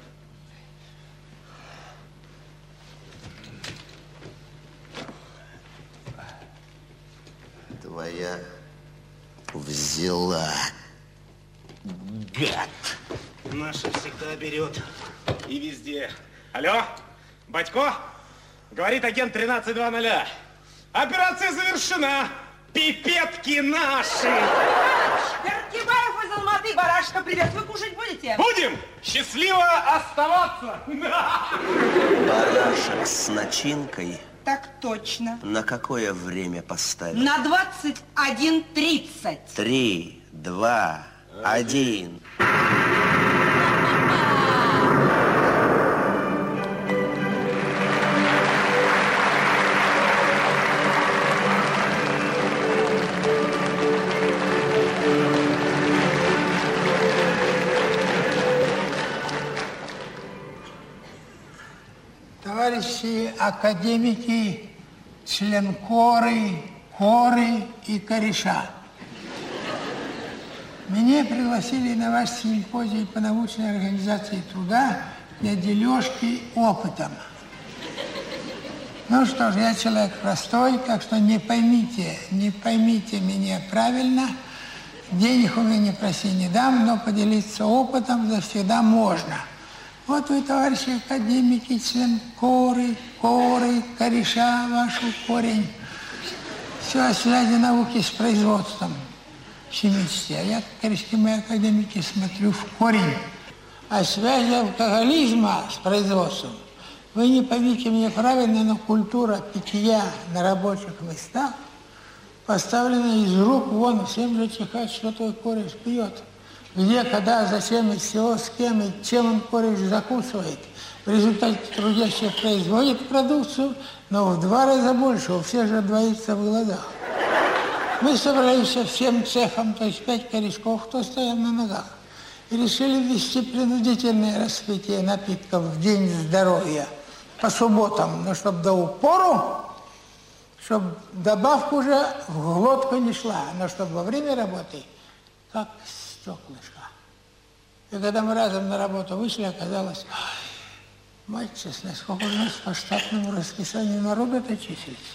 Твоя взяла. Гад. Наша всегда берет. И везде. Алло, батько? Говорит агент 1320. Операция завершена. Пипетки наши. Перкибаев из Алматы, барашка, привет. Вы кушать будете? Будем. Счастливо оставаться. Барашек с начинкой. Так точно. На какое время поставить? На 21:30. 3, 2, 1. Товарищи академики, членкоры, коры и кореша. Меня пригласили на ваш симпозий по научной организации труда для дележки опытом. Ну что ж, я человек простой, так что не поймите меня правильно. Денег у меня не проси, не дам, но поделиться опытом завсегда можно. Вот вы, товарищи академики, членкоры, коры, кореша, вашу корень. Все о связи науки с производством химически. А я, корешки мои академики, смотрю в корень. О связи алкоголизма с производством. Вы не поймите меня правильно, но культура питья на рабочих местах поставлена из рук вон. Всем же чихать, что твой кореш пьет. Где, когда, зачем, из всего, с кем и чем он кореш закусывает. В результате трудящие производят продукцию, но в 2 раза больше, у всех же двоится в глазах. Мы собрались всем цехом, то есть 5 корешков, кто стоял на ногах, и решили ввести принудительное распитие напитков в День здоровья по субботам, но чтобы до упору, чтобы добавка уже в глотку не шла, но чтобы во время работы как стеклышко. И когда мы разом на работу вышли, оказалось, мать честная, сколько у нас по штатному расписанию народу-то числится.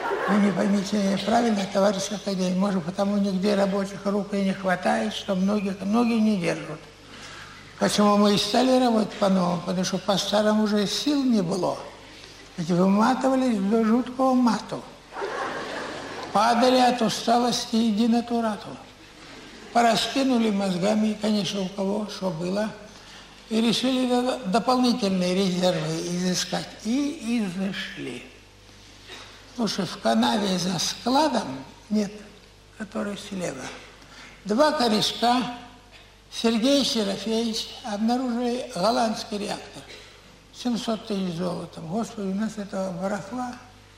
Вы не поймите меня правильно, товарищ академик, может, потому нигде рабочих рук и не хватает, что ноги не держат. Почему мы и стали работать по-новому? Потому что по-старому уже сил не было. Ведь выматывались до жуткого мату. Падали от усталости и денатурату. Пораскинули мозгами, конечно, у кого что было, и решили дополнительные резервы изыскать. И изышли. Слушай, в канаве за складом, нет, который слева, два корешка, Сергей Серафеевич, обнаружили голландский реактор. 700 тысяч золотом. Господи, у нас этого барахла.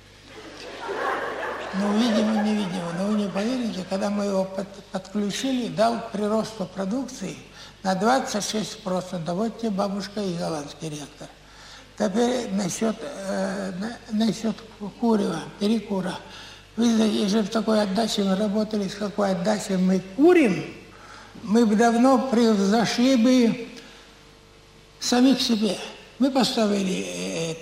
Ну, видимо. Но вы не поверите, когда мы его подключили, дал приросту продукции на 26%. Вот тебе, бабушка, и голландский реактор. Теперь насчет курева, перекура. Вы знаете, если в такой отдаче мы работали, с какой отдачей мы курим, мы бы давно превзошли бы самих себе. Мы поставили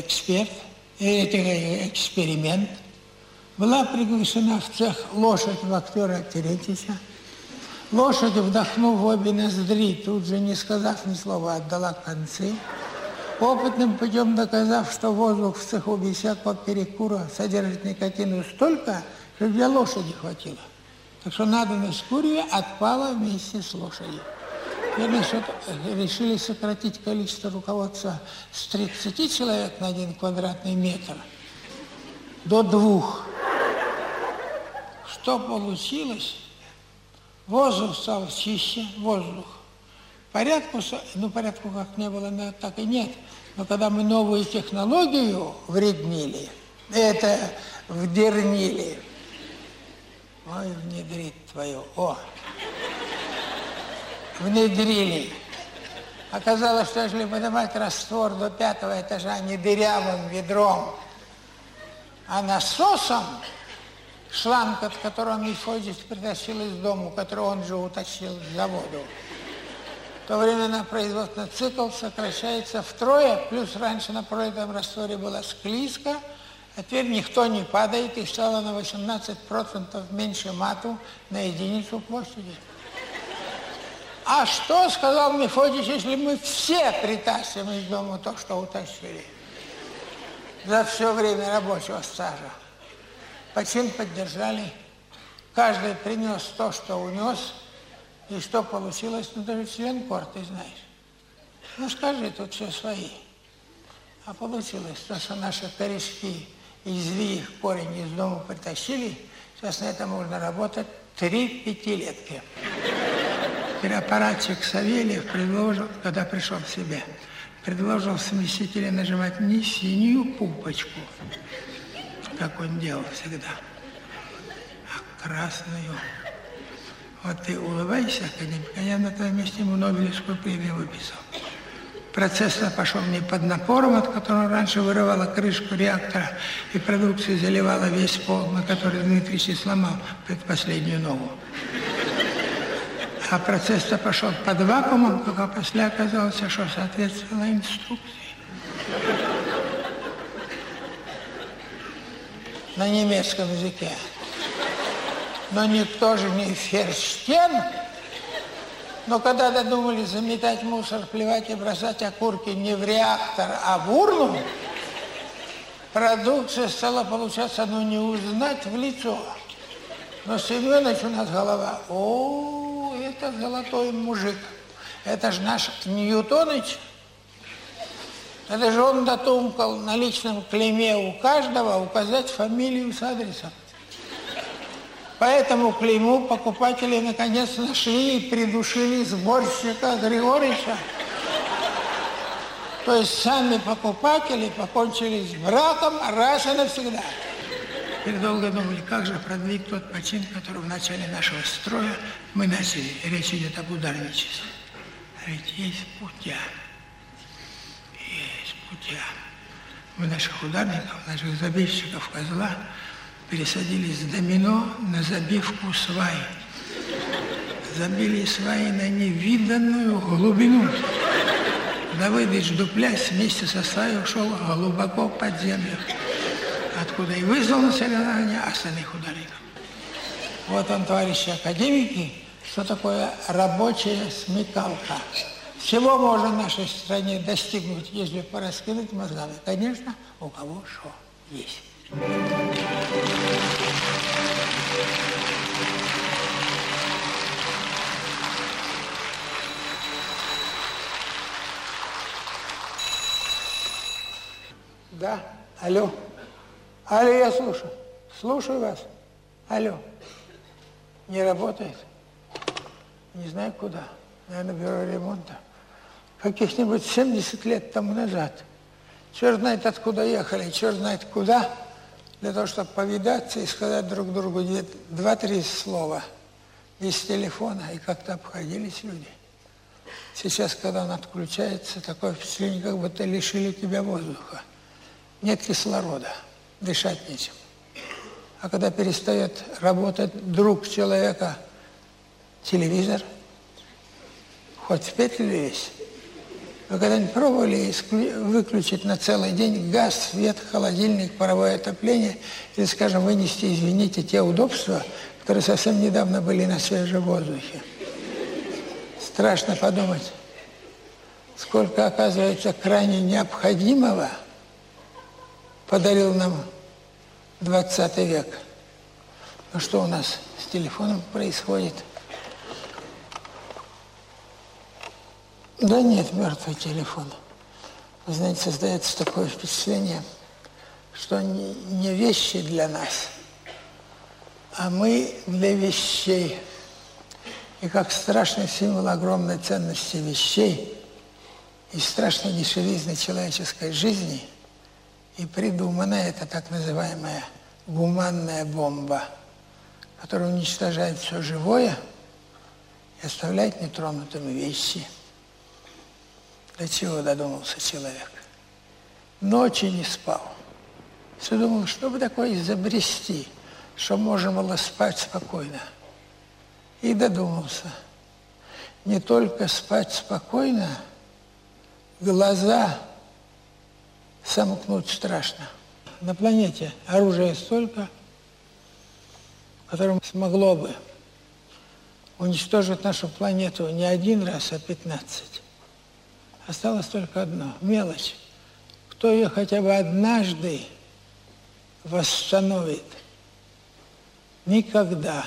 эксперимент. Была приглашена в цех лошадь в актера Терентьевича. Лошадь, вдохнув в обе ноздри, тут же, не сказав ни слова, отдала концы. Опытным путем доказав, что воздух в цеху без всякого перекура содержит никотину столько, что для лошади хватило. Так что надобность курения отпала вместе с лошадью. Решили сократить количество руководства с 30 человек на 1 квадратный метр до 2. Что получилось? Воздух стал чище, воздух. Порядку как не было, так и нет. Но когда мы новую технологию вреднили, вдернили, ой, внедрить твою, внедрили. Оказалось, что если выдавать раствор до 5-го этажа не дырявым ведром, а насосом, шланг, от которого Мефодич притащил из дому, который он же утащил с заводу, то время на производственный цикл сокращается втрое, плюс раньше на пролитом растворе была склизка, а теперь никто не падает, и стало на 18% меньше мату на единицу площади. А что сказал Мефодич, если мы все притащим из дома то, что утащили за все время рабочего стажа? Почин поддержали, каждый принес то, что унес, и что получилось, ну даже член корты, знаешь. Ну скажи, тут все свои. А получилось то, что наши корешки, извели их корень из дома притащили, сейчас на это можно работать 3 пятилетки. Аппаратчик Савельев предложил, когда пришел в себя, предложил в смесителе нажимать не синюю пупочку, как он делал всегда, а красную. Вот ты улыбайся, академик, а я на твоем месте ему Нобелевскую премию выписал. Процесс пошел не под напором, от которого раньше вырывала крышку реактора и продукцию заливала весь пол, на который Дмитрий сломал предпоследнюю ногу. А процесс-то пошел под вакуумом, только после оказалось, что соответствовало инструкции. На немецком языке. Но никто же не Ферштен. Но когда додумались заметать мусор, плевать и бросать окурки не в реактор, а в урну, продукция стала получаться, ну, не узнать в лицо. Но Семенович у нас голова. О, это золотой мужик. Это же наш Ньютоныч. Это же он дотумкал на личном клейме у каждого указать фамилию с адресом. По этому клейму покупатели наконец нашли и придушили сборщика Григорьевича. То есть сами покупатели покончили с браком раз и навсегда. Теперь долго думали, как же продвинуть тот почин, который в начале нашего строя мы начали. Речь идет об ударничестве. А ведь есть путя. Есть путя. Мы наших ударников, наших забивщиков козла пересадили с домино на забивку сваи. Забили сваи на невиданную глубину. Давыдыч, дуплясь, вместе со сваей ушел глубоко под землю. откуда и вызвал на соревнования, а остальных удалил. Вот он, товарищи академики, что такое рабочая смекалка. Всего можно в нашей стране достигнуть, если пораскинуть мозгами. Конечно, у кого что есть. Да, алло. Алло, я слушаю. Слушаю вас. Алло. Не работает? Не знаю куда. Наверное, бюро ремонта. Каких-нибудь 70 лет тому назад. Черт знает, откуда ехали, черт знает куда, для того, чтобы повидаться и сказать друг другу 2-3 слова без телефона, и как-то обходились люди. Сейчас, когда он отключается, такое впечатление, как будто лишили тебя воздуха. Нет кислорода, дышать нечем. А когда перестает работать друг человека, телевизор, хоть в петлю весь. Вы когда-нибудь пробовали выключить на целый день газ, свет, холодильник, паровое отопление, или, скажем, вынести, извините, те удобства, которые совсем недавно были на свежем воздухе? Страшно подумать, сколько, оказывается, крайне необходимого подарил нам 20 век. Ну что у нас с телефоном происходит? Да нет, мертвый телефон. Вы знаете, создается такое впечатление, что не вещи для нас, а мы для вещей. И как страшный символ огромной ценности вещей и страшной дешевизны человеческой жизни и придумана эта так называемая гуманная бомба, которая уничтожает все живое и оставляет нетронутыми вещи. До чего додумался человек? Ночи не спал. Все думал, что бы такое изобрести, чтобы можно было спать спокойно. И додумался. Не только спать спокойно, глаза сомкнуть страшно. На планете оружия столько, которое смогло бы уничтожить нашу планету не один раз, а 15. Осталось только одно – мелочь. Кто ее хотя бы однажды восстановит? Никогда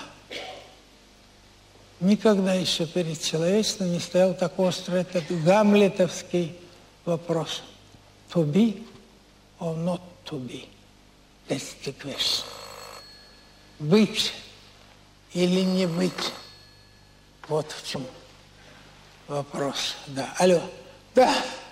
еще перед человечеством не стоял так остро этот гамлетовский вопрос. To be or not to be? That's the question. Быть или не быть? Вот в чем вопрос. Да. Алло. Да.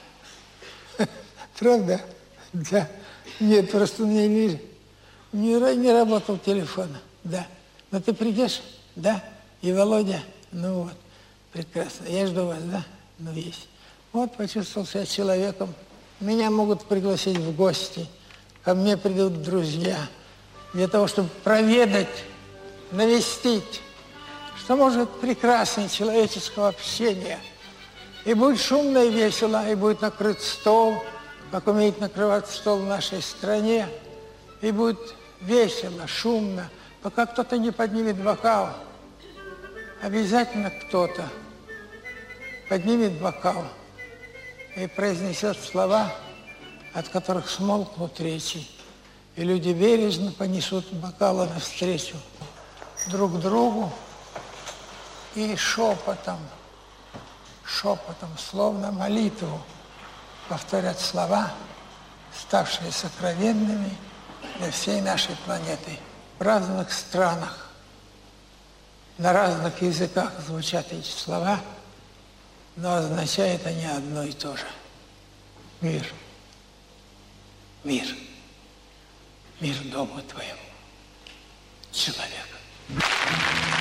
Правда? Да. Нет, просто у меня не работал телефон. Да. Но ты придешь? Да. И Володя? Ну вот. Прекрасно. Я жду вас, да? Ну есть. Вот почувствовал себя человеком. Меня могут пригласить в гости. Ко мне придут друзья. Для того, чтобы проведать, навестить. Что может прекраснее человеческого общения. И будет шумно и весело, и будет накрыт стол, как умеет накрывать стол в нашей стране. И будет весело, шумно, пока кто-то не поднимет бокал. Обязательно кто-то поднимет бокал и произнесет слова, от которых смолкнут речи. И люди бережно понесут бокалы навстречу друг другу и шепотом, словно молитву, повторят слова, ставшие сокровенными для всей нашей планеты. В разных странах, на разных языках звучат эти слова, но означают они одно и то же. Мир. Мир. Мир дому твоему. Человек.